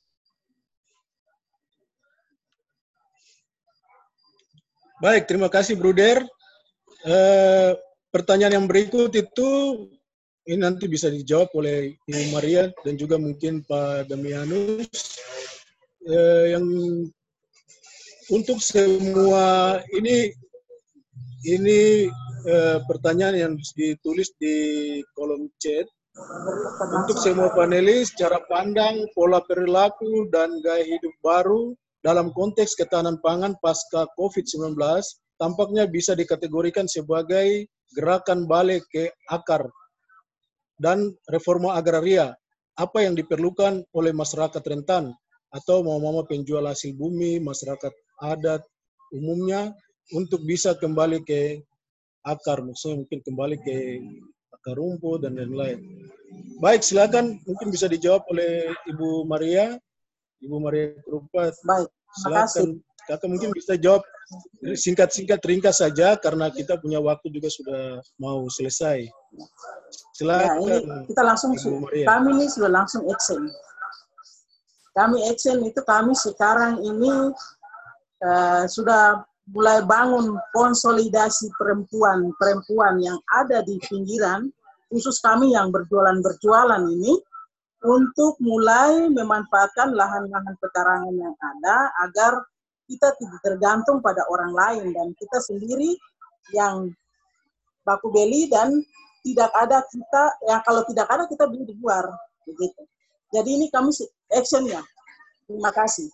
Baik, terima kasih Bruder. Eh, pertanyaan yang berikut itu ini nanti bisa dijawab oleh Ibu Maria dan juga mungkin Pak Damianus. Eh, yang untuk semua ini ini eh, pertanyaan yang ditulis di kolom chat. Untuk semua panelis, cara pandang, pola perilaku, dan gaya hidup baru dalam konteks ketahanan pangan pasca covid sembilan belas tampaknya bisa dikategorikan sebagai gerakan balik ke akar dan reforma agraria. Apa yang diperlukan oleh masyarakat rentan atau mama-mama penjual hasil bumi, masyarakat adat umumnya untuk bisa kembali ke akar, maksudnya mungkin kembali ke akar rumput dan lain-lain. Baik, silakan mungkin bisa dijawab oleh Ibu Maria, Ibu Maria Krupat. Baik, terima kasih. Kakak mungkin bisa jawab singkat-singkat, ringkas saja karena kita punya waktu juga sudah mau selesai. Silakan. Ya, ini kita langsung, kami ini sudah langsung action. Kami action itu kami sekarang ini uh, sudah mulai bangun konsolidasi perempuan-perempuan yang ada di pinggiran, khusus kami yang berjualan-berjualan ini, untuk mulai memanfaatkan lahan-lahan pekarangan yang ada agar kita tidak tergantung pada orang lain dan kita sendiri yang baku beli dan tidak ada kita, ya kalau tidak ada kita beli di luar, begitu. Jadi ini kami action-nya. Terima kasih.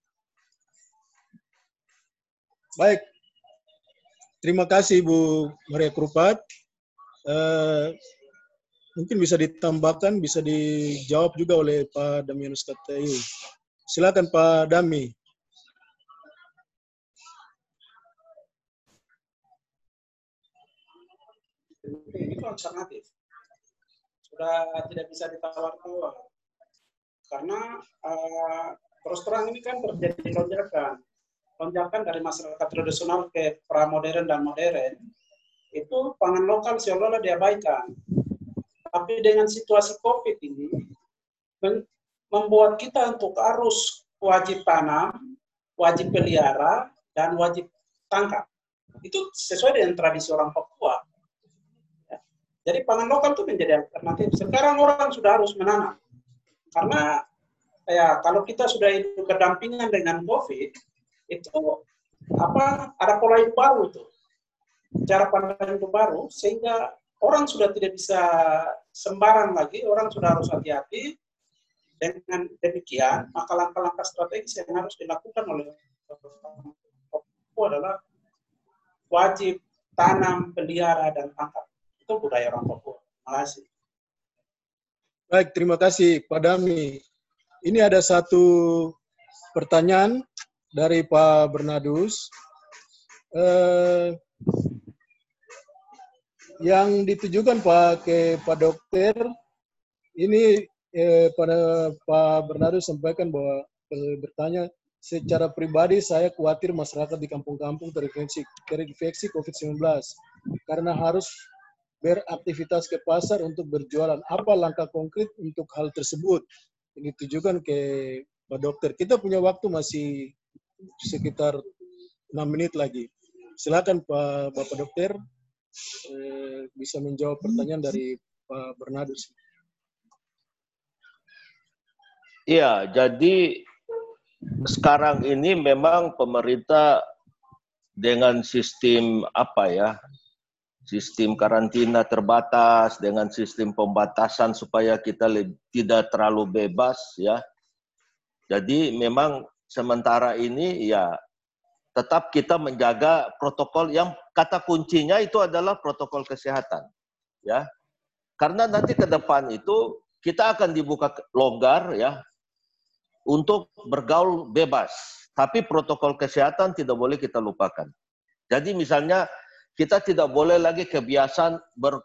Baik, terima kasih Ibu Maria Krupat. Uh, mungkin bisa ditambahkan, bisa dijawab juga oleh Pak Damianus Katayu. Silakan Pak Dami. Itu alternatif. Sudah tidak bisa ditawar-tawar. Karena uh, terus terang ini kan terjadi lonjakan. Lonjakan dari masyarakat tradisional ke pramodern dan modern. Itu pangan lokal seolah-olah diabaikan. Tapi dengan situasi COVID ini, membuat kita untuk harus wajib tanam, wajib pelihara, dan wajib tangkap. Itu sesuai dengan tradisi orang Papua. Jadi pangan lokal itu menjadi alternatif. Sekarang orang sudah harus menanam. Karena ya kalau kita sudah hidup berdampingan dengan COVID, itu apa ada pola hidup baru itu. Cara pandang hidup baru, sehingga orang sudah tidak bisa sembarang lagi, orang sudah harus hati-hati. Dengan demikian, maka langkah-langkah strategis yang harus dilakukan oleh Papua adalah wajib tanam, pelihara, dan tangkap. Itu budaya orang Papua. Terima kasih. Baik, terima kasih Pak Dami. Ini ada satu pertanyaan dari Pak Bernardus. Eh, yang ditujukan Pak ke Pak Dokter, ini eh, pada Pak Bernardus sampaikan bahwa eh, bertanya, secara pribadi saya khawatir masyarakat di kampung-kampung terinfeksi, terinfeksi covid sembilan belas karena harus beraktivitas ke pasar untuk berjualan. Apa langkah konkret untuk hal tersebut? Ini ditujukan ke Pak Dokter. Kita punya waktu masih sekitar enam menit lagi. Silakan Pak Bapak Dokter eh, bisa menjawab pertanyaan dari Pak Bernardus. Iya, jadi sekarang ini memang pemerintah dengan sistem apa ya? sistem karantina terbatas dengan sistem pembatasan supaya kita tidak terlalu bebas ya. Jadi memang sementara ini ya tetap kita menjaga protokol yang kata kuncinya itu adalah protokol kesehatan ya. Karena nanti ke depan itu kita akan dibuka longgar ya untuk bergaul bebas, tapi protokol kesehatan tidak boleh kita lupakan. Jadi misalnya kita tidak boleh lagi kebiasaan ber,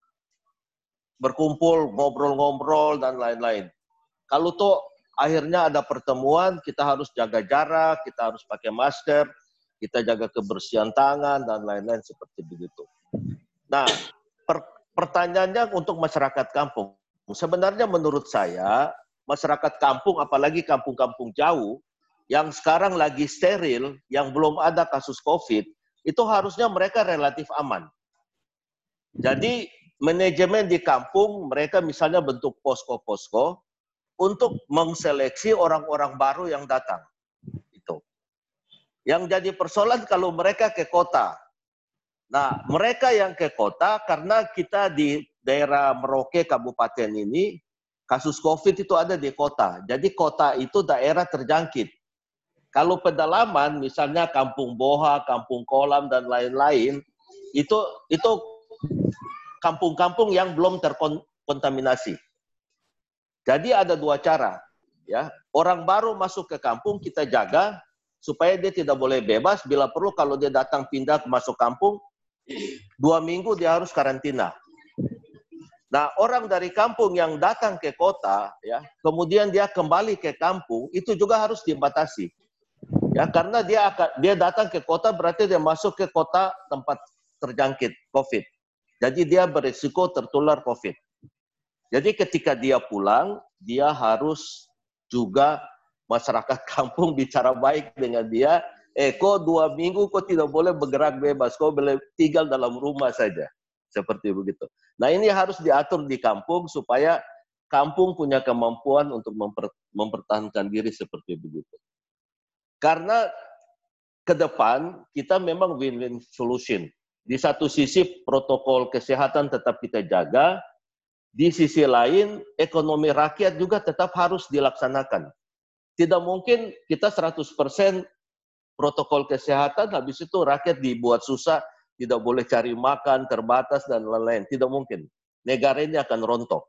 berkumpul, ngobrol-ngobrol dan lain-lain. Kalau tuh akhirnya ada pertemuan, kita harus jaga jarak, kita harus pakai masker, kita jaga kebersihan tangan dan lain-lain seperti begitu. Nah, per, pertanyaannya untuk masyarakat kampung. Sebenarnya menurut saya, masyarakat kampung, apalagi kampung-kampung jauh, yang sekarang lagi steril, yang belum ada kasus COVID, itu harusnya mereka relatif aman. Jadi, manajemen di kampung, mereka misalnya bentuk posko-posko, untuk mengseleksi orang-orang baru yang datang. Itu. Yang jadi persoalan kalau mereka ke kota. Nah, mereka yang ke kota, karena kita di daerah Merauke, Kabupaten ini, kasus COVID itu ada di kota. Jadi kota itu daerah terjangkit. Kalau pedalaman, misalnya Kampung Boha, Kampung Kolam, dan lain-lain, itu itu kampung-kampung yang belum terkontaminasi. Jadi ada dua cara. Ya, orang baru masuk ke kampung, kita jaga, supaya dia tidak boleh bebas. Bila perlu, kalau dia datang pindah masuk kampung, dua minggu dia harus karantina. Nah, orang dari kampung yang datang ke kota, ya, kemudian dia kembali ke kampung, itu juga harus dibatasi. Ya, karena dia akan dia datang ke kota berarti dia masuk ke kota tempat terjangkit COVID. Jadi dia berisiko tertular COVID. Jadi ketika dia pulang, dia harus juga masyarakat kampung bicara baik dengan dia. Eh, kok dua minggu kok tidak boleh bergerak bebas, kok boleh tinggal dalam rumah saja. Seperti begitu. Nah, ini harus diatur di kampung supaya kampung punya kemampuan untuk memper, mempertahankan diri seperti begitu. Karena ke depan kita memang win-win solution. Di satu sisi protokol kesehatan tetap kita jaga, di sisi lain ekonomi rakyat juga tetap harus dilaksanakan. Tidak mungkin kita seratus persen protokol kesehatan, habis itu rakyat dibuat susah, tidak boleh cari makan, terbatas, dan lain-lain. Tidak mungkin. Negara ini akan rontok.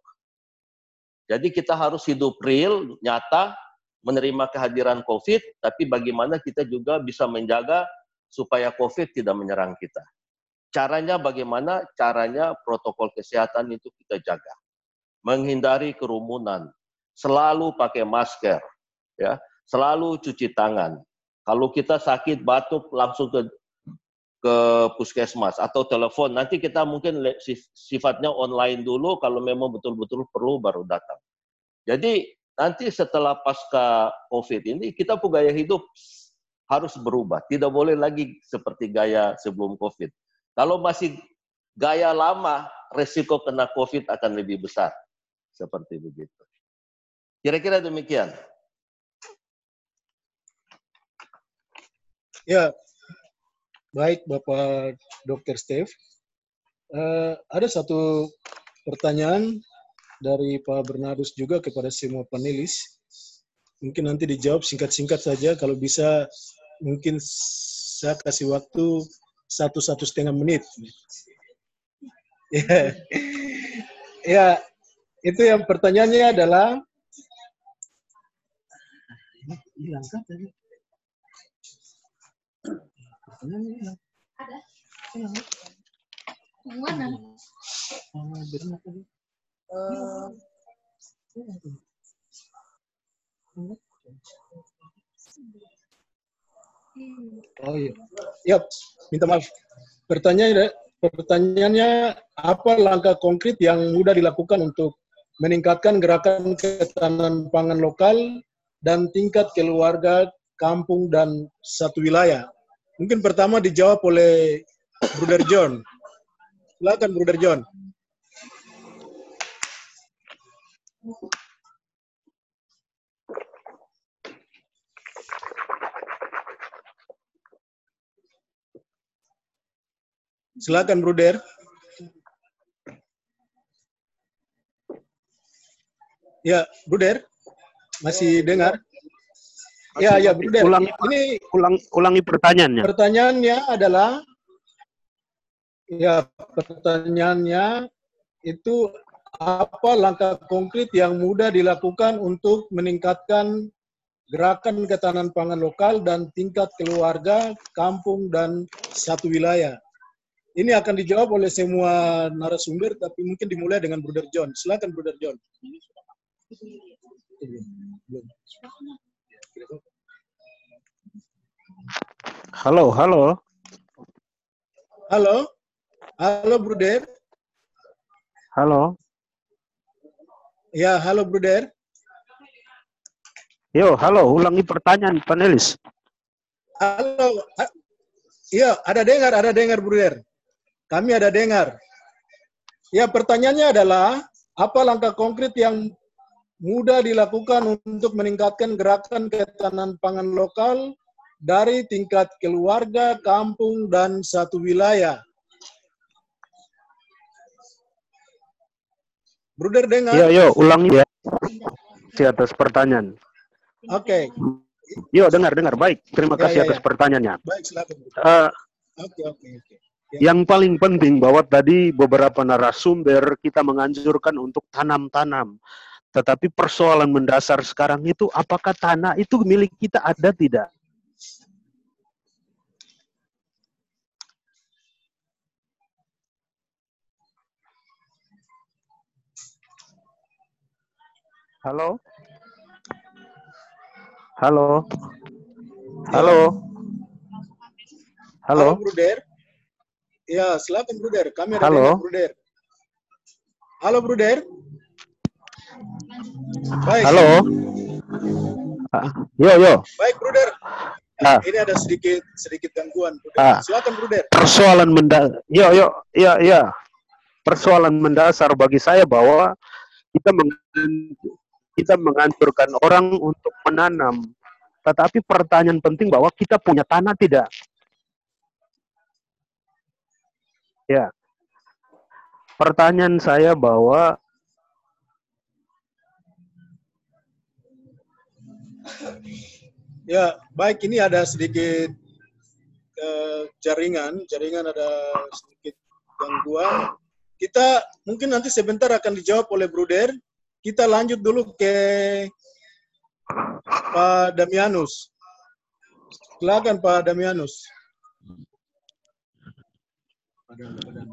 Jadi kita harus hidup real, nyata, menerima kehadiran COVID, tapi bagaimana kita juga bisa menjaga supaya COVID tidak menyerang kita. Caranya bagaimana? Caranya protokol kesehatan itu kita jaga. Menghindari kerumunan, selalu pakai masker, ya, selalu cuci tangan. Kalau kita sakit, batuk, langsung ke ke puskesmas atau telepon. Nanti kita mungkin sifatnya online dulu, kalau memang betul-betul perlu baru datang. Jadi nanti setelah pasca COVID ini, kita pun gaya hidup harus berubah. Tidak boleh lagi seperti gaya sebelum COVID. Kalau masih gaya lama, resiko kena COVID akan lebih besar. Seperti begitu. Kira-kira demikian. Ya, baik Bapak Dokter Steve. Uh, ada satu pertanyaan dari Pak Bernardus juga kepada semua panelis. Mungkin nanti dijawab singkat-singkat saja. Kalau bisa, mungkin saya kasih waktu satu satu setengah menit. Ya, ya, itu yang pertanyaannya adalah. Hilang kan tadi? Ada. Yang mana? Uh, oh iya. Yap, minta maaf. Pertanyaannya, pertanyaannya apa langkah konkret yang mudah dilakukan untuk meningkatkan gerakan ketahanan pangan lokal dan tingkat keluarga, kampung, dan satu wilayah? Mungkin pertama dijawab oleh Bruder John. Silakan Bruder John. Silakan Bruder. Ya, Bruder, masih dengar? Masih, Ya, ya, masih. Bruder. Ulangi, Ini ulang, ulangi pertanyaannya. Pertanyaannya adalah, ya, pertanyaannya itu apa langkah konkret yang mudah dilakukan untuk meningkatkan gerakan ketahanan pangan lokal dan tingkat keluarga, kampung, dan satu wilayah? Ini akan dijawab oleh semua narasumber, tapi mungkin dimulai dengan Brother John. Silakan, Brother John. Halo, halo. Halo, halo, Brother. Halo. Ya, halo, Brother. Yo, halo, ulangi pertanyaan panelis. Halo, iya, ada dengar, ada dengar, Brother. Kami ada dengar. Ya, pertanyaannya adalah, apa langkah konkret yang mudah dilakukan untuk meningkatkan gerakan ketahanan pangan lokal dari tingkat keluarga, kampung, dan satu wilayah? Brother dengar? Yo, yo, ulangi ya. Di atas pertanyaan. Oke. Okay. Yo, dengar, dengar. Baik, terima ya, kasih ya, atas ya. pertanyaannya. Baik, silakan. Uh, Oke, oke, oke. Ya. Yang paling penting bahwa tadi beberapa narasumber kita menganjurkan untuk tanam-tanam. Tetapi persoalan mendasar sekarang itu apakah tanah itu milik kita ada tidak? Halo? Halo? Halo? Halo? Halo, Bruder. Ya, silakan, Bruder. Kami ada Halo? dengar, Bruder. Halo, Bruder. Baik. Halo? Yo, yo. Baik, Bruder. Ah. Ini ada sedikit sedikit gangguan, Bruder. Ah. Silakan, Bruder. Persoalan mendasar. Yo, yo, ya, ya. Persoalan mendasar bagi saya bahwa kita meng kita menganjurkan orang untuk menanam. Tetapi pertanyaan penting bahwa kita punya tanah tidak? Ya. Pertanyaan saya bahwa ya, baik, ini ada sedikit uh, jaringan, jaringan ada sedikit gangguan. Kita mungkin nanti sebentar akan dijawab oleh Bruder. Kita lanjut dulu ke Pak Damianus. Silakan Pak Damianus. Padam, padam.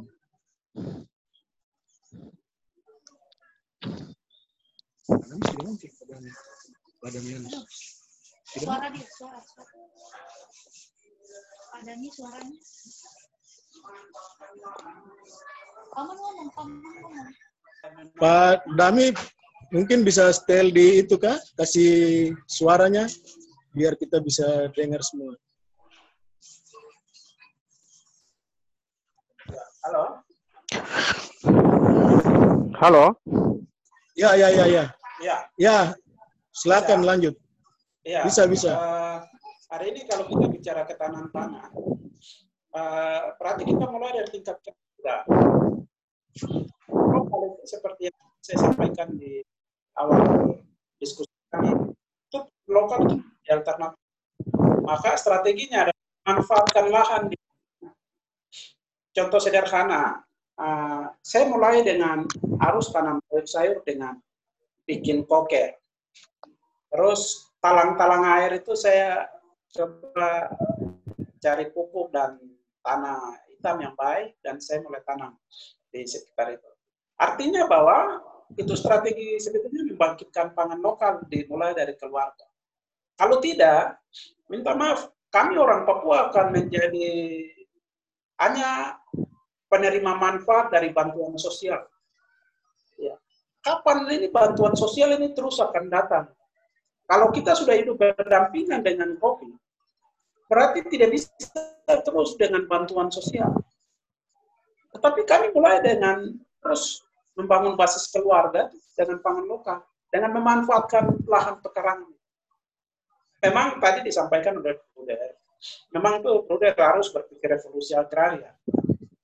Pak Damianus. Suara dia, suara, suara. Padanya suaranya. Kamu ngomong, kamu ngomong. Pak Dami mungkin bisa setel di itu kah? Kasih suaranya biar kita bisa dengar semua. Halo. Halo. Ya, ya, ya, ya. Ya. Ya, silakan bisa. Lanjut. Ya. Bisa, bisa. Uh, hari ini kalau kita bicara ketahanan pangan, uh, berarti kita mulai dari tingkat keluarga. Kalau seperti yang saya sampaikan di awal diskusi kami, itu lokal itu alternatif. Maka strateginya adalah manfaatkan lahan. Di... Contoh sederhana, uh, saya mulai dengan harus tanam sayur dengan bikin koker. Terus talang-talang air itu saya coba cari pupuk dan tanah hitam yang baik dan saya mulai tanam di sekitar itu. Artinya bahwa itu strategi sebetulnya membangkitkan pangan lokal dimulai dari keluarga. Kalau tidak, minta maaf, kami orang Papua akan menjadi hanya penerima manfaat dari bantuan sosial. Ya. Kapan ini bantuan sosial ini terus akan datang? Kalau kita sudah hidup berdampingan dengan COVID, berarti tidak bisa terus dengan bantuan sosial. Tetapi kami mulai dengan terus membangun basis keluarga dengan pangan lokal, dengan memanfaatkan lahan pekarangan. Memang tadi disampaikan oleh Bruder, memang itu Bruder harus berpikir revolusi agraria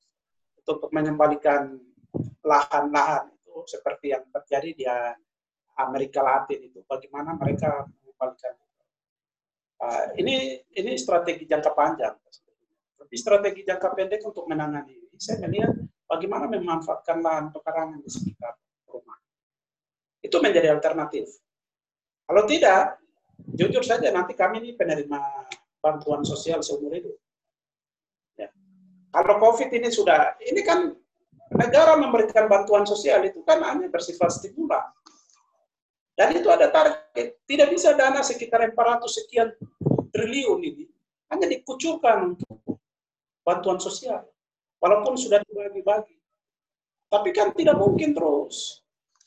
untuk mengembalikan lahan-lahan itu seperti yang terjadi di Amerika Latin itu, bagaimana mereka mengembalikan. Uh, ini ini strategi jangka panjang. Tapi strategi jangka pendek untuk menangani ini, saya melihat bagaimana memanfaatkan lahan pekarangan di sekitar rumah. Itu menjadi alternatif. Kalau tidak, jujur saja nanti kami ini penerima bantuan sosial seumur hidup. Ya. Kalau COVID ini sudah, ini kan negara memberikan bantuan sosial itu kan hanya bersifat stimulan. Dan itu ada target, tidak bisa dana sekitar empat ratus sekian triliun ini hanya dikucurkan untuk bantuan sosial, walaupun sudah dibagi-bagi. Tapi kan tidak mungkin terus.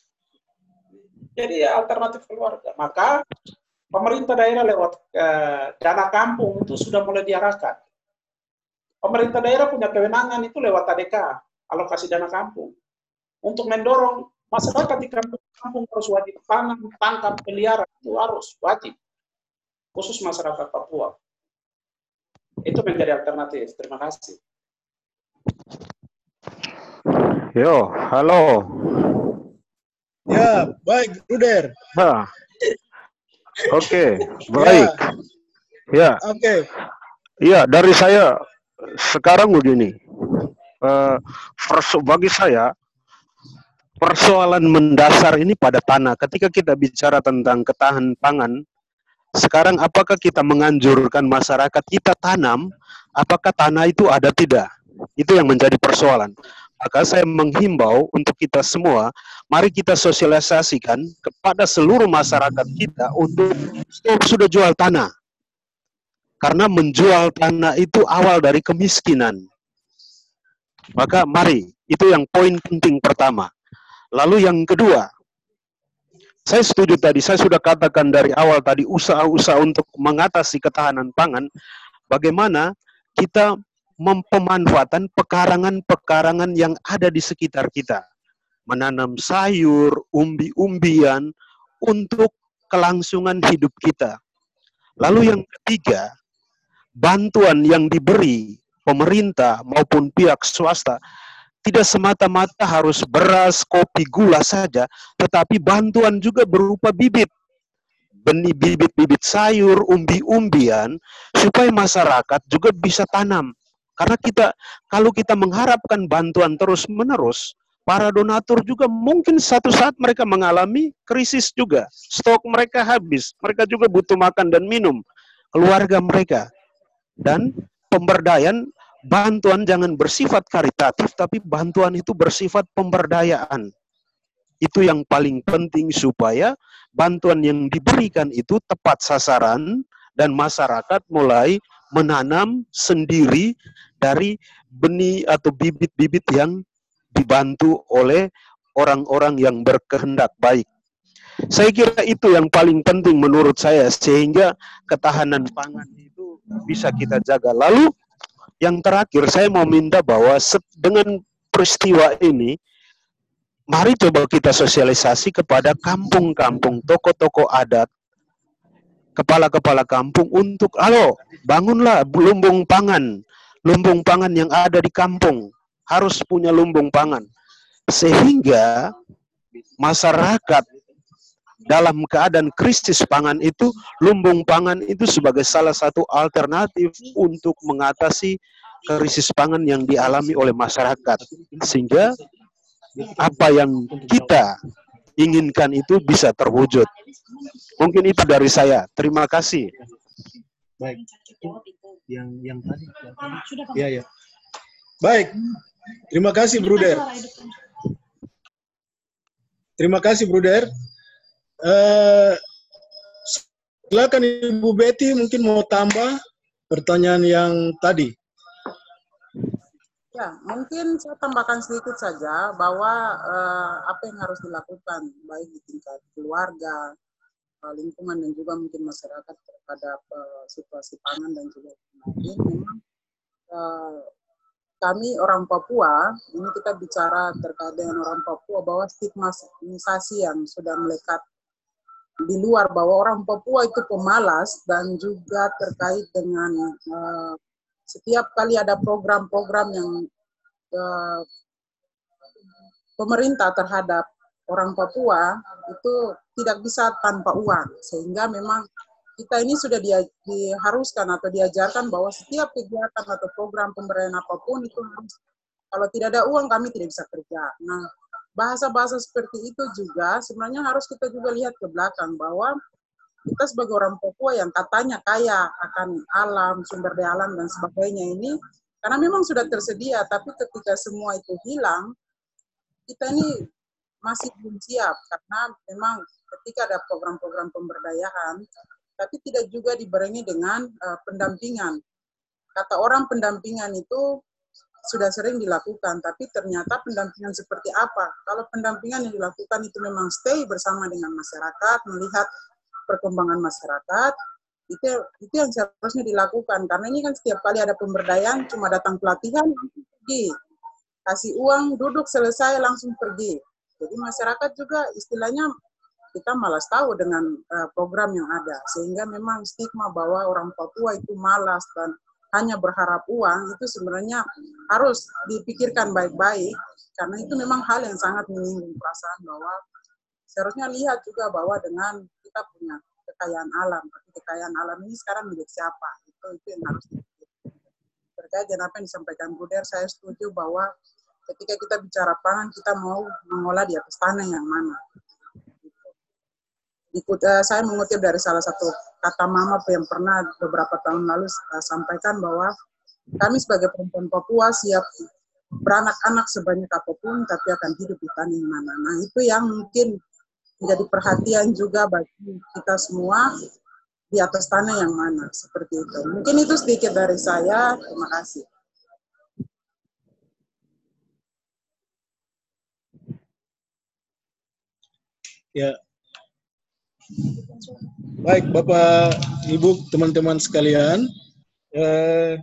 Jadi alternatif keluarga. Maka pemerintah daerah lewat eh, dana kampung itu sudah mulai diarahkan. Pemerintah daerah punya kewenangan itu lewat A D K, alokasi dana kampung, untuk mendorong masyarakat di kampung harus wajib tanam, tangkap, pelihara, itu harus wajib. Khusus masyarakat Papua. Itu menjadi alternatif. Terima kasih. Yo, halo. Ya, baik, Bruder. Nah. Oke, okay, baik. Ya. Oke. Okay. Iya, dari saya sekarang begini. Uh, bagi saya, persoalan mendasar ini pada tanah. Ketika kita bicara tentang ketahanan pangan, sekarang apakah kita menganjurkan masyarakat kita tanam, apakah tanah itu ada tidak? Itu yang menjadi persoalan. Maka saya menghimbau untuk kita semua, mari kita sosialisasikan kepada seluruh masyarakat kita untuk sudah jual tanah. Karena menjual tanah itu awal dari kemiskinan. Maka mari, itu yang poin penting pertama. Lalu yang kedua, saya setuju tadi, saya sudah katakan dari awal tadi, usaha-usaha untuk mengatasi ketahanan pangan, bagaimana kita mempemanfaatkan pekarangan-pekarangan yang ada di sekitar kita. Menanam sayur, umbi-umbian, untuk kelangsungan hidup kita. Lalu yang ketiga, bantuan yang diberi pemerintah maupun pihak swasta, tidak semata-mata harus beras, kopi, gula saja, tetapi bantuan juga berupa bibit. Benih bibit-bibit sayur, umbi-umbian, supaya masyarakat juga bisa tanam. Karena kita, kalau kita mengharapkan bantuan terus-menerus, para donatur juga mungkin satu saat mereka mengalami krisis juga. Stok mereka habis, mereka juga butuh makan dan minum, keluarga mereka. Dan pemberdayaan, bantuan jangan bersifat karitatif, tapi bantuan itu bersifat pemberdayaan. Itu yang paling penting supaya bantuan yang diberikan itu tepat sasaran dan masyarakat mulai menanam sendiri dari benih atau bibit-bibit yang dibantu oleh orang-orang yang berkehendak baik. Saya kira itu yang paling penting menurut saya, sehingga ketahanan pangan itu bisa kita jaga. Lalu yang terakhir, saya mau minta bahwa dengan peristiwa ini, mari coba kita sosialisasi kepada kampung-kampung, toko-toko adat, kepala-kepala kampung untuk, halo, bangunlah lumbung pangan, lumbung pangan yang ada di kampung, harus punya lumbung pangan. Sehingga masyarakat dalam keadaan krisis pangan itu, lumbung pangan itu sebagai salah satu alternatif untuk mengatasi krisis pangan yang dialami oleh masyarakat. Sehingga apa yang kita inginkan itu bisa terwujud. Mungkin itu dari saya. Terima kasih. Baik. Yang yang tadi. Ya, ya. Baik. Terima kasih, Bruder. Terima kasih, Bruder. Uh, silakan Ibu Betty mungkin mau tambah pertanyaan yang tadi. Ya, mungkin saya tambahkan sedikit saja bahwa uh, apa yang harus dilakukan baik di tingkat keluarga, uh, lingkungan dan juga mungkin masyarakat terhadap uh, situasi pangan dan juga lain. Memang uh, kami orang Papua, ini kita bicara terkait dengan orang Papua bahwa stigmatisasi yang sudah melekat di luar bahwa orang Papua itu pemalas dan juga terkait dengan uh, setiap kali ada program-program yang uh, pemerintah terhadap orang Papua itu tidak bisa tanpa uang, sehingga memang kita ini sudah dia, diharuskan atau diajarkan bahwa setiap kegiatan atau program pemberdayaan apapun itu harus, kalau tidak ada uang kami tidak bisa kerja. Nah, bahasa-bahasa seperti itu juga sebenarnya harus kita juga lihat ke belakang bahwa kita sebagai orang Papua yang katanya kaya akan alam, sumber daya alam dan sebagainya ini, karena memang sudah tersedia, tapi ketika semua itu hilang, kita ini masih belum siap, karena memang ketika ada program-program pemberdayaan, tapi tidak juga dibarengi dengan uh, pendampingan. Kata orang pendampingan itu sudah sering dilakukan, tapi ternyata pendampingan seperti apa? Kalau pendampingan yang dilakukan itu memang stay bersama dengan masyarakat, melihat perkembangan masyarakat, itu itu yang seharusnya dilakukan. Karena ini kan setiap kali ada pemberdayaan, cuma datang pelatihan, langsung pergi. Kasih uang, duduk, selesai, langsung pergi. Jadi masyarakat juga istilahnya kita malas tahu dengan uh, program yang ada. Sehingga memang stigma bahwa orang Papua itu malas dan hanya berharap uang, itu sebenarnya harus dipikirkan baik-baik. Karena itu memang hal yang sangat menyinggung perasaan bahwa seharusnya lihat juga bahwa dengan kita punya kekayaan alam, tapi kekayaan alam ini sekarang milik siapa? Itu itu yang harus dipikirkan. Terkait dengan apa yang disampaikan Bruder, saya setuju bahwa ketika kita bicara pangan, kita mau mengolah di atas tanah yang mana. Ikut, uh, saya mengutip dari salah satu kata mama yang pernah beberapa tahun lalu uh, sampaikan bahwa kami sebagai perempuan Papua siap beranak-anak sebanyak apapun, tapi akan hidup di tanah yang mana. Nah, itu yang mungkin menjadi perhatian juga bagi kita semua, di atas tanah yang mana, seperti itu. Mungkin itu sedikit dari saya, terima kasih. Ya, baik Bapak, Ibu, teman-teman sekalian, eh,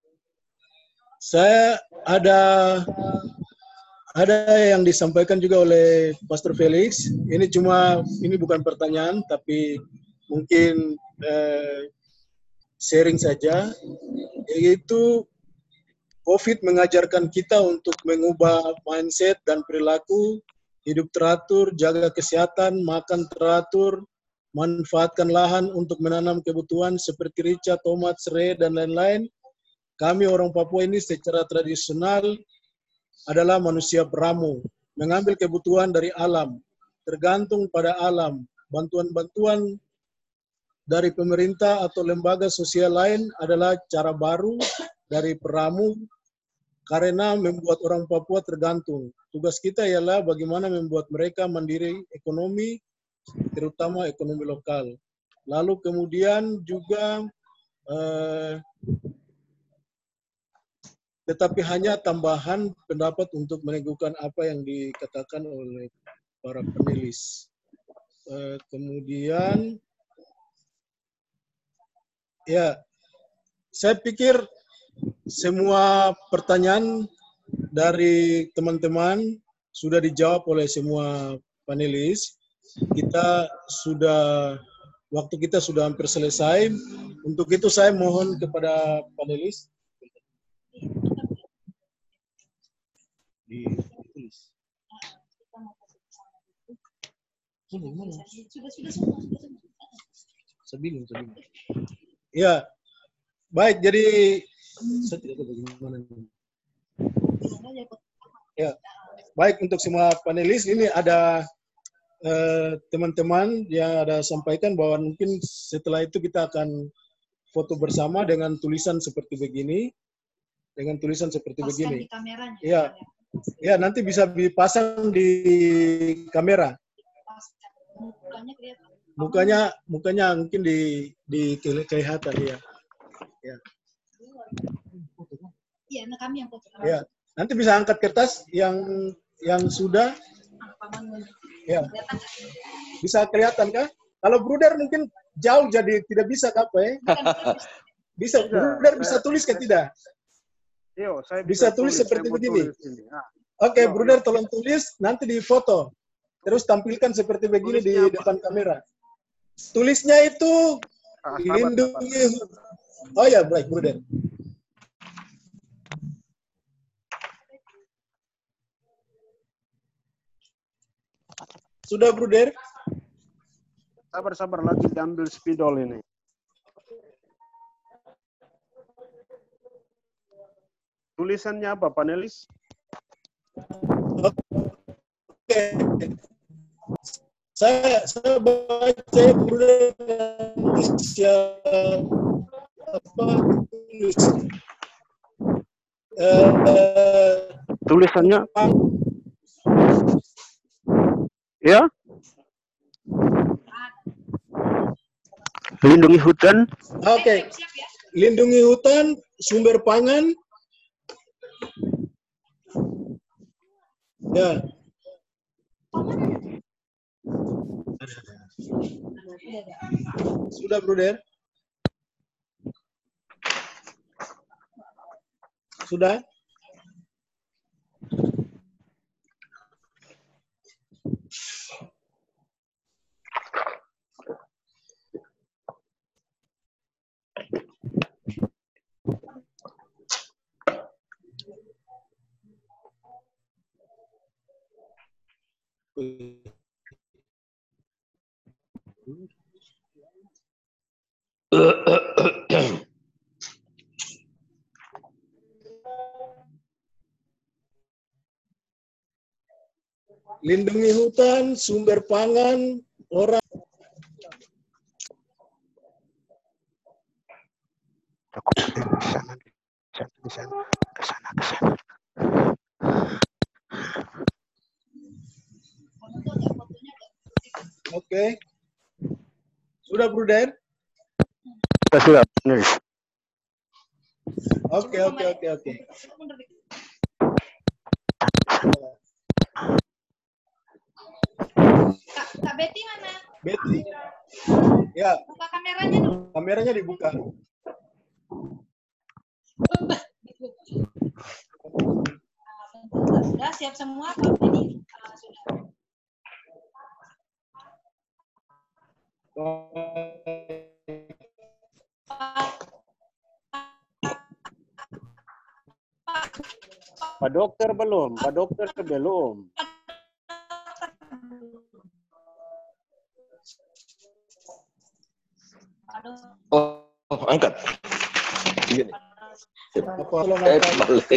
saya ada ada yang disampaikan juga oleh Pastor Felix. Ini cuma ini bukan pertanyaan, tapi mungkin eh, sharing saja. Yaitu COVID mengajarkan kita untuk mengubah mindset dan perilaku, hidup teratur, jaga kesehatan, makan teratur, manfaatkan lahan untuk menanam kebutuhan seperti rica, tomat, serai, dan lain-lain. Kami orang Papua ini secara tradisional adalah manusia beramu, mengambil kebutuhan dari alam, tergantung pada alam. Bantuan-bantuan dari pemerintah atau lembaga sosial lain adalah cara baru dari peramu karena membuat orang Papua tergantung. Tugas kita ialah bagaimana membuat mereka mandiri ekonomi, terutama ekonomi lokal. Lalu kemudian juga eh, tetapi hanya tambahan pendapat untuk meneguhkan apa yang dikatakan oleh para panelis. Eh, kemudian, ya, saya pikir semua pertanyaan dari teman-teman sudah dijawab oleh semua panelis. Kita sudah, waktu kita sudah hampir selesai. Untuk itu saya mohon kepada panelis ditulis. Sebelum, sebelum. Ya, baik. Jadi saya tidak tahu bagaimana. Ya, baik untuk semua panelis. Ini ada teman-teman eh, yang ada sampaikan bahwa mungkin setelah itu kita akan foto bersama dengan tulisan seperti begini, dengan tulisan seperti pasang begini. Di kameranya. Ya, ya nanti bisa dipasang di kamera. Mukanya kelihatan. Mukanya, mukanya mungkin di di kelihatan ya. Ya. Iya, nah kami yang foto. Ya, nanti bisa angkat kertas yang yang sudah. Ya. Bisa kelihatan kah? Kalau Bruder mungkin jauh jadi tidak bisa apa ya? Bisa, Bruder bisa tulis ke tidak? Yo, saya bisa, bisa tulis, tulis seperti begini. Nah. Oke, okay, Bruder tolong tulis, nanti di foto. Terus tampilkan seperti begini tulisnya di apa? Depan kamera. Tulisnya itu ah, lindungi. Oh ya, baik, Bruder. Sudah, Bruder? Sabar-sabar lagi diambil spidol ini. Tulisannya apa, panelis? Oke. Saya saya baca Bruder Indonesia apa tulis. Uh, Tulisannya? Ya? Lindungi hutan. Oke. Okay. Lindungi hutan, sumber pangan. Ya. Sudah, Bruder? Sudah? Lindungi hutan, sumber pangan, orang. Di sana, ke sana, ke sana. Oke. Sudah, Bruder? Sudah, sudah. Oke, oke, oke, oke. Kak, Kak Betty mana? Betty. Ya. Buka kameranya dulu. Kameranya dibuka. Sudah siap semua, Kak Betty? Uh, sudah. Pak dokter belum, Pak dokter belum. Oh, angkat. Gini. Eh, balik.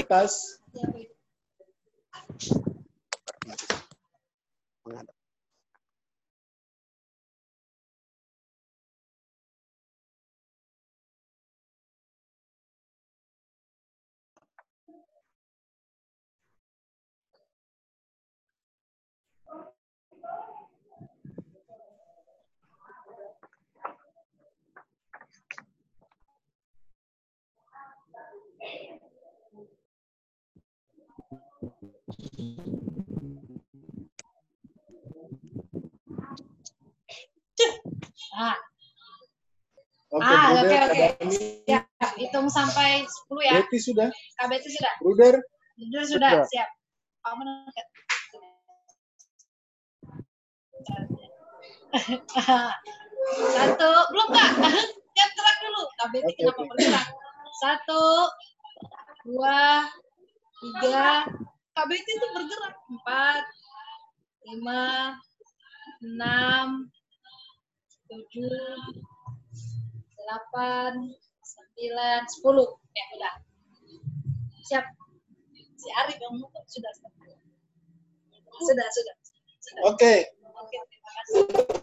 Ah. Oke, ah, oke, Bruder, oke. Ini... Siap. Hitung sampai sepuluh ya. Betty sudah. Kak Betty sudah. Bruder. Bruder sudah, sudah. Siap. Kamu menangkat. Satu, belum Kak? Siap gerak dulu. Kak Betty okay, kenapa okay. bergerak? Satu, dua, tiga. Kak Betty itu bergerak. Empat, lima, enam, tujuh, delapan, sembilan, sepuluh. Ya udah. Siap. Si Arif yang muter sudah. Sudah, sudah. sudah. Oke. Okay. Oke, terima kasih.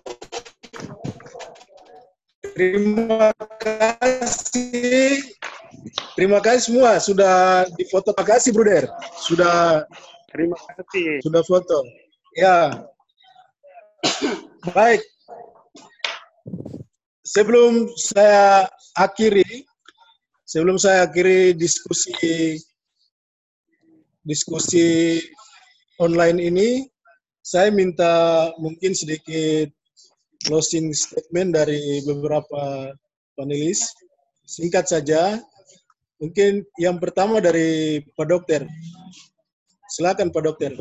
Terima kasih. Terima kasih semua sudah difoto. Terima kasih, Bruder. Sudah. Terima kasih. Sudah foto. Ya. Baik. Sebelum saya akhiri, sebelum saya akhiri diskusi diskusi online ini, saya minta mungkin sedikit closing statement dari beberapa panelis. Singkat saja. Mungkin yang pertama dari Pak Dokter. Silakan Pak Dokter.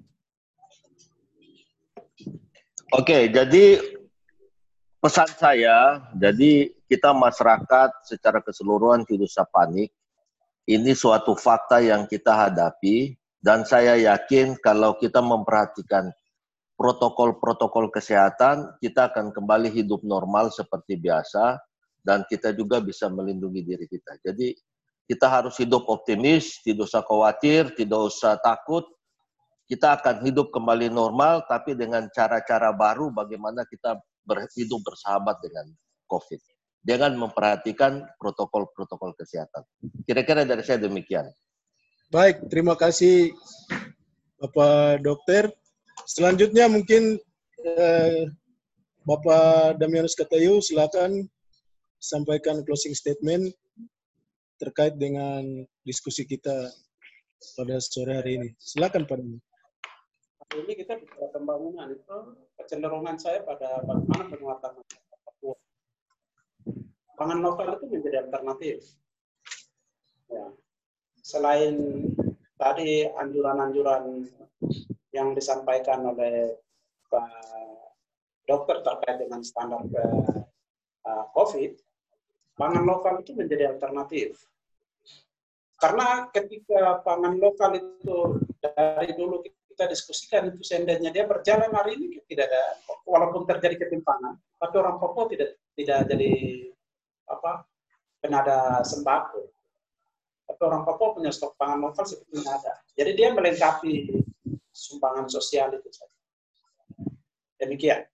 Oke, jadi pesan saya, jadi kita masyarakat secara keseluruhan tidak usah panik. Ini suatu fakta yang kita hadapi, dan saya yakin kalau kita memperhatikan protokol-protokol kesehatan, kita akan kembali hidup normal seperti biasa, dan kita juga bisa melindungi diri kita. Jadi kita harus hidup optimis, tidak usah khawatir, tidak usah takut. Kita akan hidup kembali normal, tapi dengan cara-cara baru bagaimana kita hidup bersahabat dengan COVID. Dengan memperhatikan protokol-protokol kesehatan. Kira-kira dari saya demikian. Baik, terima kasih Bapak Dokter. Selanjutnya mungkin eh, Bapak Damianus Katayu, silakan sampaikan closing statement terkait dengan diskusi kita pada sore hari ini. Silakan Pak. Hari ini kita bicara pembangunan, itu kecenderungan saya pada bagaimana penguatan Papua. Pangan lokal itu menjadi alternatif. Ya. Selain tadi anjuran-anjuran yang disampaikan oleh Pak Dokter terkait dengan standar uh, COVID, pangan lokal itu menjadi alternatif. Karena ketika pangan lokal itu dari dulu kita diskusikan itu seandainya dia berjalan hari ini tidak ada, walaupun terjadi ketimpangan, tapi orang Papua tidak tidak jadi apa penada sembako. Tapi orang Papua punya stok pangan lokal sebetulnya ada. Jadi dia melengkapi sumbangan sosial itu saja. Demikian.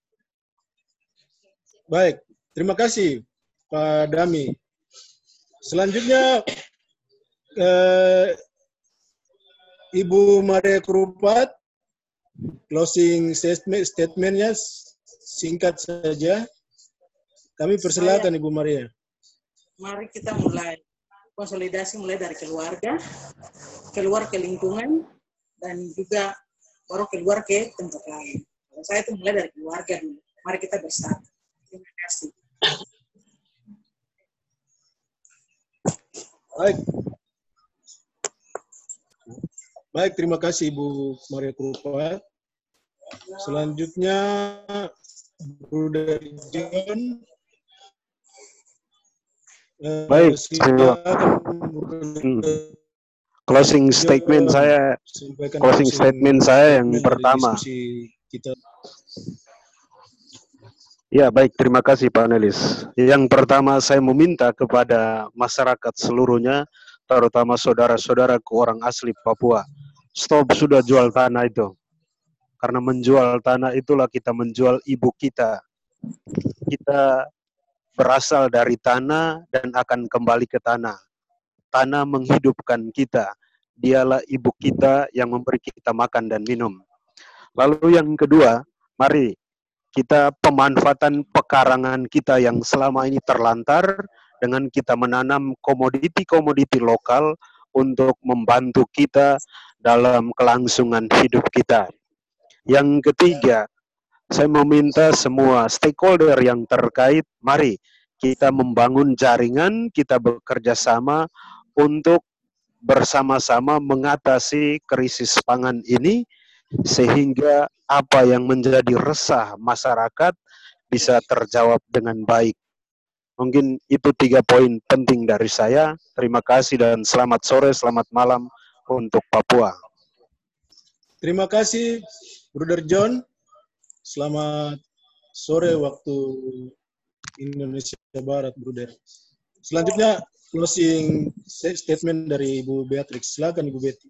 Baik, terima kasih Pak Dami. Selanjutnya eh, Ibu Maria Krupat, closing statement statementnya singkat saja. Kami persilakan Ibu Maria. Mari kita mulai konsolidasi mulai dari keluarga, keluar ke lingkungan, dan juga baru keluar ke tempat lain. Kalau saya itu mulai dari keluarga dulu. Mari kita bersatu. Terima kasih. Baik. Baik, terima kasih Ibu Maria Krupat. Selanjutnya Bruder John. Baik, closing statement saya, closing statement saya yang pertama. Kita. Ya, baik, terima kasih panelis. Yang pertama saya meminta kepada masyarakat seluruhnya, terutama saudara-saudaraku orang asli Papua, stop sudah jual tanah itu. Karena menjual tanah itulah kita menjual ibu kita. Kita berasal dari tanah dan akan kembali ke tanah. Tanah menghidupkan kita. Dialah ibu kita yang memberi kita makan dan minum. Lalu yang kedua, mari kita pemanfaatan pekarangan kita yang selama ini terlantar dengan kita menanam komoditi-komoditi lokal untuk membantu kita dalam kelangsungan hidup kita. Yang ketiga, saya meminta semua stakeholder yang terkait, mari kita membangun jaringan, kita bekerja sama untuk bersama-sama mengatasi krisis pangan ini, sehingga apa yang menjadi resah masyarakat bisa terjawab dengan baik. Mungkin itu tiga poin penting dari saya. Terima kasih dan selamat sore, selamat malam untuk Papua. Terima kasih, Bruder John. Selamat sore waktu Indonesia Barat, Bruder. Selanjutnya, closing statement dari Ibu Beatrix. Silakan Ibu Betty.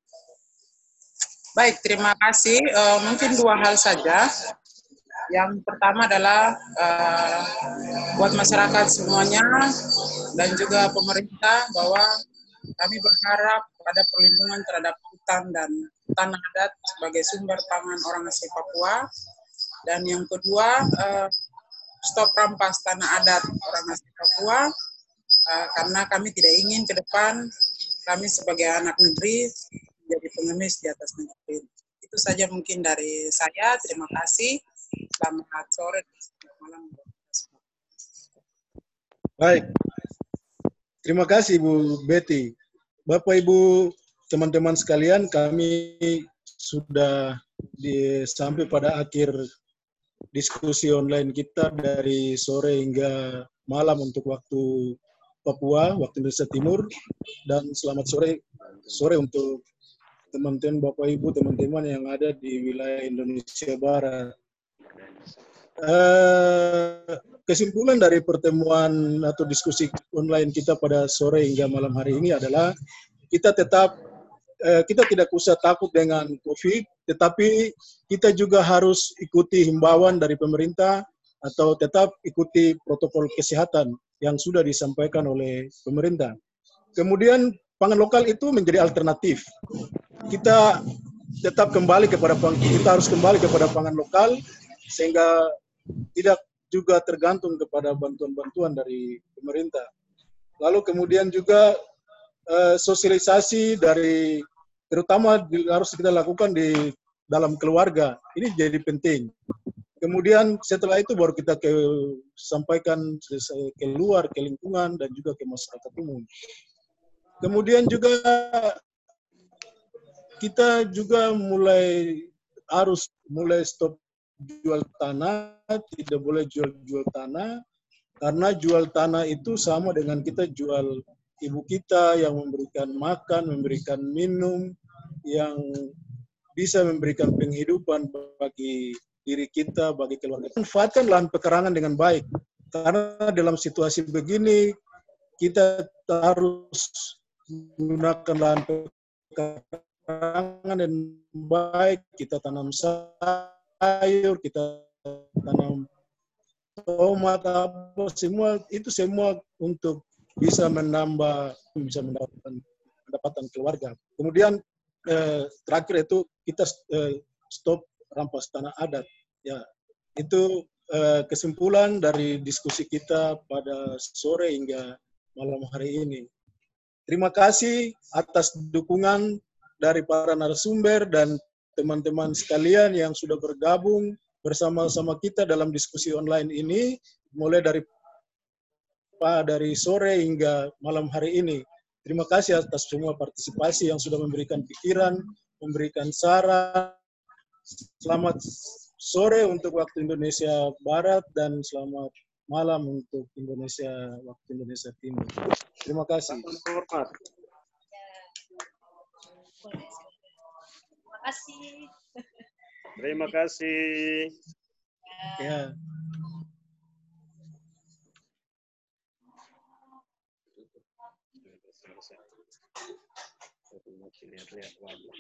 Baik, terima kasih. Uh, mungkin dua hal saja. Yang pertama adalah uh, buat masyarakat semuanya dan juga pemerintah bahwa kami berharap pada perlindungan terhadap hutan dan tanah adat sebagai sumber pangan orang asli Papua. Dan yang kedua, uh, stop rampas tanah adat orang asli Papua, uh, karena kami tidak ingin ke depan kami sebagai anak negeri jadi pengemis di atas negeri. Itu saja mungkin dari saya. Terima kasih. Selamat sore dan selamat malam. Baik. Terima kasih Bu Betty. Bapak Ibu teman-teman sekalian, kami sudah di, sampai pada akhir diskusi online kita dari sore hingga malam untuk waktu Papua, waktu Indonesia Timur, dan selamat sore sore untuk teman-teman Bapak Ibu, teman-teman yang ada di wilayah Indonesia Barat. Eh, kesimpulan dari pertemuan atau diskusi online kita pada sore hingga malam hari ini adalah kita tetap eh, kita tidak usah takut dengan COVID, tetapi kita juga harus ikuti himbauan dari pemerintah atau tetap ikuti protokol kesehatan yang sudah disampaikan oleh pemerintah. Kemudian pangan lokal itu menjadi alternatif. Kita tetap kembali kepada kita harus kembali kepada pangan lokal sehingga tidak juga tergantung kepada bantuan-bantuan dari pemerintah. Lalu kemudian juga eh, sosialisasi dari terutama di, harus kita lakukan di dalam keluarga. Ini jadi penting. Kemudian setelah itu baru kita ke, sampaikan keluar ke lingkungan dan juga ke masyarakat umum. Kemudian juga kita juga mulai harus mulai stop jual tanah, tidak boleh jual-jual tanah, karena jual tanah itu sama dengan kita jual ibu kita yang memberikan makan, memberikan minum, yang bisa memberikan penghidupan bagi diri kita, bagi keluarga. Manfaatkan lahan pekarangan dengan baik, karena dalam situasi begini kita harus menggunakan lahan pekarangan dengan baik, kita tanam sayur, kita tanam tomat, apa semua itu semua untuk bisa menambah, bisa mendapatkan pendapatan keluarga. Kemudian eh, terakhir itu kita eh, stop rampas tanah adat. Ya, itu eh, kesimpulan dari diskusi kita pada sore hingga malam hari ini. Terima kasih atas dukungan dari para narasumber dan teman-teman sekalian yang sudah bergabung bersama-sama kita dalam diskusi online ini, mulai dari dari sore hingga malam hari ini. Terima kasih atas semua partisipasi yang sudah memberikan pikiran, memberikan saran. Selamat sore untuk waktu Indonesia Barat dan selamat malam untuk Indonesia waktu Indonesia Timur. Terima kasih. Terima kasih. Terima kasih. Ya. Lihat-lihat wajah.